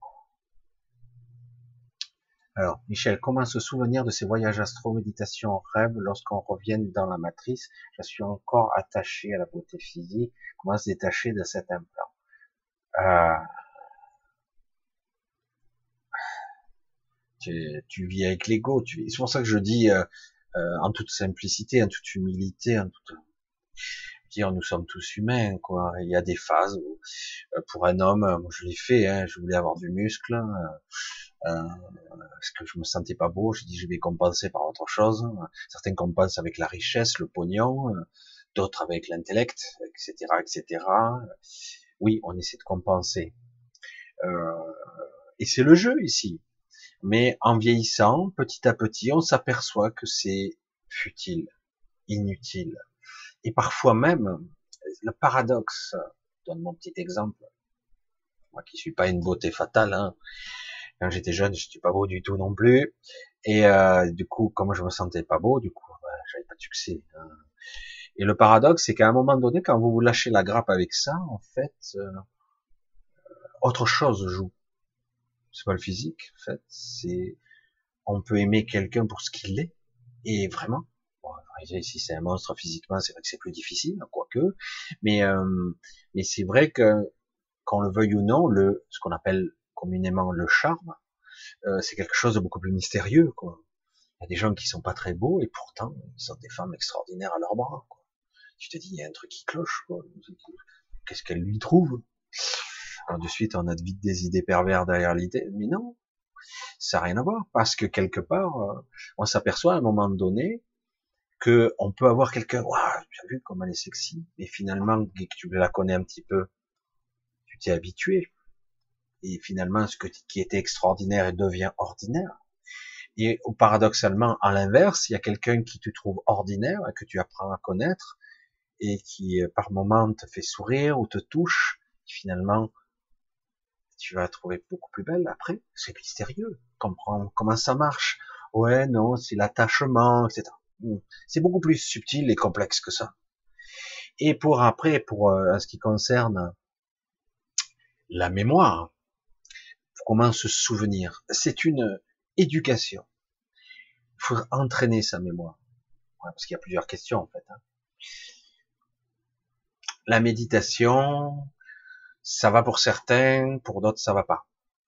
Alors, Michel, comment se souvenir de ces voyages astro, méditation en rêve lorsqu'on revient dans la matrice? Je suis encore attaché à la beauté physique. Comment se détacher de cet implant? Tu vis avec l'ego. C'est pour ça que je dis en toute simplicité, en toute humilité, dire nous sommes tous humains, quoi. Il y a des phases où, pour un homme, moi je l'ai fait, hein, je voulais avoir du muscle, parce que je me sentais pas beau, j'ai dit je vais compenser par autre chose. Certains compensent avec la richesse, le pognon, d'autres avec l'intellect, etc., etc. Oui, on essaie de compenser. Et c'est le jeu ici. Mais en vieillissant, petit à petit, on s'aperçoit que c'est futile, inutile. Et parfois même, le paradoxe, je donne mon petit exemple, moi qui suis pas une beauté fatale, hein. Quand j'étais jeune, je suis pas beau du tout non plus, et du coup, comme je me sentais pas beau, du coup, j'avais pas de succès, hein. Et le paradoxe, c'est qu'à un moment donné, quand vous vous lâchez la grappe avec ça, en fait, autre chose joue. C'est pas le physique, en fait, c'est, on peut aimer quelqu'un pour ce qu'il est, et vraiment, bon, si c'est un monstre physiquement, c'est vrai que c'est plus difficile, quoique, mais c'est vrai que, qu'on le veuille ou non, ce qu'on appelle communément le charme, c'est quelque chose de beaucoup plus mystérieux, quoi. Il y a des gens qui sont pas très beaux, et pourtant, ils sont des femmes extraordinaires à leurs bras, quoi. Tu te dis, il y a un truc qui cloche, quoi. Qu'est-ce qu'elle lui trouve? Alors de suite, on a vite des idées perverses derrière l'idée, mais non, ça n'a rien à voir, parce que quelque part, on s'aperçoit à un moment donné que on peut avoir quelqu'un, waouh, tu as vu comme elle est sexy, mais finalement, dès que tu la connais un petit peu, tu t'es habitué, et finalement, qui était extraordinaire devient ordinaire. Et paradoxalement, à l'inverse, il y a quelqu'un qui tu trouves ordinaire, que tu apprends à connaître, et qui par moment te fait sourire ou te touche, et finalement, tu vas la trouver beaucoup plus belle après. C'est mystérieux. Comprendre comment ça marche. Ouais, non, c'est l'attachement, etc. C'est beaucoup plus subtil et complexe que ça. Et pour après, pour en ce qui concerne la mémoire, comment se souvenir, c'est une éducation. Il faut entraîner sa mémoire. Ouais, parce qu'il y a plusieurs questions en fait, hein. La méditation, ça va pour certains, pour d'autres ça va pas.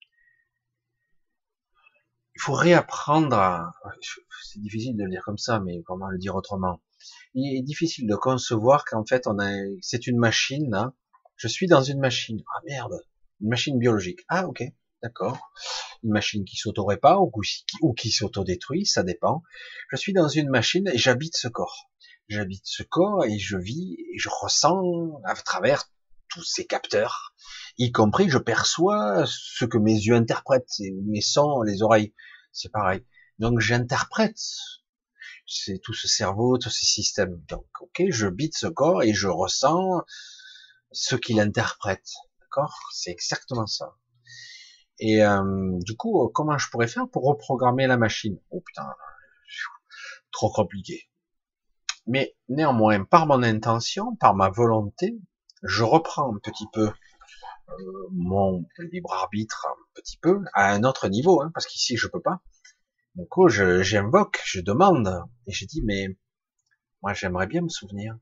Il faut réapprendre à, c'est difficile de le dire comme ça, mais comment le dire autrement? Il est difficile de concevoir qu'en fait c'est une machine, là. Je suis dans une machine. Ah merde, une machine biologique. Ah ok, d'accord. une machine qui s'auto-répare ou qui s'auto-détruit, ça dépend. Je suis dans une machine et j'habite ce corps. J'habite ce corps et je vis et je ressens à travers tous ces capteurs, y compris je perçois ce que mes yeux interprètent, mes sons, les oreilles, c'est pareil. Donc j'interprète, c'est tout ce cerveau, tous ces systèmes. Donc ok, je habite ce corps et je ressens ce qu'il interprète, d'accord? C'est exactement ça. Et du coup, comment je pourrais faire pour reprogrammer la machine? Oh putain, trop compliqué. Mais néanmoins, par mon intention, par ma volonté, je reprends un petit peu mon libre arbitre, un petit peu, à un autre niveau, hein, parce qu'ici je peux pas. Du coup, j'invoque, je demande, et je dis, mais moi j'aimerais bien me souvenir.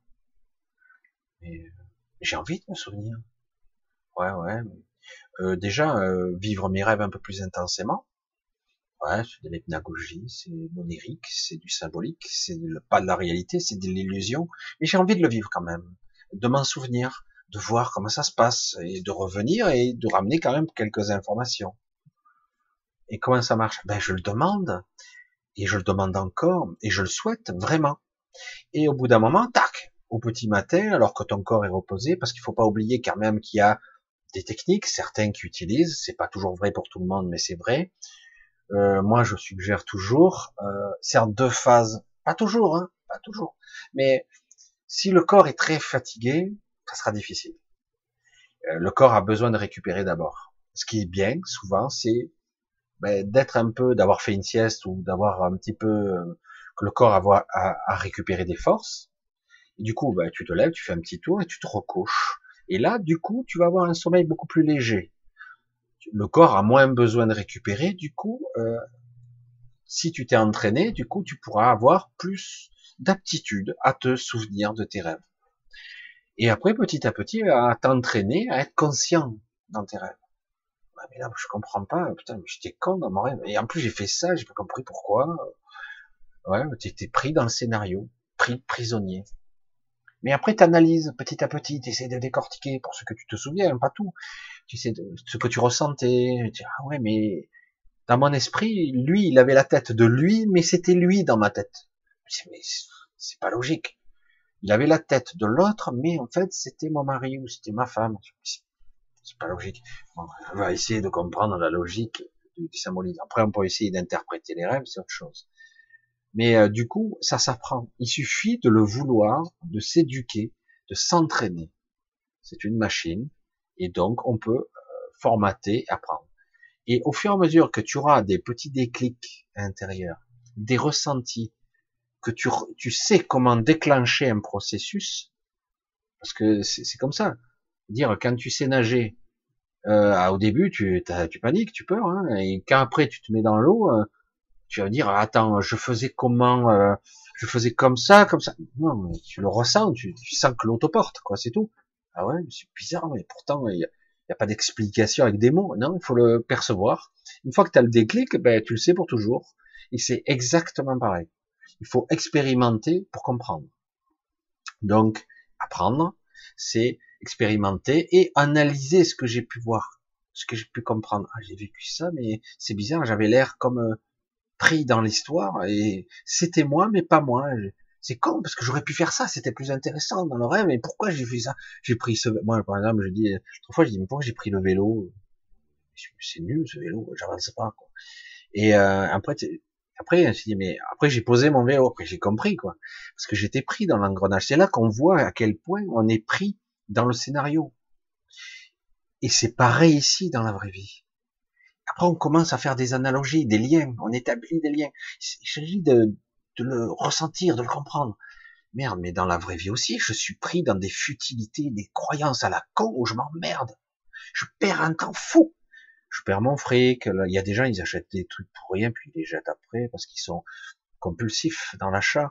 Mais j'ai envie de me souvenir. Ouais, ouais. Déjà, vivre mes rêves un peu plus intensément. Ouais, c'est de l'hypnagogie, c'est onirique, c'est du symbolique, pas de la réalité, c'est de l'illusion. Mais j'ai envie de le vivre quand même, de m'en souvenir, de voir comment ça se passe, et de revenir et de ramener quand même quelques informations. Et comment ça marche? Ben, je le demande, et je le demande encore, et je le souhaite vraiment. Et au bout d'un moment, tac, au petit matin, alors que ton corps est reposé, parce qu'il faut pas oublier quand même qu'il y a des techniques, certains qui utilisent, c'est pas toujours vrai pour tout le monde, mais c'est vrai. Moi, je suggère toujours, certes 2 phases, pas toujours, hein, pas toujours, mais si le corps est très fatigué, ça sera difficile. Le corps a besoin de récupérer d'abord. Ce qui est bien, souvent, c'est d'être un peu, d'avoir fait une sieste ou d'avoir un petit peu que le corps a récupéré des forces. Et du coup, tu te lèves, tu fais un petit tour et tu te recouches. Et là, du coup, tu vas avoir un sommeil beaucoup plus léger. Le corps a moins besoin de récupérer. Du coup, si tu t'es entraîné, du coup, tu pourras avoir plus d'aptitude à te souvenir de tes rêves. Et après, petit à petit, à t'entraîner, à être conscient dans tes rêves. Ah, mais là, je comprends pas, putain, mais j'étais con dans mon rêve. Et en plus, j'ai fait ça, j'ai pas compris pourquoi. Ouais, t'étais pris dans le scénario, pris prisonnier. Mais après, t'analyses petit à petit, t'essaies de décortiquer pour ce que tu te souviens, pas tout. Tu sais ce que tu ressentais. Tu dis, ah ouais, mais dans mon esprit, lui, il avait la tête de lui, mais c'était lui dans ma tête. Mais c'est pas logique. Il avait la tête de l'autre, mais en fait, c'était mon mari ou c'était ma femme. C'est pas logique. Bon, on va essayer de comprendre la logique du symbolisme. Après, on peut essayer d'interpréter les rêves, c'est autre chose. Mais du coup, ça s'apprend. Il suffit de le vouloir, de s'éduquer, de s'entraîner. C'est une machine, et donc on peut formater, apprendre. Et au fur et à mesure que tu auras des petits déclics intérieurs, des ressentis, que tu sais comment déclencher un processus, parce que c'est comme ça. Dire quand tu sais nager, au début tu paniques, tu peurs, hein, et quand après tu te mets dans l'eau, tu vas dire attends, je faisais comment, je faisais comme ça, comme ça. Non, mais tu le ressens, tu sens que l'eau te porte, quoi, c'est tout. Ah ouais, c'est bizarre, mais pourtant il y a pas d'explication avec des mots. Non, il faut le percevoir. Une fois que tu as le déclic, tu le sais pour toujours. Et c'est exactement pareil. Il faut expérimenter pour comprendre. Donc, apprendre, c'est expérimenter et analyser ce que j'ai pu voir, ce que j'ai pu comprendre. Ah, j'ai vécu ça, mais c'est bizarre, j'avais l'air comme pris dans l'histoire et c'était moi, mais pas moi. C'est con parce que j'aurais pu faire ça, c'était plus intéressant dans le rêve. Mais pourquoi j'ai fait ça? J'ai pris moi par exemple, je dis, trois je dis, mais pourquoi j'ai pris le vélo? C'est nul ce vélo, j'avance pas, quoi. Et après, je me suis dit, mais après j'ai posé mon vélo, après j'ai compris, quoi, parce que j'étais pris dans l'engrenage. C'est là qu'on voit à quel point on est pris dans le scénario. Et c'est pareil ici dans la vraie vie. Après, on commence à faire des analogies, des liens, on établit des liens. Il s'agit de le ressentir, de le comprendre. Merde, mais dans la vraie vie aussi, je suis pris dans des futilités, des croyances à la con où je m'emmerde. Je perds un temps fou. Je perds mon fric. Il y a des gens, ils achètent des trucs pour rien, puis ils les jettent après parce qu'ils sont compulsifs dans l'achat.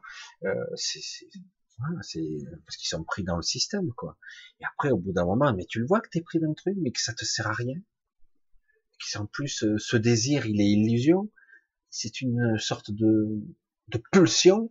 Voilà, c'est parce qu'ils sont pris dans le système, quoi. Et après, au bout d'un moment, mais tu le vois que t'es pris dans le truc, mais que ça te sert à rien. En plus, ce désir, il est illusion. C'est une sorte de pulsion.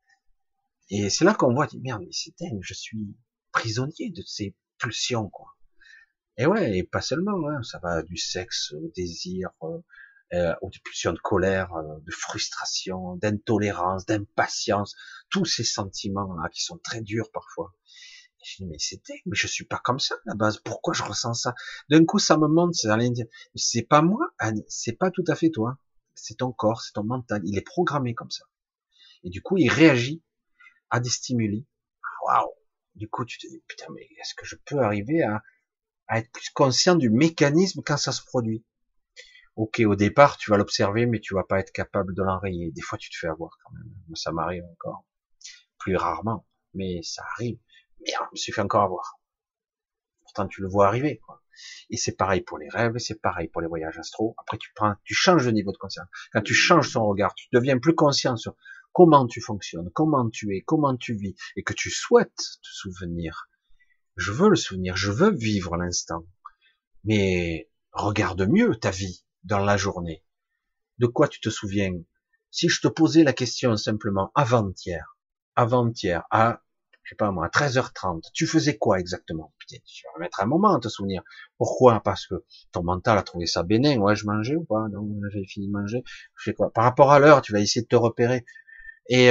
Et c'est là qu'on voit, merde, mais c'est dingue, je suis prisonnier de ces pulsions, quoi. Et ouais, et pas seulement, hein, ça va du sexe au désir, ou des pulsions de colère, de frustration, d'intolérance, d'impatience, tous ces sentiments-là qui sont très durs parfois. Et je dis, mais mais je suis pas comme ça à la base, pourquoi je ressens ça? D'un coup, ça me monte, c'est pas moi, Anne, c'est pas tout à fait toi, c'est ton corps, c'est ton mental, il est programmé comme ça. Et du coup, il réagit à des stimuli. Waouh! Du coup, tu te dis, putain, mais est-ce que je peux arriver à être plus conscient du mécanisme quand ça se produit? Ok, au départ, tu vas l'observer, mais tu vas pas être capable de l'enrayer. Des fois, tu te fais avoir quand même. Ça m'arrive encore. Plus rarement, mais ça arrive. Merde, je me suis fait encore avoir. Pourtant, tu le vois arriver, quoi. Et c'est pareil pour les rêves, c'est pareil pour les voyages astro. Après, tu changes de niveau de conscience. Quand tu changes ton regard, tu deviens plus conscient sur comment tu fonctionnes, comment tu es, comment tu vis, et que tu souhaites te souvenir. Je veux le souvenir, je veux vivre l'instant. Mais regarde mieux ta vie dans la journée. De quoi tu te souviens? Si je te posais la question simplement avant-hier, je sais pas moi, à 13h30, tu faisais quoi exactement? Putain, tu vas mettre un moment à te souvenir. Pourquoi? Parce que ton mental a trouvé ça bénin. Ouais, je mangeais ou pas? Non, j'ai fini de manger. Je sais quoi? Par rapport à l'heure, tu vas essayer de te repérer. Et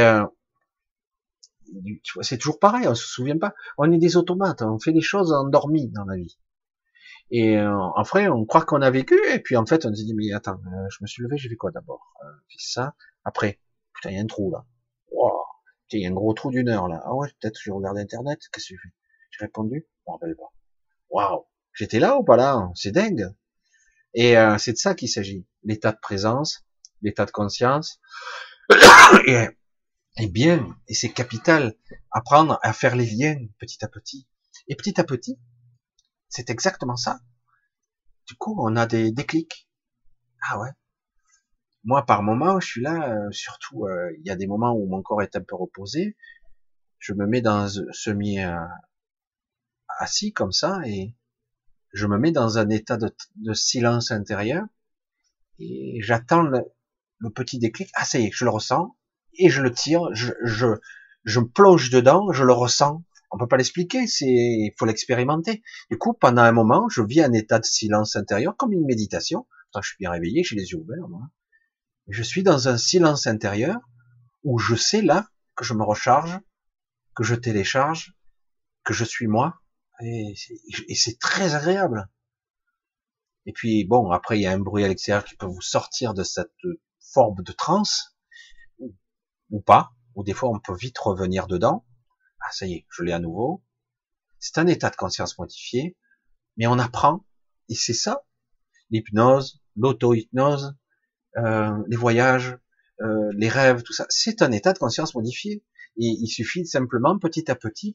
tu vois, c'est toujours pareil. On se souvient pas. On est des automates. On fait des choses endormies dans la vie. Et en vrai, on croit qu'on a vécu, et puis en fait, on se dit, mais attends, je me suis levé, j'ai fait quoi d'abord? J'ai fait ça. Après, putain, il y a un trou là. Wow. Putain, il y a un gros trou d'une heure là. Ah ouais, peut-être que je regarde Internet. Qu'est-ce que j'ai fait? J'ai répondu? Je me rappelle pas. Waouh. J'étais là ou pas là? C'est dingue. Et c'est de ça qu'il s'agit. L'état de présence, l'état de conscience. Et, et bien, et c'est capital. Apprendre à faire les liens petit à petit. Et petit à petit, c'est exactement ça. Du coup, on a des déclics. Ah ouais. Moi, par moment, je suis là, surtout, il y a des moments où mon corps est un peu reposé, je me mets dans semi assis comme ça, et je me mets dans un état de silence intérieur, et j'attends le petit déclic. Ah, ça y est, je le ressens, et je le tire, je me plonge dedans, je le ressens. On peut pas l'expliquer, il faut l'expérimenter. Du coup, pendant un moment, je vis un état de silence intérieur, comme une méditation. Quand je suis bien réveillé, j'ai les yeux ouverts, moi. Je suis dans un silence intérieur où je sais là que je me recharge, que je télécharge, que je suis moi, et c'est très agréable. Et puis bon, après il y a un bruit à l'extérieur qui peut vous sortir de cette forme de transe, ou pas, ou des fois on peut vite revenir dedans. Ah ça y est, je l'ai à nouveau. C'est un état de conscience modifié, mais on apprend, et c'est ça, l'hypnose, l'auto-hypnose, les voyages, les rêves, tout ça, c'est un état de conscience modifié. Et il suffit simplement petit à petit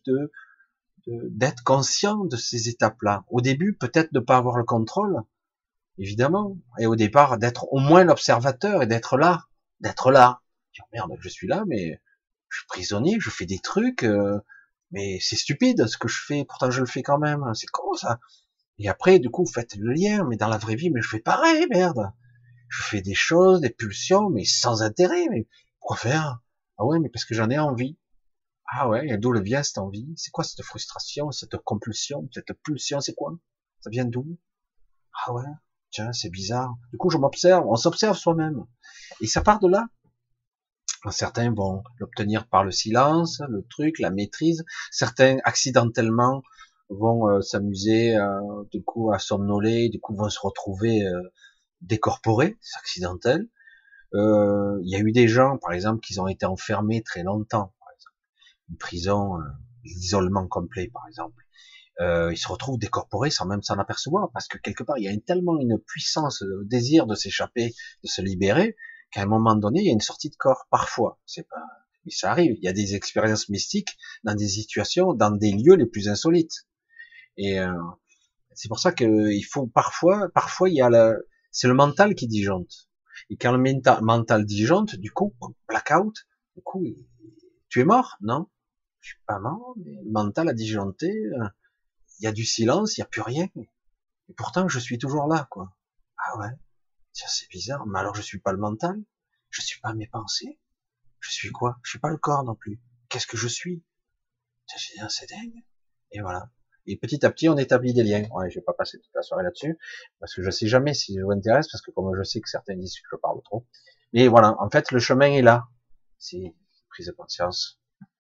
d'être conscient de ces étapes-là. Au début, peut-être de ne pas avoir le contrôle, évidemment, et au départ, d'être au moins l'observateur et d'être là, Dire, merde, je suis là, mais je suis prisonnier, je fais des trucs, mais c'est stupide ce que je fais, pourtant je le fais quand même, c'est con ça. Et après, du coup, vous faites le lien, mais dans la vraie vie, mais je fais pareil, merde. Je fais des choses, des pulsions, mais sans intérêt, mais pourquoi faire? Ah ouais, mais parce que j'en ai envie. Ah ouais, et d'où le vient cette envie? C'est quoi cette frustration, cette compulsion, cette pulsion, c'est quoi? Ça vient d'où? Ah ouais, tiens, c'est bizarre. Du coup, je m'observe, on s'observe soi-même. Et ça part de là. Certains vont l'obtenir par le silence, le truc, la maîtrise. Certains, accidentellement, vont s'amuser, du coup, à somnoler, du coup, vont se retrouver décorporés, c'est accidentel. Il y a eu des gens, par exemple, qui ont été enfermés très longtemps, par exemple, une prison, l'isolement complet, par exemple. Ils se retrouvent décorporés sans même s'en apercevoir, parce que quelque part, il y a tellement une puissance, désir de s'échapper, de se libérer, qu'à un moment donné, il y a une sortie de corps. Parfois, c'est pas, mais ça arrive. Il y a des expériences mystiques dans des situations, dans des lieux les plus insolites. Et c'est pour ça que il faut parfois, il y a c'est le mental qui disjoncte. Et quand le mental disjoncte, du coup, blackout, du coup, tu es mort, non? Je suis pas mort, mais le mental a disjoncté. Il y a du silence, il y a plus rien. Et pourtant, je suis toujours là, quoi. Ah ouais, tiens, c'est bizarre. Mais alors, je suis pas le mental, je suis pas mes pensées. Je suis quoi? Je suis pas le corps non plus. Qu'est-ce que je suis? C'est dingue. Et voilà. Et petit à petit, on établit des liens. Ouais, je vais pas passer toute la soirée là-dessus, parce que je sais jamais si je vous intéresse, parce que comme je sais que certains disent que je parle trop. Mais voilà, en fait, le chemin est là. C'est prise de conscience.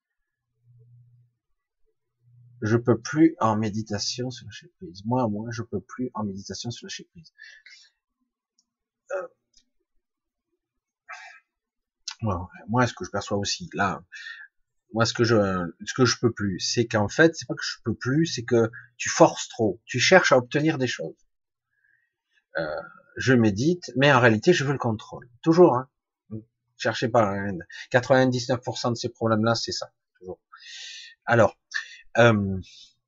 Je peux plus en méditation sur lâcher prise. Moi, je peux plus en méditation sur lâcher prise. Euh, moi, ce que je perçois aussi, là, moi, ce que je peux plus, c'est qu'en fait, c'est pas que je peux plus, c'est que tu forces trop. Tu cherches à obtenir des choses. Euh, je médite, mais en réalité, je veux le contrôle. Toujours, hein. Cherchez pas, hein. 99% de ces problèmes-là, c'est ça. Toujours. Alors, euh,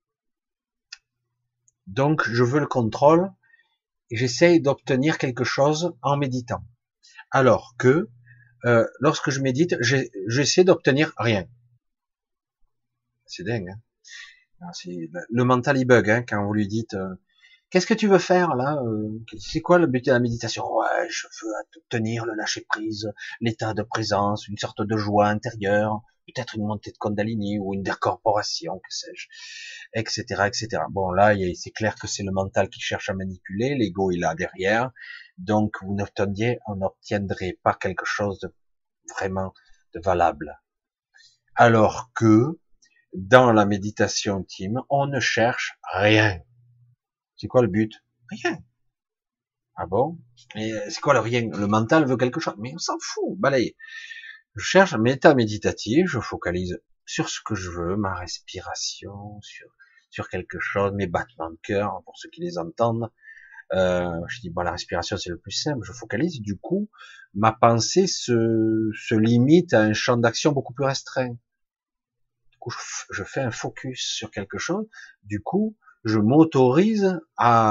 donc, je veux le contrôle, et j'essaye d'obtenir quelque chose en méditant. Alors que, lorsque je médite, j'essaie d'obtenir rien. C'est dingue, hein. Le mental il bug, hein, quand vous lui dites qu'est-ce que tu veux faire là, c'est quoi le but de la méditation? Ouais, je veux obtenir le lâcher prise, l'état de présence, une sorte de joie intérieure, peut-être une montée de Kundalini ou une décorporation, que sais-je, etc., etc. Bon là, c'est clair que c'est le mental qui cherche à manipuler, l'ego il est là derrière, donc vous n'obtiendrez pas quelque chose de vraiment de valable. Alors que dans la méditation intime, on ne cherche rien. C'est quoi le but? Rien. Ah bon? Mais c'est quoi le rien? Le mental veut quelque chose, mais on s'en fout. Balaye. Je cherche un état méditatif, je focalise sur ce que je veux, ma respiration, sur quelque chose, mes battements de cœur, pour ceux qui les entendent. Je dis, bon, la respiration, c'est le plus simple, je focalise, du coup, ma pensée se limite à un champ d'action beaucoup plus restreint. Du coup, je fais un focus sur quelque chose, du coup, je m'autorise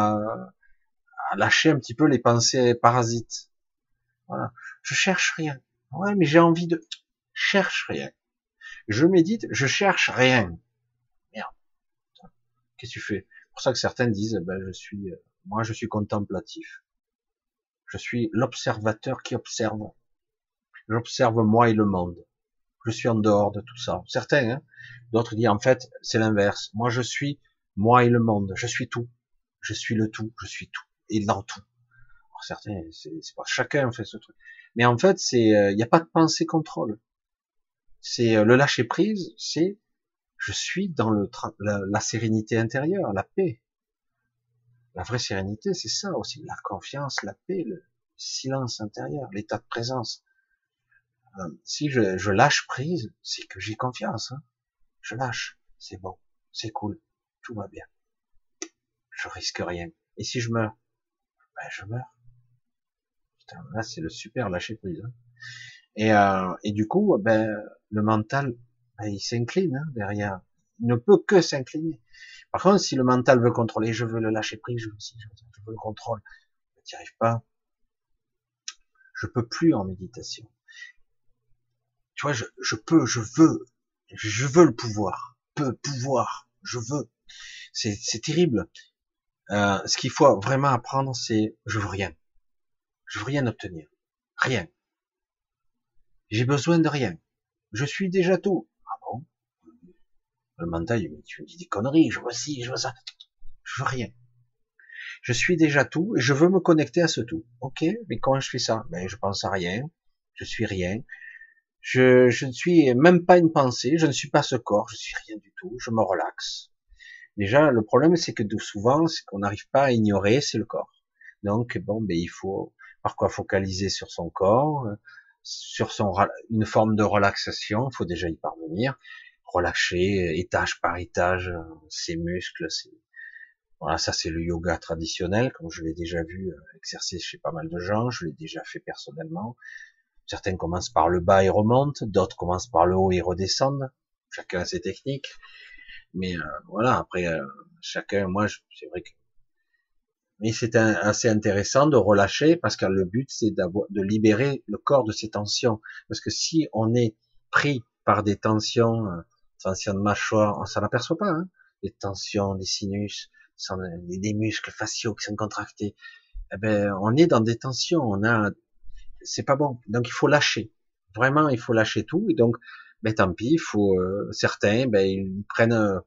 à lâcher un petit peu les pensées parasites. Voilà. Je cherche rien. Ouais, mais j'ai envie de... Cherche rien. Je médite, je cherche rien. Merde. Qu'est-ce que tu fais? C'est pour ça que certains disent, ben, moi, je suis contemplatif. Je suis l'observateur qui observe. J'observe moi et le monde. Je suis en dehors de tout ça. Certains, hein. D'autres disent, en fait, c'est l'inverse. Moi, je suis moi et le monde. Je suis tout. Je suis le tout. Je suis tout. Et dans tout. Alors, certains, c'est pas chacun fait ce truc. Mais en fait, il n'y a pas de pensée contrôle. C'est le lâcher prise, c'est je suis dans la sérénité intérieure, la paix. La vraie sérénité, c'est ça aussi, la confiance, la paix, le silence intérieur, l'état de présence. Si je lâche prise, c'est que j'ai confiance. Hein. Je lâche, c'est bon, c'est cool, tout va bien. Je risque rien. Et si je meurs, ben je meurs. Putain, là c'est le super lâcher prise. Hein. Et du coup, ben le mental, ben, il s'incline hein, derrière. Il ne peut que s'incliner. Par contre, si le mental veut contrôler, je veux le lâcher prise, je veux le contrôle, tu n'y arrives pas. Je peux plus en méditation. Tu vois, je veux le pouvoir, pouvoir, je veux. C'est terrible. Ce qu'il faut vraiment apprendre, c'est je veux rien. Je veux rien obtenir. Rien. J'ai besoin de rien. Je suis déjà tout. Ah bon? Le mental, tu me dis des conneries, je veux ci, je veux ça. Je veux rien. Je suis déjà tout et je veux me connecter à ce tout. Ok, mais comment je fais ça? Ben, je pense à rien. Je suis rien. Je ne suis même pas une pensée. Je ne suis pas ce corps. Je suis rien du tout. Je me relaxe. Déjà, le problème, c'est que souvent, c'est qu'on n'arrive pas à ignorer, c'est le corps. Donc, bon, ben, il faut, par quoi focaliser sur son corps, sur une forme de relaxation. Il faut déjà y parvenir. Relâcher étage par étage ses muscles, voilà, ça c'est le yoga traditionnel, comme je l'ai déjà vu exercer chez pas mal de gens, je l'ai déjà fait personnellement. Certains commencent par le bas et remontent, d'autres commencent par le haut et redescendent. Chacun a ses techniques, mais voilà. Après, chacun, c'est vrai que, mais c'est assez intéressant de relâcher parce que le but c'est de libérer le corps de ses tensions. Parce que si on est pris par des tensions de mâchoire, on s'en aperçoit pas, hein, des tensions, des sinus, des muscles faciaux qui sont contractés. Eh ben, on est dans des tensions, c'est pas bon. Donc il faut lâcher. Vraiment, il faut lâcher tout. Et donc, ben tant pis, certains, ben ils prennent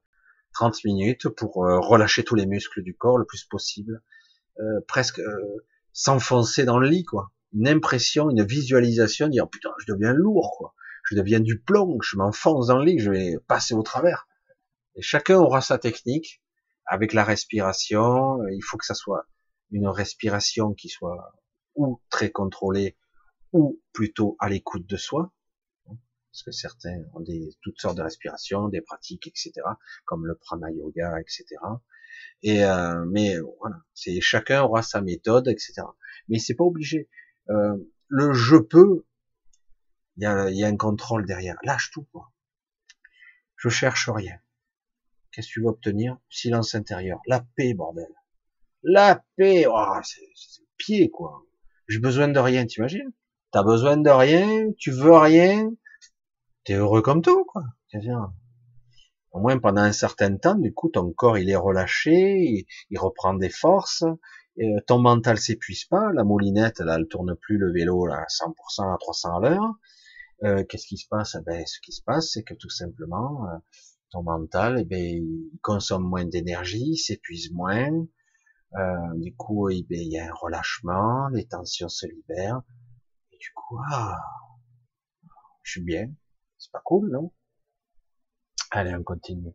30 minutes pour relâcher tous les muscles du corps le plus possible, presque s'enfoncer dans le lit, quoi. Une impression, une visualisation, dire putain, je deviens lourd, quoi. Je deviens du plomb, je m'enfonce dans le lit, je vais passer au travers. Et chacun aura sa technique avec la respiration. Il faut que ça soit une respiration qui soit ou très contrôlée ou plutôt à l'écoute de soi, parce que certains ont toutes sortes de respirations, des pratiques, etc., comme le prana yoga, etc. Mais voilà, c'est chacun aura sa méthode, etc. Mais c'est pas obligé. Le je peux, il y a un contrôle derrière. Lâche tout, quoi. Je cherche rien. Qu'est-ce que tu veux obtenir? Silence intérieur, la paix, bordel. La paix, oh, c'est le pied, quoi. J'ai besoin de rien, t'imagines? T'as besoin de rien, tu veux rien, t'es heureux comme tout, quoi. Au moins pendant un certain temps, du coup, ton corps il est relâché, il reprend des forces, ton mental s'épuise pas, la moulinette là, elle tourne plus le vélo là, à 100% à 300 à l'heure. Qu'est-ce qui se passe? Ben, ce qui se passe, c'est que tout simplement, ton mental, eh ben, il consomme moins d'énergie, il s'épuise moins. Du coup, eh ben, il y a un relâchement, les tensions se libèrent. Et du coup, je suis bien. C'est pas cool, non? Allez, on continue.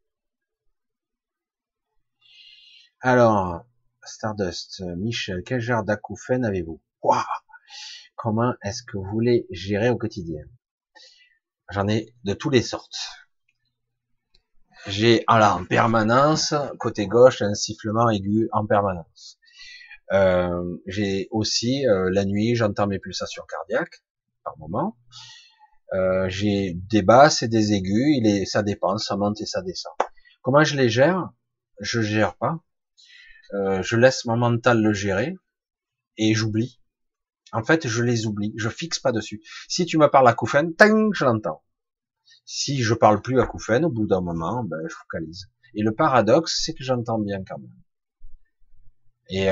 Alors, Stardust, Michel, quel genre d'acouphènes avez-vous? Waouh! Comment est-ce que vous les gérez au quotidien? J'en ai de toutes les sortes. J'ai, en permanence, côté gauche, un sifflement aigu en permanence. J'ai aussi, la nuit, j'entends mes pulsations cardiaques, par moment. J'ai des basses et des aigus, ça dépend, ça monte et ça descend. Comment je les gère? Je gère pas. Je laisse mon mental le gérer et j'oublie. En fait, je les oublie, je fixe pas dessus. Si tu me parles acouphène, tang, je l'entends. Si je parle plus acouphène, au bout d'un moment, ben, je focalise. Et le paradoxe, c'est que j'entends bien quand même. Et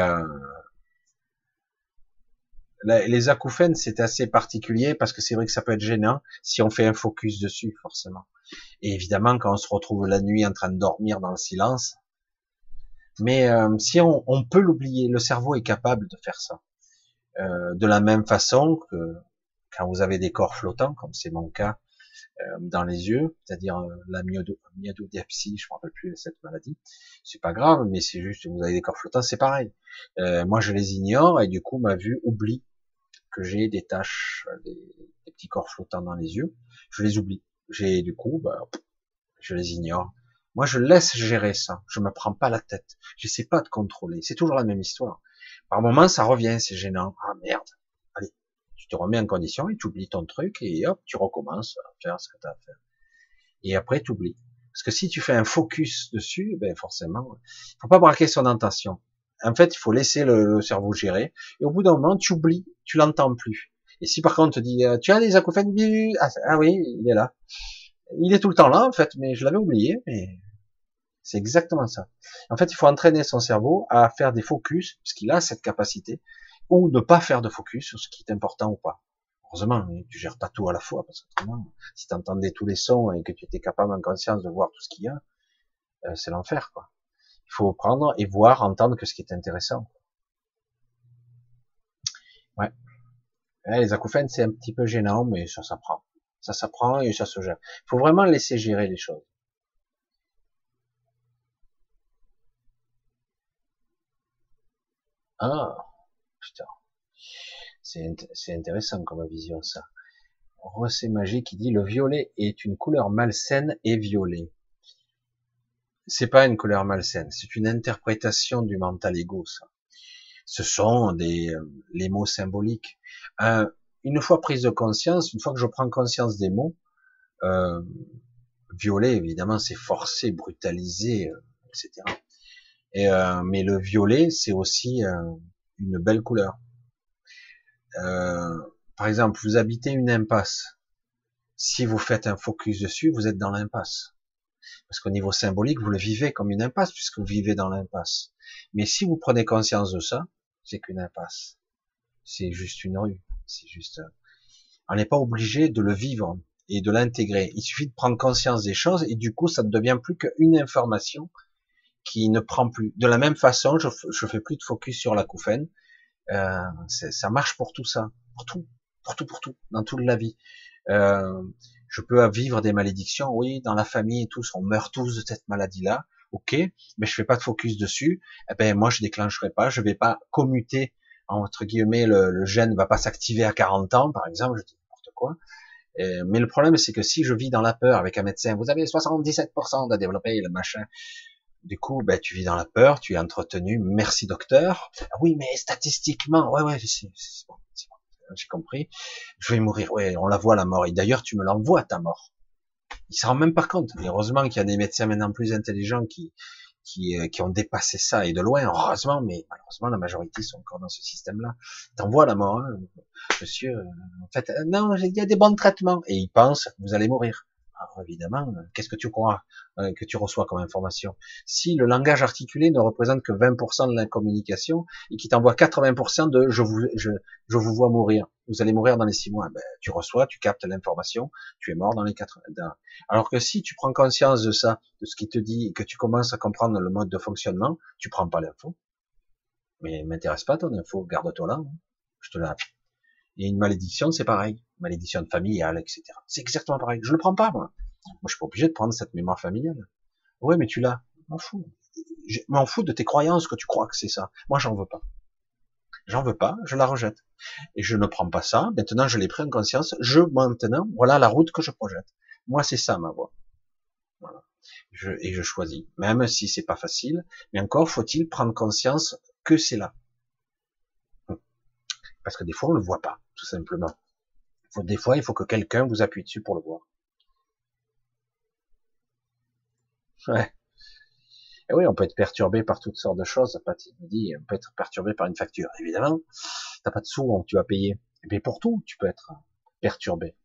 les acouphènes, c'est assez particulier parce que c'est vrai que ça peut être gênant si on fait un focus dessus, forcément. Et évidemment, quand on se retrouve la nuit en train de dormir dans le silence, mais si on peut l'oublier, le cerveau est capable de faire ça. De la même façon que quand vous avez des corps flottants, comme c'est mon cas, dans les yeux, c'est-à-dire la myododiapsie, je me rappelle plus de cette maladie. C'est pas grave, mais c'est juste que vous avez des corps flottants, c'est pareil. Moi, je les ignore et du coup, ma vue oublie que j'ai des taches, des petits corps flottants dans les yeux. Je les oublie. Du coup, je les ignore. Moi, je laisse gérer ça. Je me prends pas la tête. J'essaie pas de contrôler. C'est toujours la même histoire. Par moments, ça revient, c'est gênant. Ah merde. Allez, tu te remets en condition et tu oublies ton truc et hop, tu recommences à faire ce que tu as à faire. Et après, tu oublies. Parce que si tu fais un focus dessus, ben forcément, il faut pas braquer son intention. En fait, il faut laisser le cerveau gérer. Et au bout d'un moment, tu oublies, tu l'entends plus. Et si par contre, on te dit, tu as des acouphènes, ah oui, il est là. Il est tout le temps là, en fait, mais je l'avais oublié, mais c'est exactement ça. En fait, il faut entraîner son cerveau à faire des focus, puisqu'il a cette capacité, ou ne pas faire de focus sur ce qui est important ou pas. Heureusement, tu gères pas tout à la fois, parce qu'autrement, si tu entendais tous les sons et que tu étais capable en conscience de voir tout ce qu'il y a, c'est l'enfer, quoi. Il faut prendre et voir, entendre que ce qui est intéressant. Ouais. Les acouphènes, c'est un petit peu gênant, mais ça s'apprend. Ça s'apprend et ça se gère. Il faut vraiment laisser gérer les choses. Ah, putain. C'est intéressant comme vision, ça. Rosé Magie qui dit le violet est une couleur malsaine et violet. C'est pas une couleur malsaine, c'est une interprétation du mental ego, ça. Ce sont les mots symboliques. Une fois prise de conscience, une fois que je prends conscience des mots, euh, violet, évidemment, c'est forcé, brutalisé, etc. Mais le violet, c'est aussi une belle couleur. Par exemple, vous habitez une impasse. Si vous faites un focus dessus, vous êtes dans l'impasse. Parce qu'au niveau symbolique, vous le vivez comme une impasse, puisque vous vivez dans l'impasse. Mais si vous prenez conscience de ça, c'est qu'une impasse. C'est juste une rue. C'est juste, on n'est pas obligé de le vivre. et de l'intégrer. Il suffit de prendre conscience des choses et du coup, ça ne devient plus qu'une information qui ne prend plus. De la même façon, je fais plus de focus sur l'acouphène. Ça marche pour tout ça, pour tout, dans toute la vie. Euh, je peux vivre des malédictions, oui, dans la famille et tous, on meurt tous de cette maladie-là, ok, mais je fais pas de focus dessus. Eh ben moi, je déclencherai pas, je vais pas commuter entre guillemets, le gène va pas s'activer à 40 ans, par exemple, je dis n'importe quoi. Mais le problème, c'est que si je vis dans la peur avec un médecin, vous avez 77% de développer le machin. Du coup, ben, tu vis dans la peur, tu es entretenu. Merci docteur. Ah oui, mais statistiquement, ouais, c'est bon, j'ai compris. Je vais mourir. Ouais, on la voit la mort. Et d'ailleurs, tu me l'envoies ta mort. Il s'en rend même pas compte. Et heureusement qu'il y a des médecins maintenant plus intelligents qui ont dépassé ça et de loin. Heureusement, mais malheureusement, la majorité sont encore dans ce système-là. T'envoies la mort, hein, monsieur. En fait, non, il y a des bons traitements. Et ils pensent, vous allez mourir. Alors, évidemment, qu'est-ce que tu crois que tu reçois comme information? Si le langage articulé ne représente que 20% de la communication et qui t'envoie 80% de je vous vois mourir, vous allez mourir dans les 6 mois, ben, tu reçois, tu captes l'information, tu es mort dans les 80. Alors que si tu prends conscience de ça, de ce qui te dit, et que tu commences à comprendre le mode de fonctionnement, tu prends pas l'info. Mais m'intéresse pas ton info, garde-toi là. Hein. Je te la. Et une malédiction, c'est pareil. Malédiction familiale, etc. C'est exactement pareil. Je le prends pas, moi. Moi, je suis pas obligé de prendre cette mémoire familiale. Ouais, mais tu l'as. M'en fous. Je m'en fous de tes croyances que tu crois que c'est ça. Moi, j'en veux pas. J'en veux pas, je la rejette. Et je ne prends pas ça. Maintenant, je l'ai pris en conscience. Maintenant, voilà la route que je projette. Moi, c'est ça, ma voie. Voilà. Et je choisis. Même si c'est pas facile. Mais encore faut-il prendre conscience que c'est là. Parce que des fois, on le voit pas, tout simplement. Des fois, il faut que quelqu'un vous appuie dessus pour le voir. Ouais. Et oui, on peut être perturbé par toutes sortes de choses. Paty me dit, on peut être perturbé par une facture. Évidemment, t'as pas de sous, donc tu vas payer. Mais pour tout, tu peux être perturbé.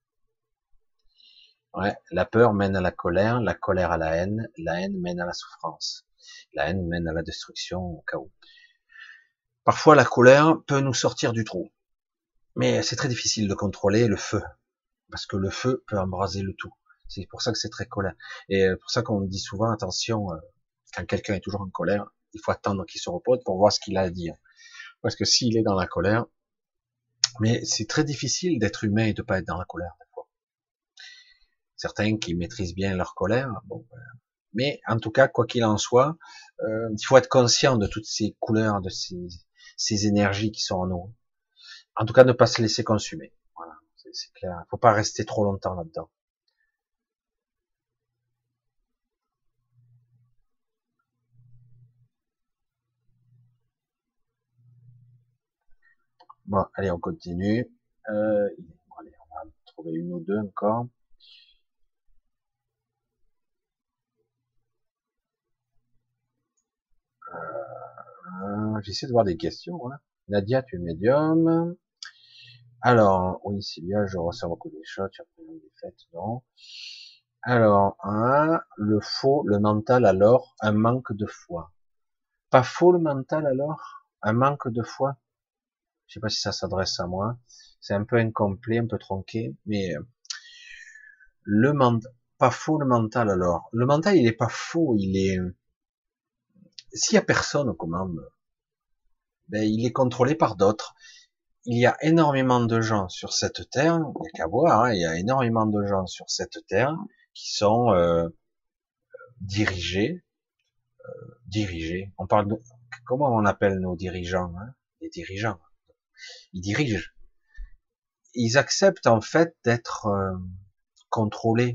Ouais. La peur mène à la colère à la haine mène à la souffrance. La haine mène à la destruction, au chaos. Parfois, la colère peut nous sortir du trou. Mais c'est très difficile de contrôler le feu. Parce que le feu peut embraser le tout. C'est pour ça que c'est très colère. Et pour ça qu'on dit souvent, attention, quand quelqu'un est toujours en colère, il faut attendre qu'il se repose pour voir ce qu'il a à dire. Parce que s'il est dans la colère, mais c'est très difficile d'être humain et de pas être dans la colère, des fois. Certains qui maîtrisent bien leur colère, bon, mais en tout cas, quoi qu'il en soit, il faut être conscient de toutes ces couleurs, de ces énergies qui sont en nous. En tout cas, ne pas se laisser consumer. Voilà, c'est clair. Il faut pas rester trop longtemps là-dedans. Bon, allez, on continue. Bon, allez, on va en trouver une ou deux encore. J'essaie de voir des questions. Hein. Nadia, tu es médium. Alors, oui, Sylvia, je ressens beaucoup des choses. Tu as pris des fêtes, non. Alors, le faux, le mental alors, un manque de foi. Pas faux le mental alors, un manque de foi. Je sais pas si ça s'adresse à moi. C'est un peu incomplet, un peu tronqué, mais le mental, pas faux le mental alors. Le mental, il est pas faux, il est. S'il y a personne aux commandes, ben, il est contrôlé par d'autres. Il y a énormément de gens sur cette terre, il n'y a qu'à voir, hein, il y a énormément de gens sur cette terre qui sont dirigés, On parle de, comment on appelle nos dirigeants, hein, les dirigeants. Ils dirigent. Ils acceptent en fait d'être contrôlés.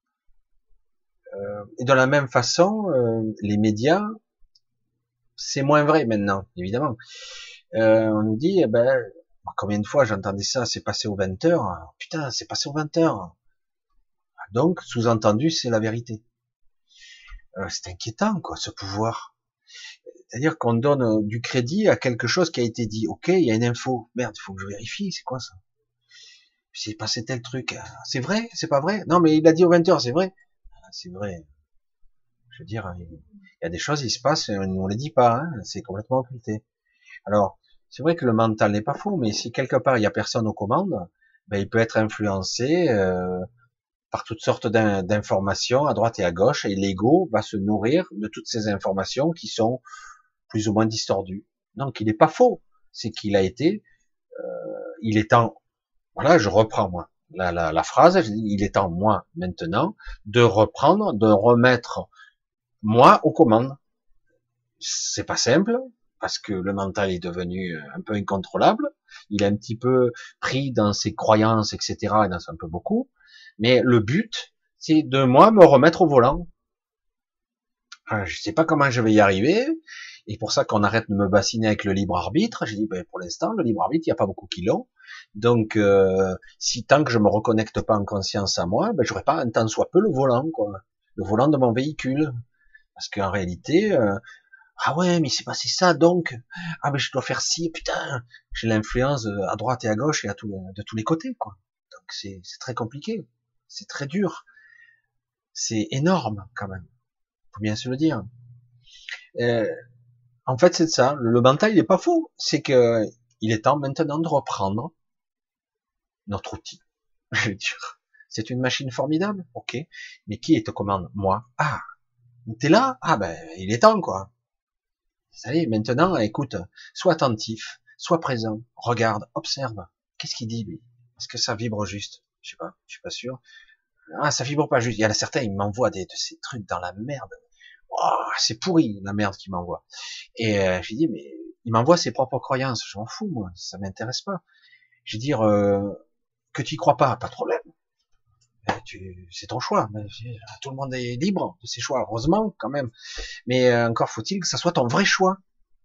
Et de la même façon, les médias, c'est moins vrai maintenant, évidemment. On nous dit, eh ben, combien de fois j'entendais ça, c'est passé aux 20 heures. Putain, c'est passé aux 20 heures. Donc, sous-entendu, c'est la vérité. C'est inquiétant, quoi, ce pouvoir. C'est-à-dire qu'on donne du crédit à quelque chose qui a été dit. Ok, il y a une info. Merde, il faut que je vérifie, c'est quoi ça? C'est passé tel truc. C'est vrai? C'est pas vrai? Non, mais il a dit aux 20 heures, c'est vrai? C'est vrai. Je veux dire, il y a des choses, il se passe, on les dit pas, hein, c'est complètement occulté. Alors, c'est vrai que le mental n'est pas faux, mais si quelque part il y a personne aux commandes, ben, il peut être influencé, par toutes sortes d'informations à droite et à gauche, et l'ego va se nourrir de toutes ces informations qui sont plus ou moins distordues. Donc il n'est pas faux, c'est qu'il a été, il est temps, voilà, je reprends moi la phrase, je dis, il est temps moi maintenant de reprendre, de remettre moi aux commandes. C'est pas simple, parce que le mental est devenu un peu incontrôlable, il est un petit peu pris dans ses croyances, etc., et dans un peu beaucoup, mais le but, c'est de moi me remettre au volant. Alors, je sais pas comment je vais y arriver, et pour ça qu'on arrête de me bassiner avec le libre arbitre. J'ai dit, ben, pour l'instant, le libre arbitre, il n'y a pas beaucoup qui l'ont, donc si tant que je me reconnecte pas en conscience à moi, ben, j'aurai pas un tant soit peu le volant, quoi, le volant de mon véhicule, parce qu'en réalité, ah ouais, mais c'est passé ça, donc, ah mais je dois faire ci, putain, j'ai l'influence à droite et à gauche et de tous les côtés, quoi. Donc c'est très compliqué, c'est très dur, c'est énorme quand même, faut bien se le dire. Euh, en fait, c'est ça, le mental il est pas faux, c'est que il est temps maintenant de reprendre notre outil. Je veux dire, c'est une machine formidable, ok, mais qui est aux commandes? Moi. Ah, t'es là? Ah ben, il est temps, quoi. Ça y est, maintenant, écoute, sois attentif, sois présent, regarde, observe. Qu'est-ce qu'il dit, lui? Est-ce que ça vibre juste? Je sais pas, je suis pas sûr. Ah, ça vibre pas juste. Il y en a certains, ils m'envoient de ces trucs dans la merde. Oh, c'est pourri, la merde qu'il m'envoie. Et j'ai dit, mais il m'envoie ses propres croyances. Je m'en fous, moi. Ça m'intéresse pas. Je veux dire, que tu y crois pas de problème. C'est ton choix. Tout le monde est libre de ses choix, heureusement, quand même. Mais encore faut-il que ça soit ton vrai choix.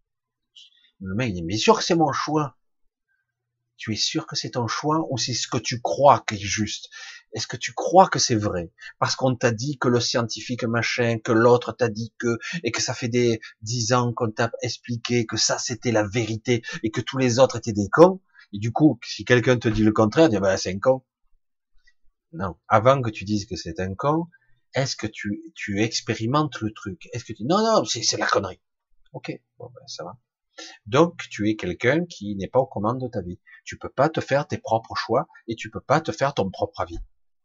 Le mec, il dit, mais sûr que c'est mon choix. Tu es sûr que c'est ton choix ou c'est ce que tu crois qui est juste? Est-ce que tu crois que c'est vrai? Parce qu'on t'a dit que le scientifique machin, que l'autre t'a dit que, et que ça fait des 10 ans qu'on t'a expliqué que ça c'était la vérité et que tous les autres étaient des cons. Et du coup, si quelqu'un te dit le contraire, dis, bah, c'est un con. Non. Avant que tu dises que c'est un con, est-ce que tu expérimentes le truc? Est-ce que tu, non, c'est la connerie. Ok. Bon, ben, ça va. Donc, tu es quelqu'un qui n'est pas aux commandes de ta vie. Tu peux pas te faire tes propres choix et tu peux pas te faire ton propre avis.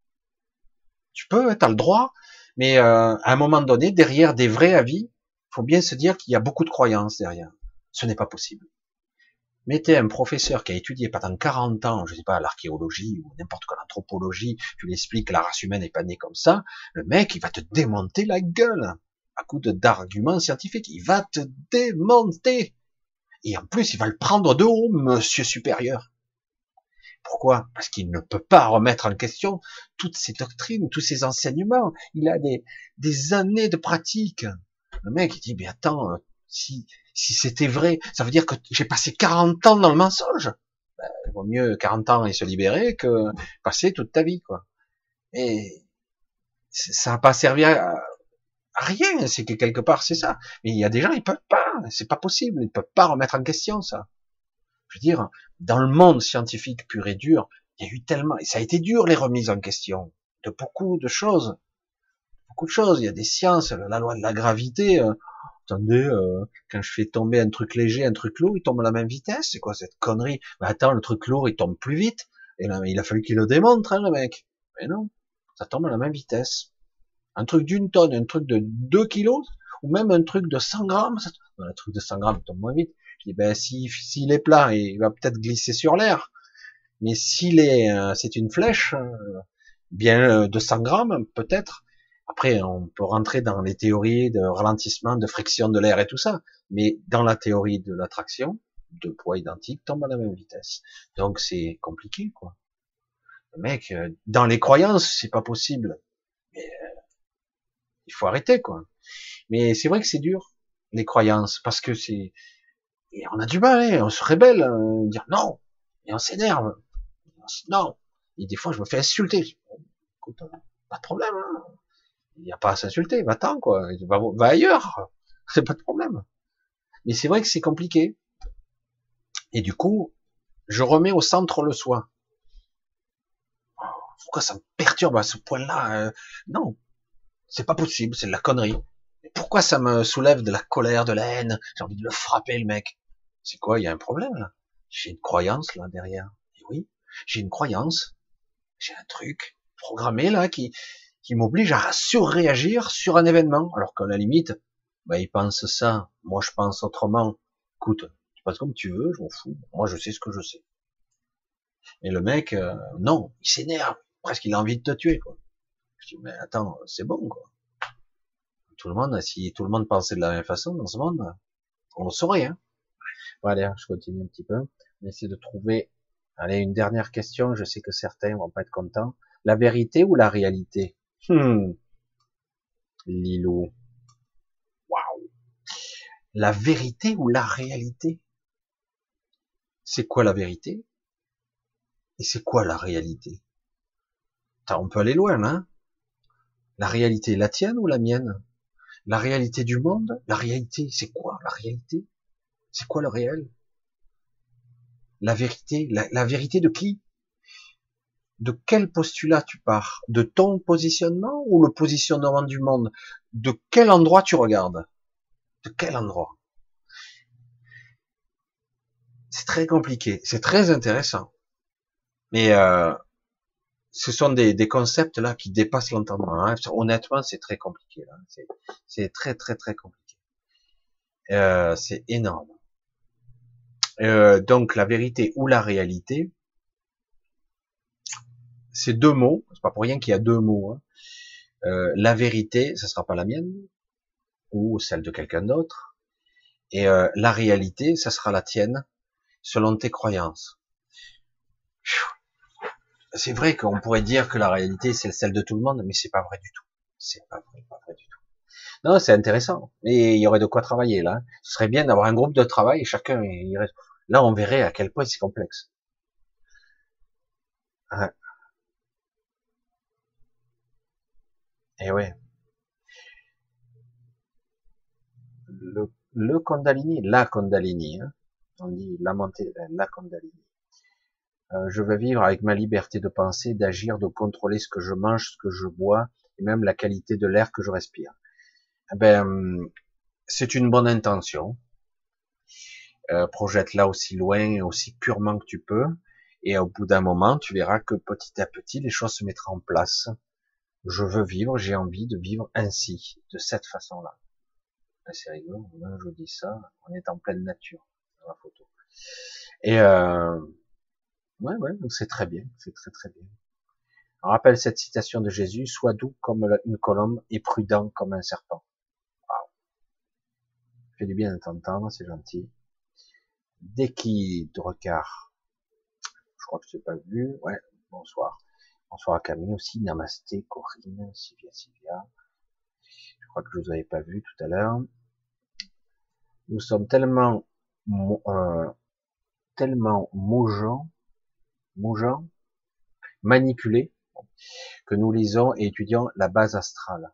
Tu peux, tu as le droit, mais à un moment donné, derrière des vrais avis, il faut bien se dire qu'il y a beaucoup de croyances derrière. Ce n'est pas possible. Mettez un professeur qui a étudié pendant 40 ans, je sais pas, l'archéologie ou n'importe quoi, l'anthropologie, tu lui expliques que la race humaine n'est pas née comme ça, le mec, il va te démonter la gueule à coup d'arguments scientifiques. Il va te démonter. Et en plus, il va le prendre de haut, monsieur supérieur. Pourquoi? Parce qu'il ne peut pas remettre en question toutes ces doctrines, tous ces enseignements. Il a des années de pratique. Le mec, il dit, mais attends, si c'était vrai, ça veut dire que j'ai passé 40 ans dans le mensonge. Ben, il vaut mieux 40 ans et se libérer que passer toute ta vie, quoi. Et ça n'a pas servi à rien, c'est que quelque part, c'est ça. Mais il y a des gens, ils peuvent pas, c'est pas possible, ils peuvent pas remettre en question ça. Je veux dire, dans le monde scientifique pur et dur, il y a eu tellement, et ça a été dur les remises en question de beaucoup de choses, beaucoup de choses. Il y a des sciences, la loi de la gravité. Attendez, quand je fais tomber un truc léger, un truc lourd, il tombe à la même vitesse. C'est quoi cette connerie? Mais attends, le truc lourd, il tombe plus vite. Et là, il a fallu qu'il le démontre, hein, le mec. Mais non, ça tombe à la même vitesse. Un truc d'une tonne, un truc de 2 kilos, ou même un truc de 100 grammes, non, un truc de 100 grammes tombe moins vite. Je dis, ben, s'il est plat, il va peut-être glisser sur l'air. Mais s'il est, c'est une flèche, bien de 100 grammes, peut-être. Après, on peut rentrer dans les théories de ralentissement, de friction de l'air et tout ça. Mais dans la théorie de l'attraction, deux poids identiques tombent à la même vitesse. Donc c'est compliqué, quoi. Le mec, dans les croyances, c'est pas possible. Mais il faut arrêter, quoi. Mais c'est vrai que c'est dur, les croyances, parce que c'est, et on a du mal, hein, on se rebelle, dire non, et on s'énerve, non. Et des fois, je me fais insulter. Bon, écoute, pas de problème, hein. Il n'y a pas à s'insulter, va-t'en, quoi. Va ailleurs. C'est pas de problème. Mais c'est vrai que c'est compliqué. Et du coup, je remets au centre le soi. Pourquoi ça me perturbe à ce point-là? Non, c'est pas possible, c'est de la connerie. Et pourquoi ça me soulève de la colère, de la haine? J'ai envie de le frapper, le mec. C'est quoi? Il y a un problème, là. J'ai une croyance, là, derrière. Et oui, j'ai une croyance. J'ai un truc. programmé là qui m'oblige à surréagir sur un événement, alors qu'à la limite, bah, il pense ça, moi je pense autrement. Écoute, tu passes comme tu veux, je m'en fous. Moi je sais ce que je sais. Et le mec, non, il s'énerve, presque il a envie de te tuer, quoi. Je dis, mais attends, c'est bon, quoi. Tout le monde, si tout le monde pensait de la même façon dans ce monde, on le saurait, hein. Bon, allez, je continue un petit peu. On essaie de trouver, allez, une dernière question. Je sais que certains vont pas être contents. La vérité ou la réalité? Lilou. Waouh. La vérité ou la réalité? C'est quoi la vérité? Et c'est quoi la réalité? Attends, on peut aller loin, hein? La réalité, la tienne ou la mienne? La réalité du monde? La réalité, c'est quoi la réalité? C'est quoi le réel? La vérité, la vérité de qui? De quel postulat tu pars? De ton positionnement ou le positionnement du monde? De quel endroit tu regardes? De quel endroit? C'est très compliqué, c'est très intéressant. Mais ce sont des concepts là qui dépassent l'entendement. Hein. Honnêtement, c'est très compliqué. Là. C'est très très très compliqué. C'est énorme. Donc la vérité ou la réalité, c'est deux mots. C'est pas pour rien qu'il y a deux mots. Hein. La vérité, ça sera pas la mienne ou celle de quelqu'un d'autre. Et la réalité, ça sera la tienne selon tes croyances. C'est vrai qu'on pourrait dire que la réalité c'est celle de tout le monde, mais c'est pas vrai du tout. C'est pas vrai du tout. Non, c'est intéressant. Et il y aurait de quoi travailler là. Ce serait bien d'avoir un groupe de travail et chacun irait. Là, on verrait à quel point c'est complexe. Ouais. Et ouais. Le Kundalini, la Kundalini, hein. On dit la montée, la Kundalini. Je veux vivre avec ma liberté de penser, d'agir, de contrôler ce que je mange, ce que je bois, et même la qualité de l'air que je respire. Eh ben, c'est une bonne intention. Projette-la aussi loin, aussi purement que tu peux, et au bout d'un moment, tu verras que petit à petit, les choses se mettront en place. Je veux vivre, j'ai envie de vivre ainsi, de cette façon-là. C'est rigolo, moi je dis ça, on est en pleine nature, dans la photo. Et ouais, donc c'est très bien, c'est très très bien. On rappelle cette citation de Jésus, sois doux comme une colombe et prudent comme un serpent. Wow. Fait du bien de t'entendre, c'est gentil. Dès qu'il te regarde, je crois que je t'ai pas vu, ouais, bonsoir. Bonsoir à Camille aussi, Namasté, Corinne, Sylvia. Je crois que je vous avais pas vu tout à l'heure. Nous sommes tellement mougeants, manipulés, que nous lisons et étudions la base astrale.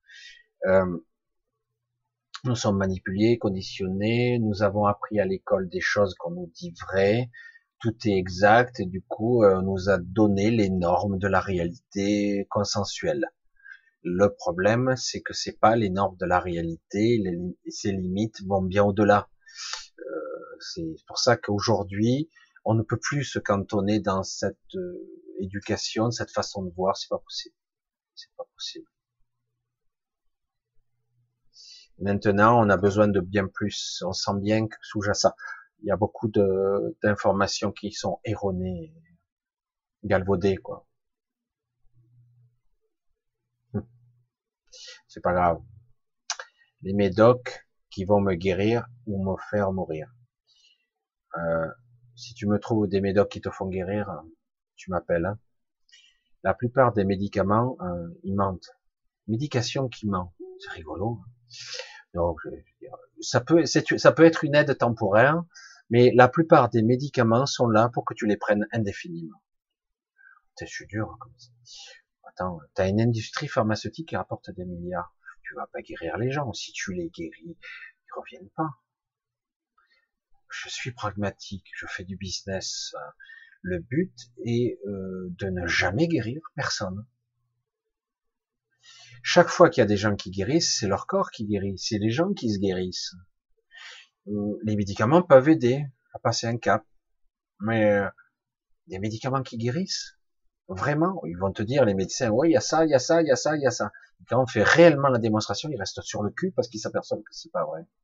Nous sommes manipulés, conditionnés, nous avons appris à l'école des choses qu'on nous dit vraies, tout est exact, et du coup, on nous a donné les normes de la réalité consensuelle. Le problème, c'est que c'est pas les normes de la réalité, ces limites vont bien au-delà. C'est pour ça qu'aujourd'hui, on ne peut plus se cantonner dans cette éducation, cette façon de voir, c'est pas possible. C'est pas possible. Maintenant, on a besoin de bien plus. On sent bien que sous-jacent, il y a beaucoup d'informations qui sont erronées, galvaudées, quoi. C'est pas grave. Les médocs qui vont me guérir ou me faire mourir. Euh, si tu me trouves des médocs qui te font guérir, tu m'appelles. Hein. La plupart des médicaments, ils mentent. Médication qui ment, c'est rigolo. Donc, je veux dire, ça peut être une aide temporaire, mais la plupart des médicaments sont là pour que tu les prennes indéfiniment. Je suis dur comme ça. Attends, t'as une industrie pharmaceutique qui rapporte des milliards. Tu vas pas guérir les gens. Si tu les guéris, ils reviennent pas. Je suis pragmatique, je fais du business. Le but est de ne jamais guérir personne. Chaque fois qu'il y a des gens qui guérissent, c'est leur corps qui guérit, c'est les gens qui se guérissent. Les médicaments peuvent aider à passer un cap, mais des médicaments qui guérissent, Vraiment, ils vont te dire, les médecins, oui, il y a ça, il y a ça, il y a ça, il y a ça. Et quand on fait réellement la démonstration, ils restent sur le cul parce qu'ils s'aperçoivent que c'est pas vrai.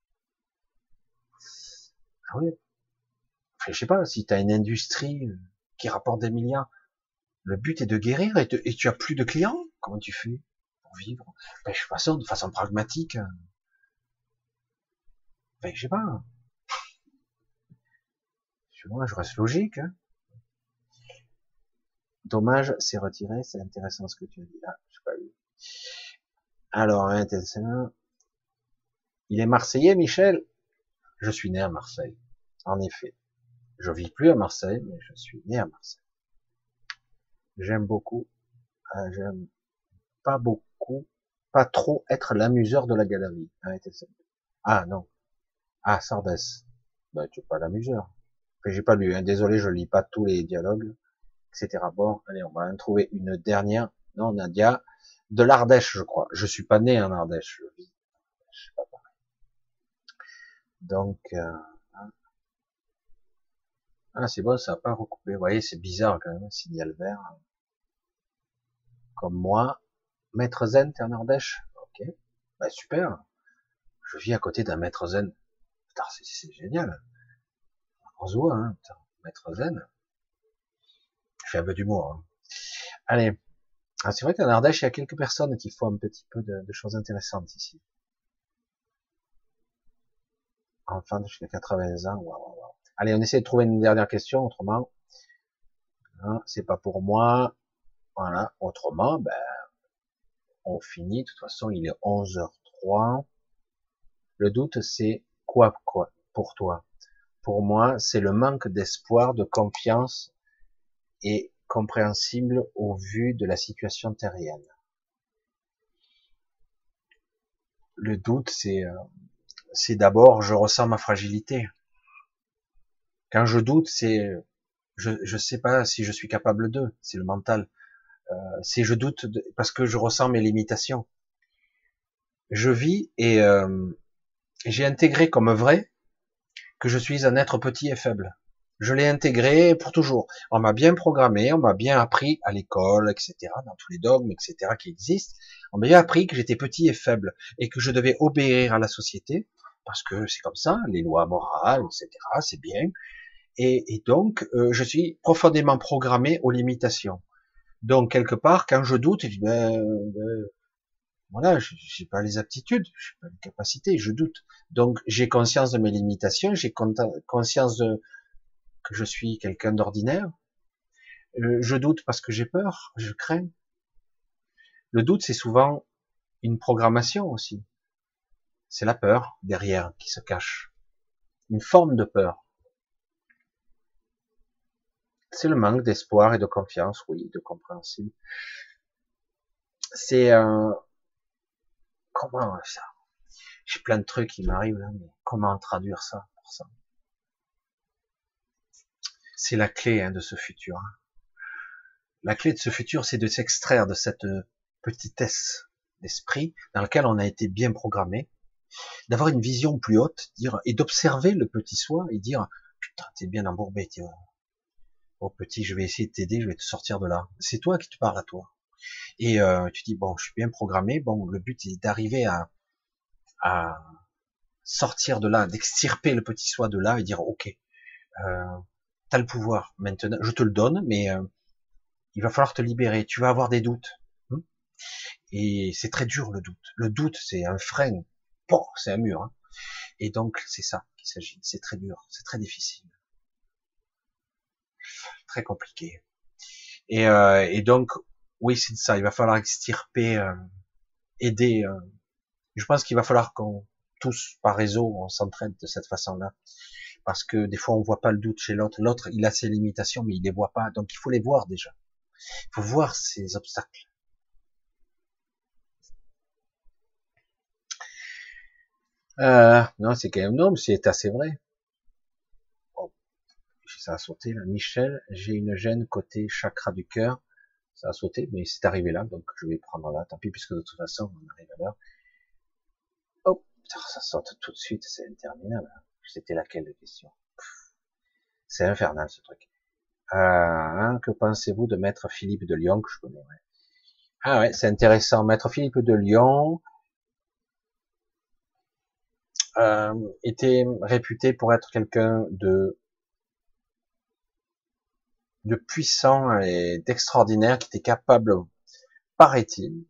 Ah oui. Enfin, je sais pas, si tu as une industrie qui rapporte des milliards, le but est de guérir et tu as plus de clients. Comment tu fais pour vivre? Ben, de façon pragmatique. Ben, je sais pas. Moi, je reste logique. Hein. Dommage, c'est retiré. C'est intéressant ce que tu as dit là. Je sais pas eu. Alors, intéressant. Il est Marseillais, Michel. Je suis né à Marseille. En effet. Je vis plus à Marseille, mais je suis né à Marseille. J'aime beaucoup. J'aime pas beaucoup, pas trop être l'amuseur de la galerie. Ah non. Ah, Sardès. Ben, tu es pas l'amuseur. Enfin, j'ai pas lu, hein. Désolé, je lis pas tous les dialogues, etc. Bon, allez, on va en trouver une dernière. Non, Nadia. De l'Ardèche, je crois. Je suis pas né en Ardèche, je vis. Je sais pas. Donc, ah, c'est bon, ça n'a pas recoupé. Vous voyez, c'est bizarre quand même, un signal vert. Comme moi. Maître Zen, t'es en Ardèche? Ok. Bah, super. Je vis à côté d'un maître zen. Putain, c'est génial. On se voit, hein. Putain, maître zen. Je fais un peu d'humour. Hein. Allez. Ah, c'est vrai qu'en Ardèche, il y a quelques personnes qui font un petit peu de choses intéressantes ici. Enfant jusqu'à 80 ans. Waouh, waouh, waouh. Allez, on essaie de trouver une dernière question, autrement. Hein, c'est pas pour moi. Voilà. Autrement, ben, on finit. De toute façon, il est 11h03. Le doute, c'est quoi pour toi? Pour moi, c'est le manque d'espoir, de confiance et compréhensible au vu de la situation terrienne. Le doute, c'est d'abord, je ressens ma fragilité. Quand je doute, c'est, je sais pas si je suis capable de, c'est le mental. C'est je doute parce que je ressens mes limitations. Je vis et j'ai intégré comme vrai que je suis un être petit et faible. Je l'ai intégré pour toujours. On m'a bien programmé, on m'a bien appris à l'école, etc., dans tous les dogmes, etc., qui existent. On m'a bien appris que j'étais petit et faible et que je devais obéir à la société parce que c'est comme ça, les lois morales, etc., c'est bien. Et donc, je suis profondément programmé aux limitations. Donc, quelque part, quand je doute, je dis, voilà, j'ai pas les aptitudes, j'ai pas les capacités, je doute. Donc, j'ai conscience de mes limitations, j'ai conscience que je suis quelqu'un d'ordinaire. Je doute parce que j'ai peur, je crains. Le doute, c'est souvent une programmation aussi. C'est la peur derrière qui se cache. Une forme de peur. C'est le manque d'espoir et de confiance, oui, de compréhension. C'est comment ça? J'ai plein de trucs qui m'arrivent là, mais comment traduire ça pour ça? C'est la clé de ce futur. La clé de ce futur, c'est de s'extraire de cette petitesse d'esprit dans laquelle on a été bien programmé, d'avoir une vision plus haute, dire et d'observer le petit soi et dire putain t'es bien embourbé, tu vois. Oh petit, je vais essayer de t'aider, je vais te sortir de là. C'est toi qui te parles à toi. Et tu dis bon, je suis bien programmé. Bon, le but est d'arriver à sortir de là, d'extirper le petit soi de là et dire ok, t'as le pouvoir maintenant, je te le donne, mais il va falloir te libérer. Tu vas avoir des doutes. Et c'est très dur le doute. Le doute, c'est un frein. Bon, c'est un mur. Hein. Et donc, c'est ça qu'il s'agit. C'est très dur, c'est très difficile, très compliqué. Et donc, oui, c'est ça. Il va falloir extirper, aider. Je pense qu'il va falloir qu'on tous, par réseau, on s'entraide de cette façon-là, parce que des fois, on voit pas le doute chez l'autre. L'autre, il a ses limitations, mais il les voit pas. Donc, il faut les voir déjà. Il faut voir ces obstacles. Non, c'est quand même non, mais c'est assez vrai. Oh, ça a sauté là. Michel, j'ai une gêne côté chakra du cœur. Ça a sauté, mais c'est arrivé là, donc je vais prendre là. Tant pis, puisque de toute façon, on arrive à l'heure. Oh, putain, ça saute tout de suite, c'est interminable. C'était laquelle de question? C'est infernal ce truc. Que pensez-vous de Maître Philippe de Lyon, que je connais? Ouais. Ah ouais, c'est intéressant. Maître Philippe de Lyon était réputé pour être quelqu'un de puissant et d'extraordinaire, qui était capable, paraît-il,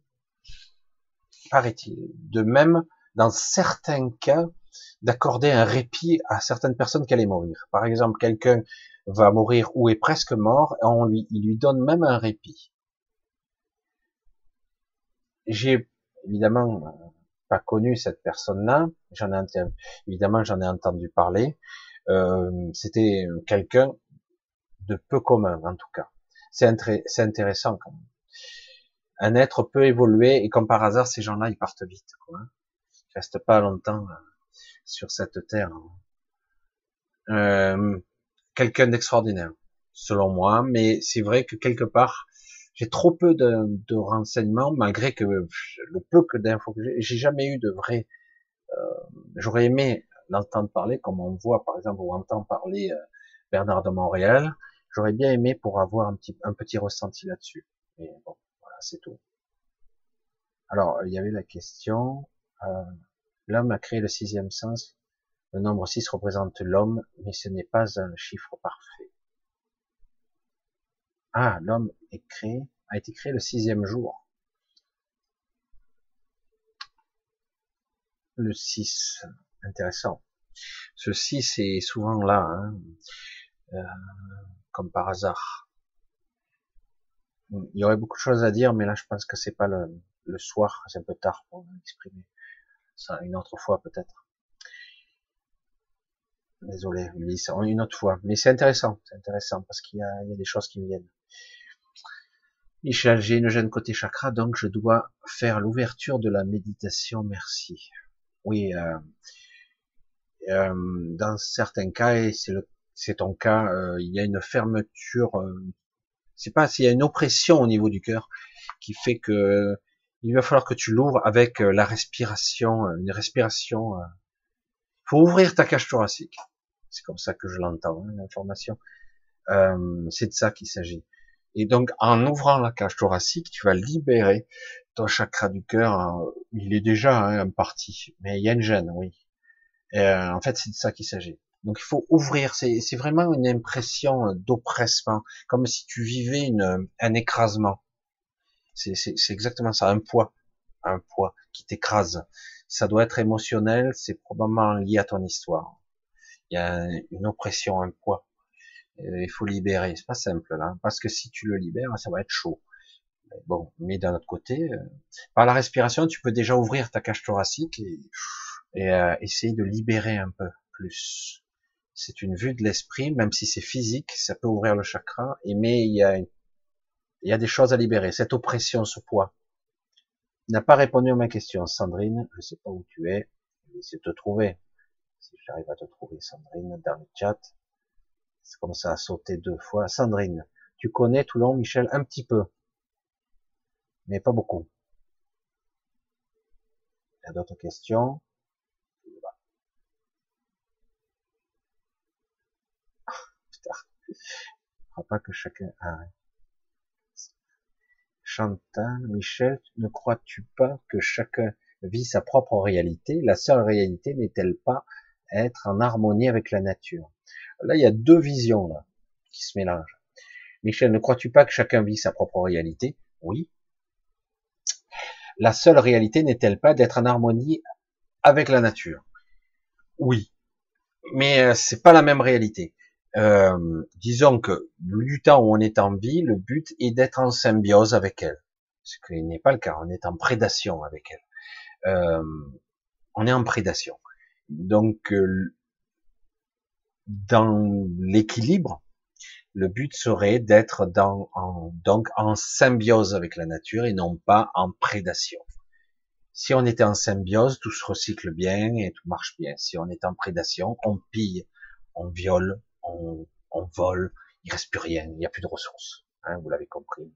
de même, dans certains cas, d'accorder un répit à certaines personnes qui allaient mourir. Par exemple, quelqu'un va mourir ou est presque mort, et il lui donne même un répit. J'ai évidemment pas connu cette personne-là, évidemment j'en ai entendu parler. C'était quelqu'un de peu commun en tout cas. C'est intéressant quand même. Un être peut évoluer et comme par hasard ces gens-là ils partent vite, quoi. Ils restent pas longtemps sur cette terre. Quelqu'un d'extraordinaire, selon moi, mais c'est vrai que quelque part j'ai trop peu de renseignements, malgré que le peu que d'infos que j'ai jamais eu de vrai. J'aurais aimé l'entendre parler, comme on voit par exemple, ou entend parler Bernard de Montréal. J'aurais bien aimé pour avoir un petit ressenti là-dessus. Mais bon, voilà, c'est tout. Alors, il y avait la question, euh, l'homme a créé le sixième sens. Le nombre 6 représente l'homme, mais ce n'est pas un chiffre parfait. Ah, l'homme a été créé le sixième jour. Le 6, intéressant. Ce 6 est souvent là, hein, euh, comme par hasard. Il y aurait beaucoup de choses à dire, mais là, je pense que c'est pas le soir, c'est un peu tard pour m'exprimer. Ça, une autre fois, peut-être. Désolé, Ulysse, une autre fois. Mais c'est intéressant, parce il y a des choses qui me viennent. Michel, j'ai une gêne côté chakra, donc je dois faire l'ouverture de la méditation, merci. Oui, dans certains cas, et c'est ton cas, il y a une fermeture, c'est pas s'il y a une oppression au niveau du cœur qui fait que il va falloir que tu l'ouvres avec la respiration, une respiration. Faut ouvrir ta cage thoracique. C'est comme ça que je l'entends, hein, l'information. C'est de ça qu'il s'agit. Et donc, en ouvrant la cage thoracique, tu vas libérer ton chakra du cœur. Il est déjà hein, en partie, mais il y a une gêne, oui. En fait, c'est de ça qu'il s'agit. Donc, il faut ouvrir. C'est vraiment une impression d'oppressement, comme si tu vivais un écrasement. C'est exactement ça, un poids qui t'écrase. Ça doit être émotionnel, c'est probablement lié à ton histoire. Il y a une oppression, un poids. Il faut libérer. C'est pas simple là, parce que si tu le libères, ça va être chaud. Bon, mais d'un autre côté, par la respiration, tu peux déjà ouvrir ta cage thoracique et essayer de libérer un peu plus. C'est une vue de l'esprit, même si c'est physique, ça peut ouvrir le chakra. Mais il y a des choses à libérer. Cette oppression, ce poids. N'a pas répondu à ma question, Sandrine. Je sais pas où tu es. Je vais essayer de te trouver. Si j'arrive à te trouver, Sandrine, dans le chat. C'est comme ça à sauter 2 fois. Sandrine, tu connais Toulon, Michel, un petit peu, mais pas beaucoup. Il y a d'autres questions. Putain, je crois pas que chacun. Ah, ouais. Chantal, Michel, ne crois-tu pas que chacun vit sa propre réalité? La seule réalité n'est-elle pas être en harmonie avec la nature? Là, il y a deux visions là qui se mélangent. Michel, ne crois-tu pas que chacun vit sa propre réalité? Oui. La seule réalité n'est-elle pas d'être en harmonie avec la nature? Oui. Mais c'est pas la même réalité. Disons que du temps où on est en vie, le but est d'être en symbiose avec elle. Ce qui n'est pas le cas. On est en prédation avec elle. On est en prédation. Donc, dans l'équilibre, le but serait d'être donc en symbiose avec la nature et non pas en prédation. Si on était en symbiose, tout se recycle bien et tout marche bien. Si on est en prédation, on pille, on viole, on vole, il reste plus rien, il n'y a plus de ressources. Hein, vous l'avez compris.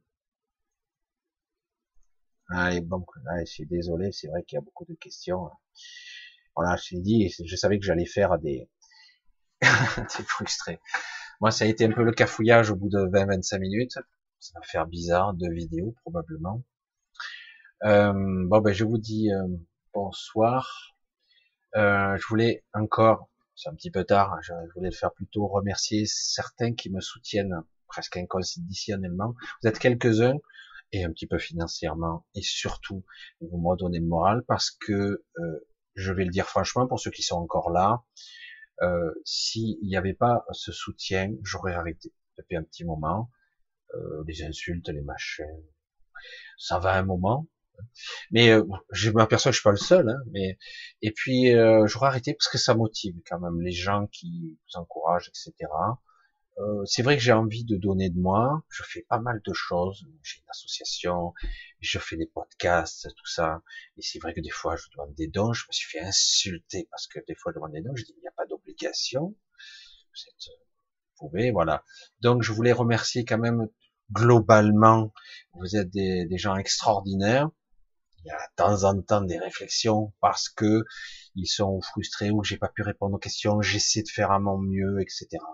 Ah, et bon, là, je suis désolé, c'est vrai qu'il y a beaucoup de questions. Voilà, je t'ai dit, je savais que j'allais faire T'es frustré. Moi, ça a été un peu le cafouillage au bout de 20-25 minutes. Ça va faire bizarre, 2 vidéos probablement. Bon, ben, je vous dis bonsoir. Je voulais encore, c'est un petit peu tard, je voulais le faire plus tôt, remercier certains qui me soutiennent presque inconditionnellement. Vous êtes quelques-uns, et un petit peu financièrement, et surtout, vous me redonnez le moral, parce que, je vais le dire franchement, pour ceux qui sont encore là, s'il n'y avait pas ce soutien, j'aurais arrêté depuis un petit moment. Les insultes, les machins, ça va un moment, mais je m'aperçois que je suis pas le seul, hein, mais et puis j'aurais arrêté parce que ça motive quand même les gens qui vous encouragent, etc. C'est vrai que j'ai envie de donner de moi. Je fais pas mal de choses. J'ai une association, je fais des podcasts, tout ça. Et c'est vrai que des fois je demande des dons. Je me suis fait insulter parce que des fois je demande des dons. Je dis il n'y a pas d'obligation. Vous pouvez, voilà. Donc je voulais remercier quand même globalement. Vous êtes des gens extraordinaires. Il y a de temps en temps des réflexions parce que ils sont frustrés ou j'ai pas pu répondre aux questions, j'essaie de faire à mon mieux, etc.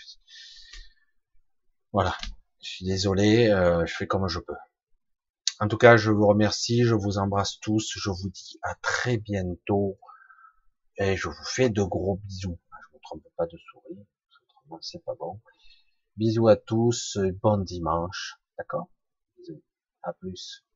Voilà. Je suis désolé, je fais comme je peux. En tout cas, je vous remercie, je vous embrasse tous, je vous dis à très bientôt et je vous fais de gros bisous. Je me trompe pas de souris, autrement c'est pas bon. Bisous à tous, bon dimanche, d'accord? Bisous. À plus.